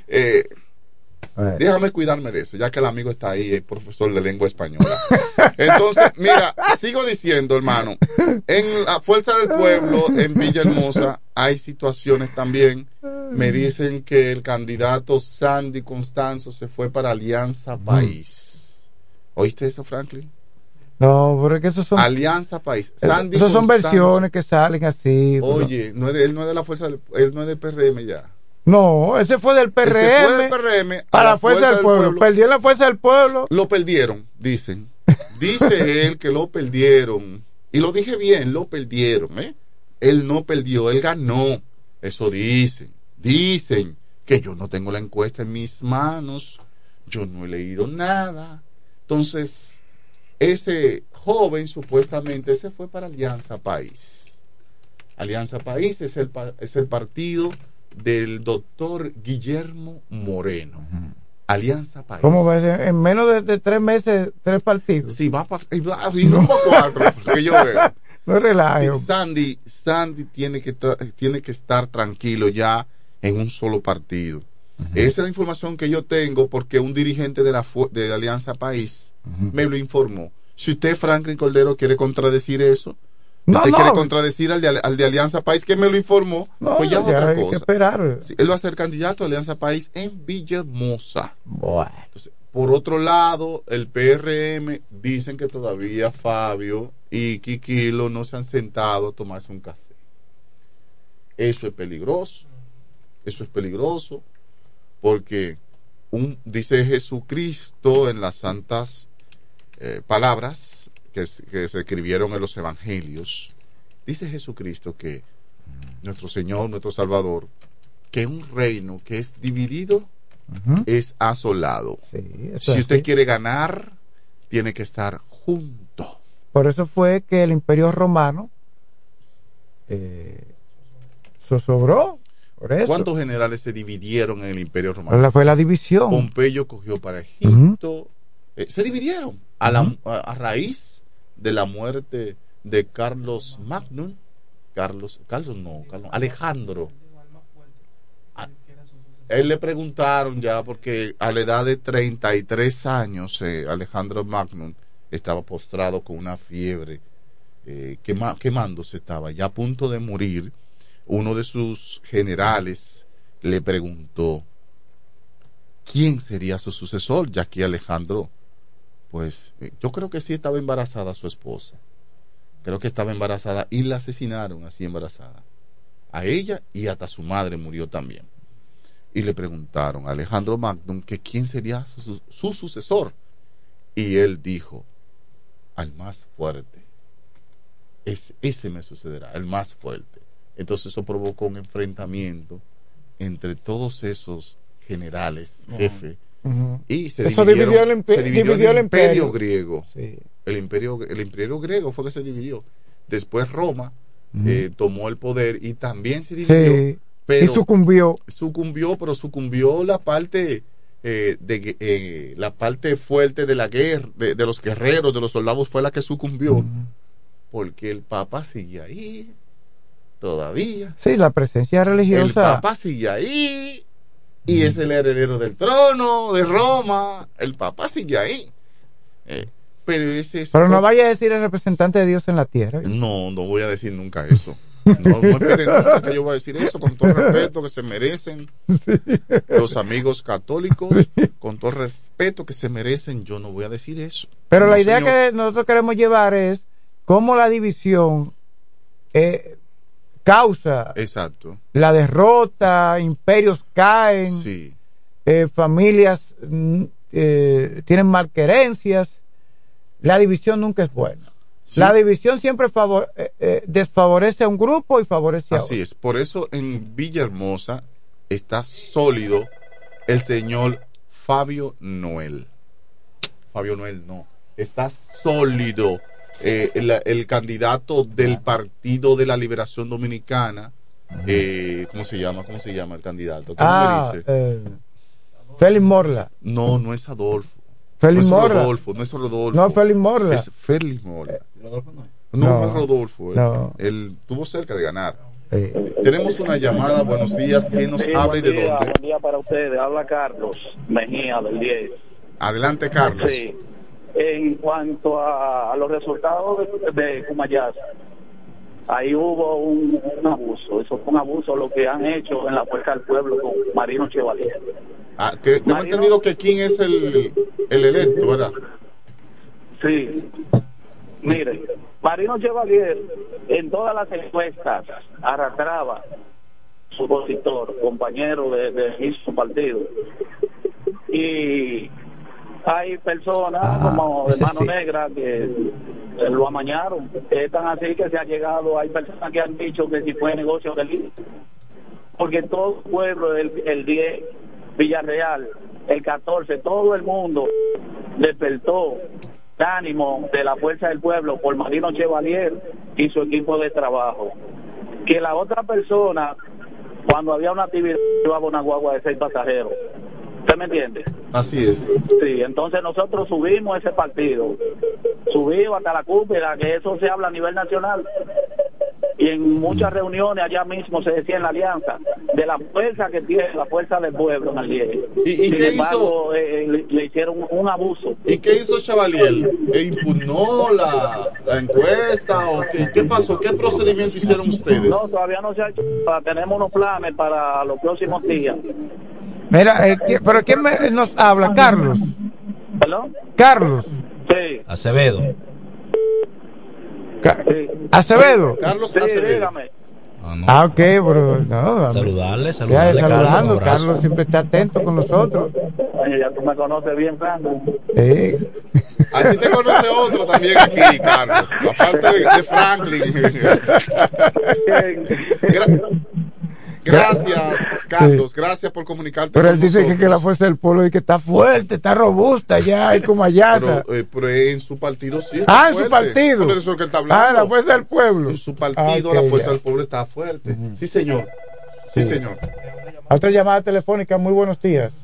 déjame cuidarme de eso, ya que el amigo está ahí, el profesor de lengua española. Entonces, mira, sigo diciendo, hermano, en la Fuerza del Pueblo, en Villahermosa, hay situaciones también. Me dicen que el candidato Sandy Constanzo se fue para Alianza País. ¿Oíste eso, Franklin? No, porque esos son Alianza País. Sandy esos son Constanzo, versiones que salen así. Oye, él no es de la Fuerza él no es del PRM ya. No, ese fue del PRM. Ese fue del PRM a la Fuerza del Pueblo. Perdió la Fuerza del Pueblo. Lo perdieron, dicen. Dice él que lo perdieron. Y lo dije bien, lo perdieron, Él no perdió, él ganó. Eso dicen. Dicen que yo no tengo la encuesta en mis manos. Yo no he leído nada. Entonces, ese joven supuestamente se fue para Alianza País. Alianza País es el partido del doctor Guillermo Moreno. Alianza País. ¿Cómo va a ser? En menos de 3 meses, 3 partidos. Sí, va para 4, que yo veo. No relajo. Sí, Sandy tiene que estar tranquilo ya en un solo partido. Esa es la información que yo tengo porque un dirigente de Alianza País me lo informó. Si usted, Franklin Cordero, quiere contradecir eso, quiere contradecir al de Alianza País que me lo informó, pues ya es otra cosa. Hay que esperar. Sí, él va a ser candidato a Alianza País en Villahermosa. Entonces, por otro lado, el PRM dicen que todavía Fabio y Quiquilo no se han sentado a tomarse un café. Eso es peligroso. Eso es peligroso porque dice Jesucristo en las santas palabras que se escribieron en los evangelios, dice Jesucristo que nuestro Señor, nuestro Salvador, que un reino que es dividido es asolado. Si usted quiere ganar, tiene que estar junto. Por eso fue que el Imperio Romano zozobró. ¿Cuántos generales se dividieron en el Imperio Romano? Fue la división. Pompeyo cogió para Egipto. Se dividieron a raíz de la muerte de Carlos Magno. Alejandro. Él le preguntaron ya porque a la edad de 33 años Alejandro Magno estaba postrado con una fiebre, quemándose estaba, ya a punto de morir. Uno de sus generales le preguntó quién sería su sucesor, ya que Alejandro, pues yo creo que sí estaba embarazada su esposa. Creo que estaba embarazada y la asesinaron así embarazada. A ella y hasta su madre murió también. Y le preguntaron a Alejandro Magno que quién sería su sucesor. Y él dijo, al más fuerte. Ese me sucederá, el más fuerte. Entonces eso provocó un enfrentamiento entre todos esos generales, jefes, y se dividió el imperio griego. Sí. El imperio griego fue que se dividió. Después Roma tomó el poder y también se dividió. Sí. y sucumbió, pero sucumbió la parte la parte fuerte de la guerra, de los guerreros, de los soldados, fue la que sucumbió, porque el Papa sigue ahí todavía. Sí, la presencia religiosa. El Papa sigue ahí y es el heredero del trono de Roma. El Papa sigue ahí. Pero no vaya a decir el representante de Dios en la tierra. No voy a decir nunca eso. No esperen nunca que yo voy a decir eso, con todo el respeto que se merecen los amigos católicos, con todo el respeto que se merecen, yo no voy a decir eso. Pero no, la idea señor, que nosotros queremos llevar es cómo la división causa exacto la derrota, imperios caen, sí. Familias tienen malquerencias. La división nunca es buena. Sí. La división siempre desfavorece a un grupo y favorece a otro. Así es. Por eso en Villahermosa está sólido el señor Fabio Noel. Fabio Noel no. Está sólido el candidato del Partido de la Liberación Dominicana. ¿Cómo se llama el candidato? ¿Qué nombre dice? Félix Morla. No es Adolfo. Félix no es Morla. Rodolfo, no es Rodolfo. No, Félix Morla. Es Félix Morla. No es Rodolfo. No. Él estuvo cerca de ganar. Sí. Tenemos una llamada. Buenos días. ¿Quién nos habla y de dónde? Buen día para ustedes. Habla Carlos Mejía del 10. Adelante, Carlos. Sí. En cuanto a los resultados de Cumayasa, ahí hubo un abuso. Eso fue un abuso lo que han hecho en la Fuerza del Pueblo con Marino Chevalier. Tengo entendido que quién es el electo, ¿verdad? Sí. Mire, Marino Chevalier en todas las encuestas arrastraba su opositor, compañero de su partido. Y hay personas como de Mano Negra que lo amañaron. Es tan así que se ha llegado, hay personas que han dicho que si fue negocio delito. Porque todo el pueblo, el 10, Villarreal, el 14, todo el mundo despertó ánimo de la Fuerza del Pueblo por Marino Chevalier y su equipo de trabajo. Que la otra persona, cuando había una actividad, llevaba una guagua de 6 pasajeros. ¿Usted me entiende? Así es. Sí, entonces nosotros subimos ese partido, subimos hasta la cúpula, que eso se habla a nivel nacional. Y en muchas reuniones allá mismo se decía en la alianza de la fuerza que tiene la Fuerza del Pueblo en el 10. ¿Y qué hizo? Le hicieron un abuso. ¿Y qué hizo Chevalier? ¿Impugnó la encuesta o qué pasó? ¿Qué procedimiento hicieron ustedes? No, todavía no se ha hecho. Tenemos unos planes para los próximos días. Mira, ¿pero quién nos habla? Carlos. ¿Perdón? Carlos. Sí. Acevedo. Acevedo. Carlos Acevedo. Dígame. Ah, ok, pero no. Saludarle. Saludando. Carlos siempre está atento con nosotros. Oye, ya tú me conoces bien, Franco. Sí. A ti te conoce otro también aquí, Carlos. Aparte de Franklin. Gracias, Carlos. Gracias por comunicarte. Pero con él dice nosotros. que la Fuerza del Pueblo y que está fuerte, está robusta ya, hay como Ayasa. Pero en su partido sí. En su partido. Por eso que él está hablando. La Fuerza del Pueblo. En su partido, la Fuerza del Pueblo está fuerte. Sí, señor. Sí, señor. Otra llamada telefónica. Muy buenos días.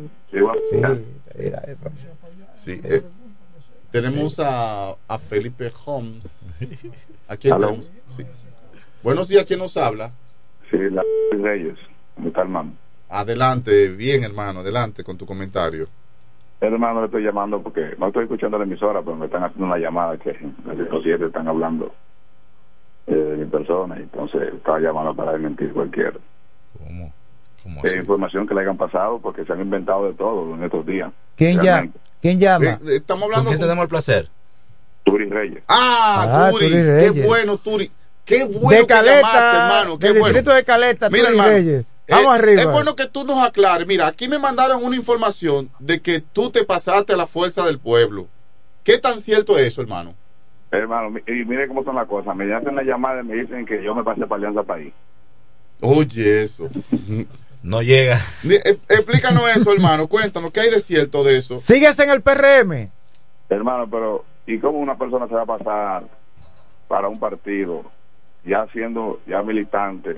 Sí. Tenemos a Felipe Holmes. ¿A quién tenemos? Sí. Buenos días, ¿quién nos habla? Sí, la Reyes, ¿cómo está, hermano? Adelante, bien, hermano, adelante con tu comentario. Hermano, le estoy llamando porque no estoy escuchando la emisora, pero me están haciendo una llamada que los 7 están hablando de mi persona, y entonces estaba llamando para desmentir cualquier información que le hayan pasado, porque se han inventado de todo en estos días. ¿Quién llama? Estamos hablando. ¿Con quién tenemos el placer? Turi Reyes. Turi, qué bueno, Turi. Qué bueno de que Caleta, llamaste, hermano. Qué del bueno. distrito de Caleta, mira, Turi hermano, Reyes. Vamos arriba. Es bueno que tú nos aclares. Mira, aquí me mandaron una información de que tú te pasaste a la Fuerza del Pueblo. ¿Qué tan cierto es eso, hermano? Hermano, y mire cómo son las cosas. Me hacen una llamada y me dicen que yo me pasé para Alianza País. Oye, eso. No llega. Explícanos eso, hermano. Cuéntanos, ¿qué hay de cierto de eso? ¿Sigues en el PRM? Hermano, pero ¿y cómo una persona se va a pasar para un partido ya siendo ya militante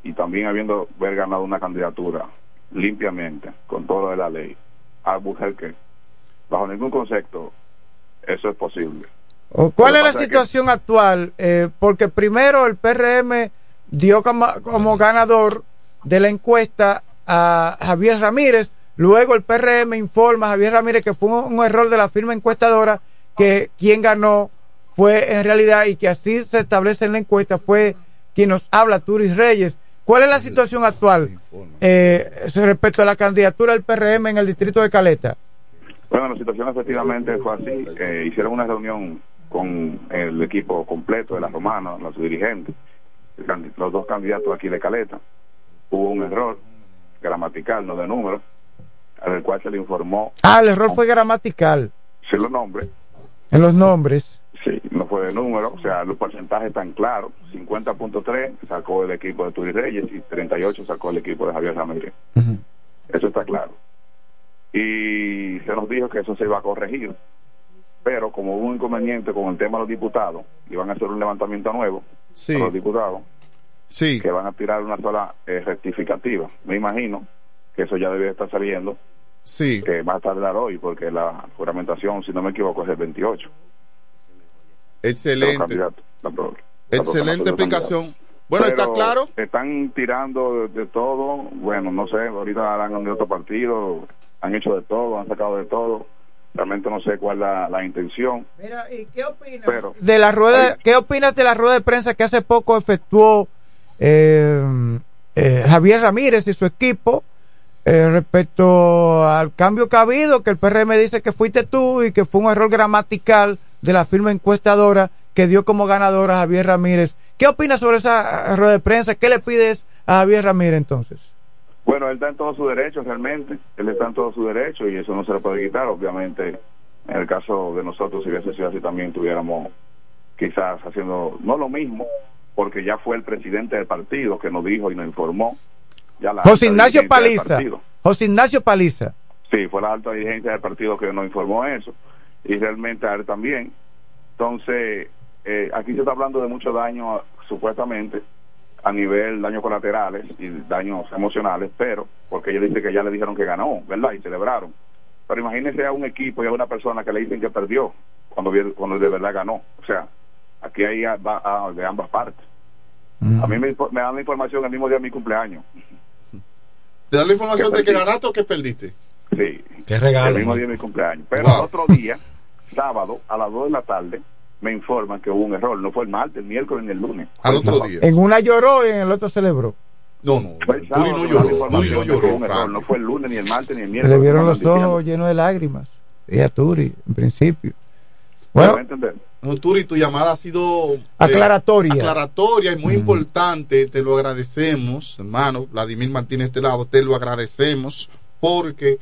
y también habiendo haber ganado una candidatura limpiamente, con todo lo de la ley, Albuquerque, bajo ningún concepto, eso es posible. ¿Cuál es la situación actual? Porque primero el PRM dio como ganador de la encuesta a Javier Ramírez, luego el PRM informa a Javier Ramírez que fue un error de la firma encuestadora, que quien ganó fue en realidad, y que así se establece en la encuesta, fue quien nos habla, Turis Reyes. ¿Cuál es la situación actual respecto a la candidatura del PRM en el distrito de Caleta? Bueno, la situación efectivamente fue así. Hicieron una reunión con el equipo completo de la Romana, los dirigentes, los dos candidatos aquí de Caleta. Hubo un error gramatical, no de número, al cual se le informó. El error fue gramatical. Sí, los nombres. En los nombres. Sí, no fue de número, o sea, los porcentajes están claros. 50.3 sacó el equipo de Turi Reyes y 38 sacó el equipo de Javier Ramírez. Eso está claro. Y se nos dijo que eso se iba a corregir, pero como hubo un inconveniente con el tema de los diputados, iban a hacer un levantamiento nuevo a los diputados, que van a tirar una sola rectificativa. Me imagino que eso ya debe estar saliendo, que va a tardar hoy, porque la juramentación, si no me equivoco, es el 28. Excelente. Excelente explicación. Bueno, pero está claro. Están tirando de todo. Bueno, no sé, ahorita han de otro partido, han hecho de todo, han sacado de todo. Realmente no sé cuál es la intención. Mira, ¿y qué opinas de la rueda? ¿Qué opinas de la rueda de prensa que hace poco efectuó Javier Ramírez y su equipo respecto al cambio que ha habido, que el PRM dice que fuiste tú y que fue un error gramatical de la firma encuestadora que dio como ganadora a Javier Ramírez? ¿Qué opinas sobre esa rueda de prensa? ¿Qué le pides a Javier Ramírez entonces? Bueno, él está en todo su derecho realmente, él está en todo su derecho y eso no se le puede quitar. Obviamente, en el caso de nosotros, si hubiese sido así, también tuviéramos quizás haciendo, no lo mismo, porque ya fue el presidente del partido que nos dijo y nos informó. José Ignacio Paliza. José Ignacio Paliza. Sí, fue la alta dirigencia del partido que nos informó eso, y realmente a él también. Entonces, aquí se está hablando de mucho daño, supuestamente, a nivel daños colaterales y daños emocionales, pero porque ellos dicen que ya le dijeron que ganó, ¿verdad? Y celebraron. Pero imagínense a un equipo y a una persona que le dicen que perdió cuando de verdad ganó. O sea, aquí hay de ambas partes. A mí me dan la información el mismo día de mi cumpleaños. ¿Te dan la información de que ganaste o que perdiste? Sí. Qué regalo. El mismo día de mi cumpleaños. Pero el otro día, sábado, a las 2 de la tarde, me informan que hubo un error. No fue el martes, el miércoles ni el lunes. Al otro día. En una lloró y en el otro celebró. No. Turi no lloró. No fue el lunes, ni el martes, ni el Se miércoles. le vieron los ojos llenos de lágrimas. Y a Turi, en principio. Bueno, no, Turi, tu llamada ha sido aclaratoria y muy importante. Te lo agradecemos, hermano. Vladimir Martínez, este lado, te lo agradecemos porque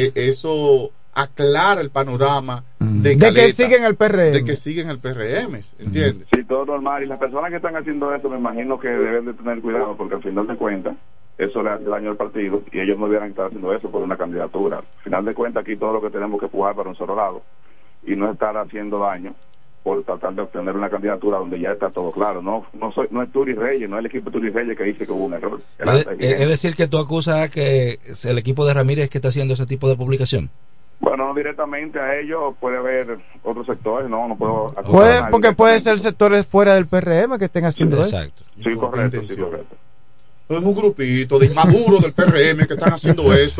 eso aclara el panorama de que siguen el PRM. De que siguen el PRM, ¿entiendes? Sí, todo normal. Y las personas que están haciendo eso, me imagino que deben de tener cuidado, porque al final de cuentas, eso le hace daño al partido y ellos no debieran estar haciendo eso por una candidatura. Al final de cuentas, aquí todo lo que tenemos que jugar para un solo lado y no estar haciendo daño por tratar de obtener una candidatura donde ya está todo claro. No es Turi Reyes, no es el equipo de Turi Reyes que dice que hubo un error. Es decir, que tú acusas que es el equipo de Ramírez que está haciendo ese tipo de publicación. Bueno, no directamente a ellos, puede haber otros sectores, no puedo... Porque puede ser sectores fuera del PRM que estén haciendo eso. Exacto. Sí, correcto. Es un grupito de inmaduros del PRM que están haciendo eso.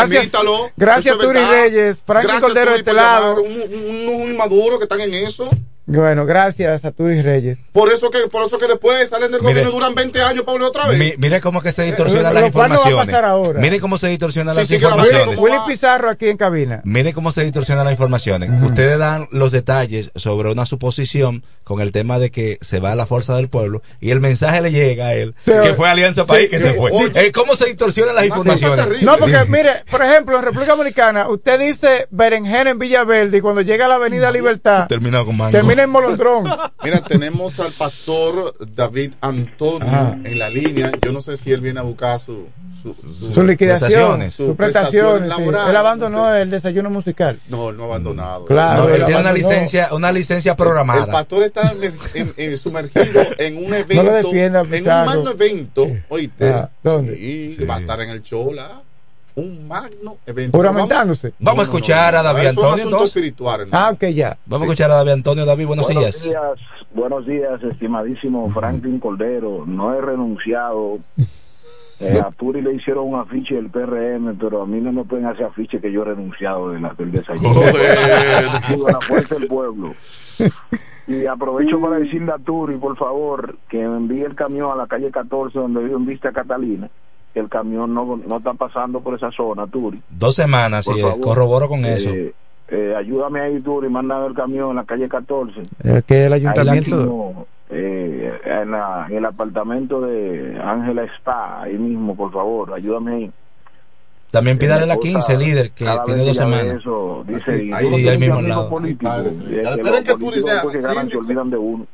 Gracias Turi Reyes, Franklin Cordero de este lado. Unos inmaduros que están en eso. Bueno, gracias a Turis Reyes. Por eso que después salen del gobierno y duran 20 años para volver otra vez. Mire cómo que se distorsionan las informaciones. Mire cómo se distorsionan las informaciones. Willy Pizarro aquí en cabina. Mire cómo se distorsionan las informaciones. Ustedes dan los detalles sobre una suposición con el tema de que se va a la fuerza del pueblo y el mensaje le llega a él que fue Alianza País que se fue. ¿Cómo se distorsionan las informaciones? No, porque mire, por ejemplo, en República Dominicana, usted dice berenjena en Villaverde y cuando llega a la Avenida Libertad termina con mango. Termina en Molondrón. Mira, tenemos al pastor David Antonio en la línea. Yo no sé si él viene a buscar su Su liquidación, sus prestaciones. Sí. Él abandonó el desayuno musical. No, él no ha abandonado. Claro, él tiene una licencia programada. El pastor está sumergido en un evento, no lo defienda, en un magno evento, oíste. ¿Dónde? Sí, va a estar en el Chola. Un magno evento. Juramentándose. Vamos a escuchar a David Antonio. Entonces. Ok, ya. Vamos a escuchar a David Antonio. David, buenos días. Buenos días, estimadísimo Franklin Cordero. No he renunciado. A Turi le hicieron un afiche del PRM, pero a mí no me pueden hacer afiche que yo he renunciado del desayuno. La fuerza del pueblo. Y aprovecho para decirle a Turi, por favor, que me envíe el camión a la calle 14 donde vivo en Vista Catalina. Que el camión no está pasando por esa zona, Turi. 2 semanas, sí, corroboro con eso. Ayúdame ahí, Turi, mándame el camión en la calle 14. Que el ayuntamiento... en el apartamento de Ángela Spa, ahí mismo, por favor, ayúdame ahí. También pídale la 15, líder, que tiene 2 semanas. Eso, dice, sí, al mismo lado. Esperen que Turi sea se olvidan de uno.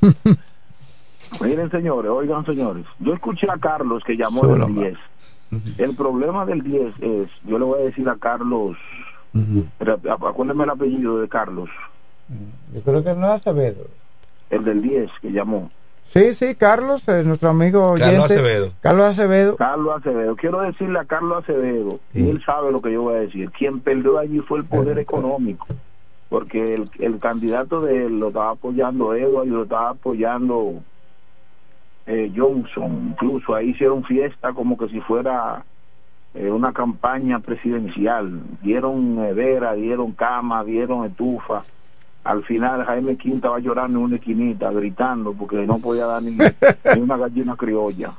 Miren, señores, oigan, señores, yo escuché a Carlos que llamó del 10. El problema del 10 es, yo le voy a decir a Carlos, acuérdenme el apellido de Carlos. Yo creo que no es Acevedo. El del 10 que llamó. Sí, Carlos, nuestro amigo oyente. Carlos Acevedo. Quiero decirle a Carlos Acevedo, y él sabe lo que yo voy a decir, quien perdió allí fue el poder económico, porque el candidato de él lo estaba apoyando Edward y lo estaba apoyando Johnson. Incluso ahí hicieron fiesta como que si fuera una campaña presidencial. Dieron nevera, dieron cama, dieron estufa. Al final Jaime Quín estaba llorando en una esquinita, gritando, porque no podía dar ni una gallina criolla.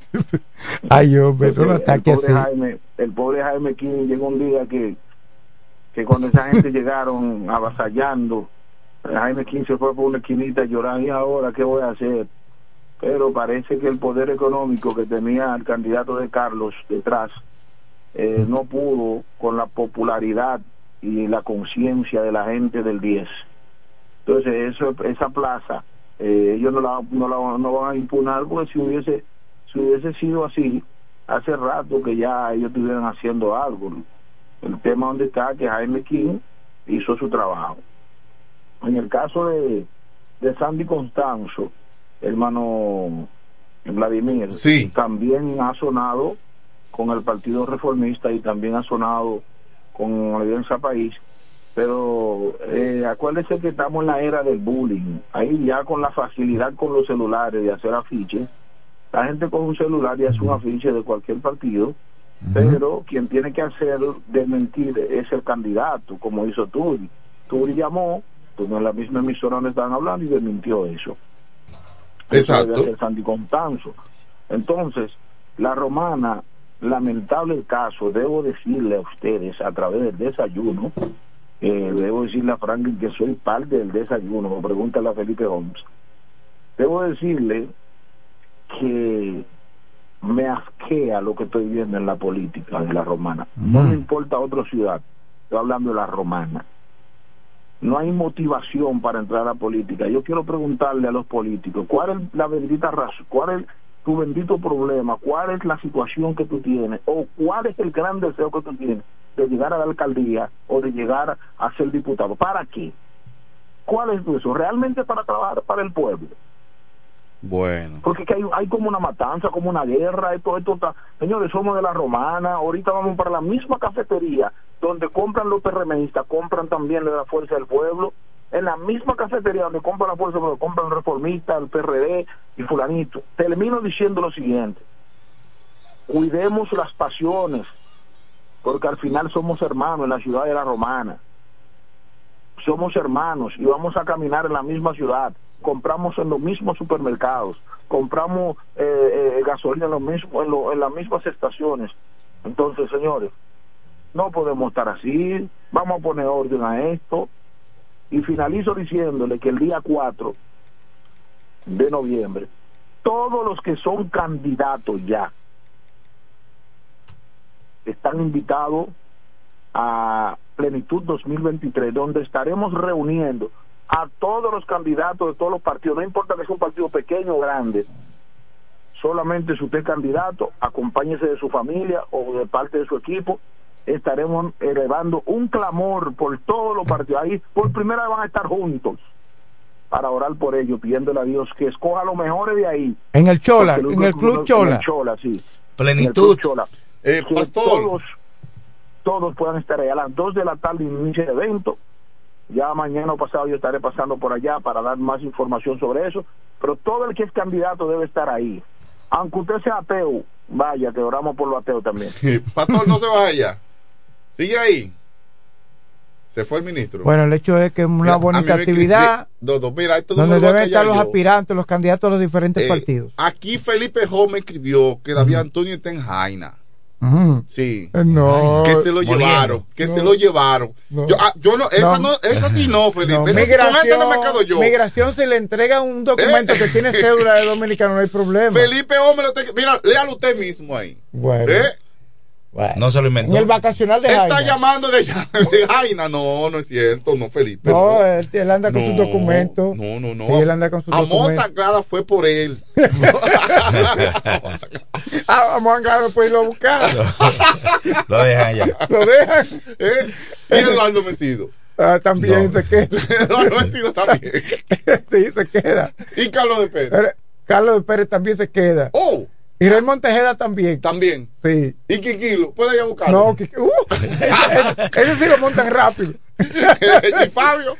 Ay, hombre, no lo ataque así. El pobre Jaime Quín llegó un día que cuando esa gente llegaron avasallando, Jaime Quín se fue por una esquinita llorando, ¿y ahora qué voy a hacer? Pero parece que el poder económico que tenía el candidato de Carlos detrás no pudo con la popularidad y la conciencia de la gente del 10. Entonces esa plaza ellos no van a impugnar, porque si hubiese sido así, hace rato que ya ellos estuvieran haciendo algo. El tema donde está que Jaime King hizo su trabajo. En el caso de Sandy Constanzo, hermano Vladimir, también ha sonado con el Partido Reformista y también ha sonado con Alianza País, pero acuérdense que estamos en la era del bullying. Ahí ya con la facilidad con los celulares de hacer afiches, la gente con un celular y hace un afiche de cualquier partido, pero quien tiene que hacer desmentir es el candidato, como hizo Turi. Turi llamó, en la misma emisora donde estaban hablando, y desmintió eso. Exacto. Eso debe ser Sandy Constanzo. Entonces, la Romana, lamentable el caso, debo decirle a ustedes a través del desayuno, debo decirle a Franklin que soy parte del desayuno, me pregúntale a Felipe Holmes, debo decirle que me asquea lo que estoy viendo en la política de la Romana. No me importa otra ciudad, estoy hablando de la Romana. No hay motivación para entrar a la política. Yo quiero preguntarle a los políticos, ¿cuál es la bendita razón? ¿Cuál es tu bendito problema? ¿Cuál es la situación que tú tienes? ¿O cuál es el gran deseo que tú tienes de llegar a la alcaldía o de llegar a ser diputado? ¿Para qué? ¿Cuál es eso? ¿Realmente para trabajar para el pueblo? Bueno. Porque que hay como una matanza, como una guerra, esto está... Señores, somos de la Romana, ahorita vamos para la misma cafetería donde compran los PRMistas, compran también de la Fuerza del Pueblo, en la misma cafetería donde compran la Fuerza del Pueblo, compran el Reformista, el PRD y fulanito. Termino diciendo lo siguiente: cuidemos las pasiones, porque al final somos hermanos en la ciudad de la Romana. Somos hermanos y vamos a caminar en la misma ciudad. Compramos en los mismos supermercados, compramos gasolina en las mismas estaciones. Entonces, señores, no podemos estar así. Vamos a poner orden a esto. Y finalizo diciéndole que el día 4 de noviembre, todos los que son candidatos ya están invitados a Plenitud 2023, donde estaremos reuniendo a todos los candidatos de todos los partidos, no importa que sea un partido pequeño o grande. solamente si usted es candidato, acompáñese de su familia o de parte de su equipo. Estaremos elevando un clamor por todos los partidos. Ahí por primera vez van a estar juntos para orar por ellos, pidiéndole a Dios que escoja los mejores de ahí. En el Chola, en el Club Chola. En el Chola, sí. Plenitud. Chola. Pastor. Todos puedan estar ahí. A las 2 de la tarde inicia el evento. Ya mañana o pasado yo estaré pasando por allá para dar más información sobre eso. Pero todo el que es candidato debe estar ahí. Aunque usted sea ateo, vaya, que oramos por los ateos también. Pastor, no se vaya. Sigue ahí. Se fue el ministro. Bueno, el hecho es que es una bonita actividad mira, donde deben estar los aspirantes, los candidatos a los diferentes partidos. Aquí Felipe Jó me escribió que David Antonio está en Jaina. Sí. No. Que se lo llevaron. Que se lo llevaron. No. Yo no, esa sí no, Felipe. No. Con esa no me quedo yo. Migración, si le entrega un documento que tiene cédula de dominicano, no hay problema. Felipe Jó mira, léalo usted mismo ahí. Bueno. Bueno, no se lo inventó. En el vacacional de Jaina. Está llamando de Jaina. No es cierto, no, Felipe. No, él anda con sus documentos. No. Sí, él anda con sus documentos. Amor Sagrada fue por él. Amor Sagrada puede irlo a buscar. Lo dejan ya. Lo dejan. Y Eduardo Mesido. También se queda. Eduardo Mesido también. Sí, se queda. Y Carlos de Pérez. Carlos de Pérez también se queda. Oh. Y Raymond Tejeda también. También. Sí. ¿Y Kikilo? ¿Puede ir a buscarlo? No, ese sí lo montan rápido. ¿Y Fabio?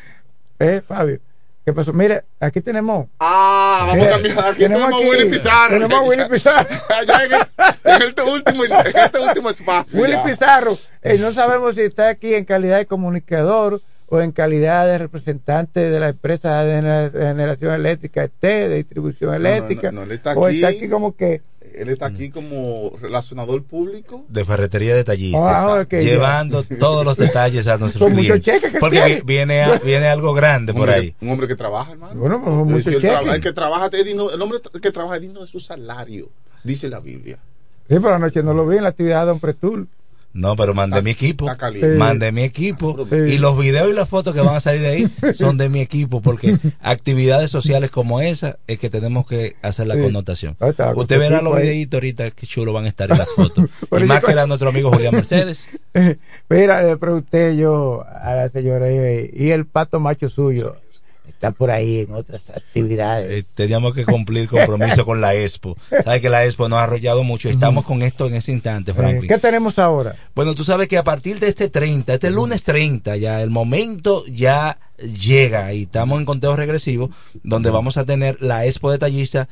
Fabio. ¿Qué pasó? Mire, aquí tenemos. Vamos a cambiar. Aquí tenemos a Willy Pizarro. Tenemos a Willy Pizarro. Allá en este último espacio. Willy Pizarro. No sabemos si está aquí en calidad de comunicador o en calidad de representante de la empresa de generación eléctrica, de distribución eléctrica. No, él está o aquí, está aquí como que... Él está aquí como relacionador público. De ferretería detallista. Llevando todos los detalles a nuestros clientes. Porque viene algo grande por ahí. Un hombre que trabaja, hermano. Bueno, pues mucho cheque. El que trabaja es digno, el hombre que trabaja es digno de su salario, dice la Biblia. Sí, pero anoche no lo vi en la actividad de Don Pretul. No, pero mandé mi equipo. Mandé mi equipo. Y los videos y las fotos que van a salir de ahí son de mi equipo, porque actividades sociales como esa es que tenemos que hacer la connotación. Usted verá los videitos ahorita, qué chulo van a estar en las fotos. Y más que era nuestro amigo Julián Mercedes. Mira, le pregunté yo a la señora y el pato macho suyo. Está por ahí en otras actividades. Teníamos que cumplir compromiso con la Expo. Sabes que la Expo nos ha arrollado mucho. Estamos con esto en ese instante, Franklin. ¿Qué tenemos ahora? Bueno, tú sabes que a partir de este lunes 30, ya el momento ya llega y estamos en conteo regresivo, donde vamos a tener la Expo Detallista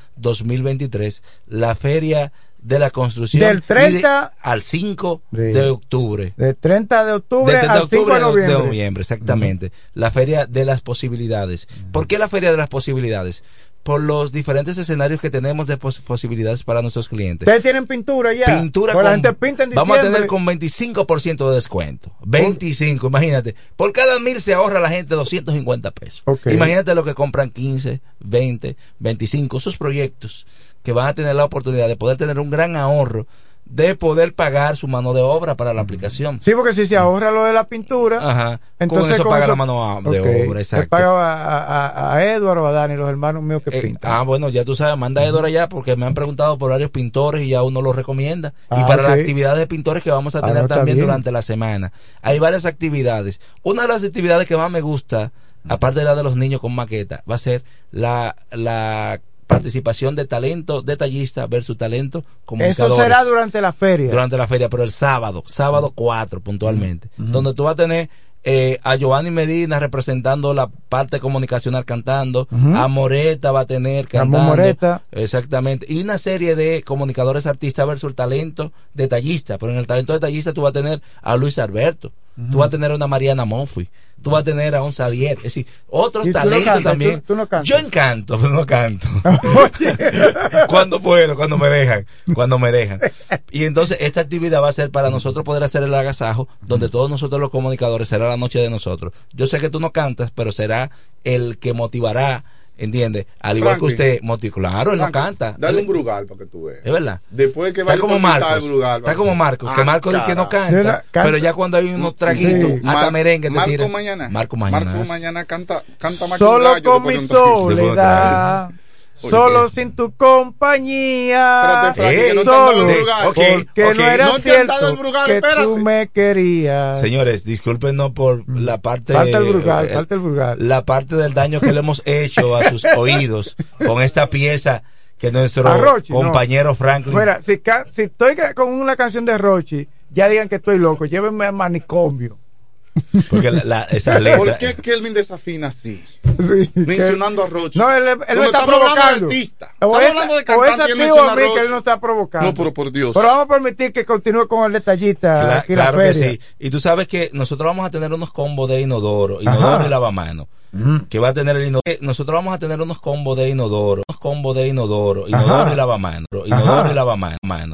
2023, la feria de la construcción del 30 al 5 de octubre. Del 30 de octubre al 5 de noviembre, exactamente. La feria de las posibilidades. ¿Por qué la feria de las posibilidades? Por los diferentes escenarios que tenemos de posibilidades para nuestros clientes. ¿Ustedes tienen pintura ya? Pintura la gente pinta en vamos a tener con 25% de descuento. 25, imagínate. Por cada 1,000 se ahorra la gente 250 pesos. Imagínate lo que compran 15, 20, 25. Esos proyectos que van a tener la oportunidad de poder tener un gran ahorro, de poder pagar su mano de obra para la aplicación. Sí, porque si se ahorra lo de la pintura, entonces con eso paga la mano de obra, exacto. Le paga a Edward o a Dani, los hermanos míos que pintan. Bueno, ya tú sabes, manda a Edward allá, porque me han preguntado por varios pintores y ya uno los recomienda. Y para las actividades de pintores que vamos a tener también durante la semana. Hay varias actividades. Una de las actividades que más me gusta, aparte de la de los niños con maqueta, va a ser la participación de talento detallista versus talento comunicadores. Eso será durante la feria. Durante la feria, pero el sábado 4 puntualmente, donde tú vas a tener a Giovanni Medina representando la parte comunicacional cantando, a Moreta va a tener cantando, Moreta. Exactamente, y una serie de comunicadores artistas versus el talento detallista. Pero en el talento detallista tú vas a tener a Luis Alberto, tú vas a tener a una Mariana Monfui, tú vas a tener a un Sadier, es decir, otros talentos también. ¿Tú no cantas? Yo encanto, pero no canto. Cuando puedo, cuando me dejan. Y entonces esta actividad va a ser para nosotros poder hacer el agasajo, donde todos nosotros los comunicadores, será la noche de nosotros. Yo sé que tú no cantas, pero será el que motivará, ¿entiendes? Al igual Franklin, que usted, claro, él no canta. Dale un brugal para que tú veas. Es verdad. Después que está como Marcos. Está como Marcos, que Marcos dice que no canta, pero ya cuando hay unos traguitos, hasta merengue te tira. Marco mañana canta más solo con mi soledad. Solo sin tu compañía. Que no solo porque no era no te han dado cierto el Brugal, que espérate. tú me querías. Señores, discúlpenos por la parte. Falta el Brugal. La parte del daño que le hemos hecho a sus oídos con esta pieza que nuestro Rochi, compañero Franklin. Mira, si estoy con una canción de Rochi, ya digan que estoy loco, llévenme al manicomio. Porque esa letra. ¿Por qué Kelvin desafina así? Sí, mencionando a Rochi. No, él no está provocando. Estamos hablando de cantante y él menciona a Rochi. Que él no está provocando. No, pero por Dios. Pero vamos a permitir que continúe con el detallista. Claro que sí. Y tú sabes que nosotros vamos a tener unos combos de inodoro y lavamanos. Que va a tener el inodoro. Nosotros vamos a tener unos combos de inodoro y lavamanos. Inodoro y lavamanos.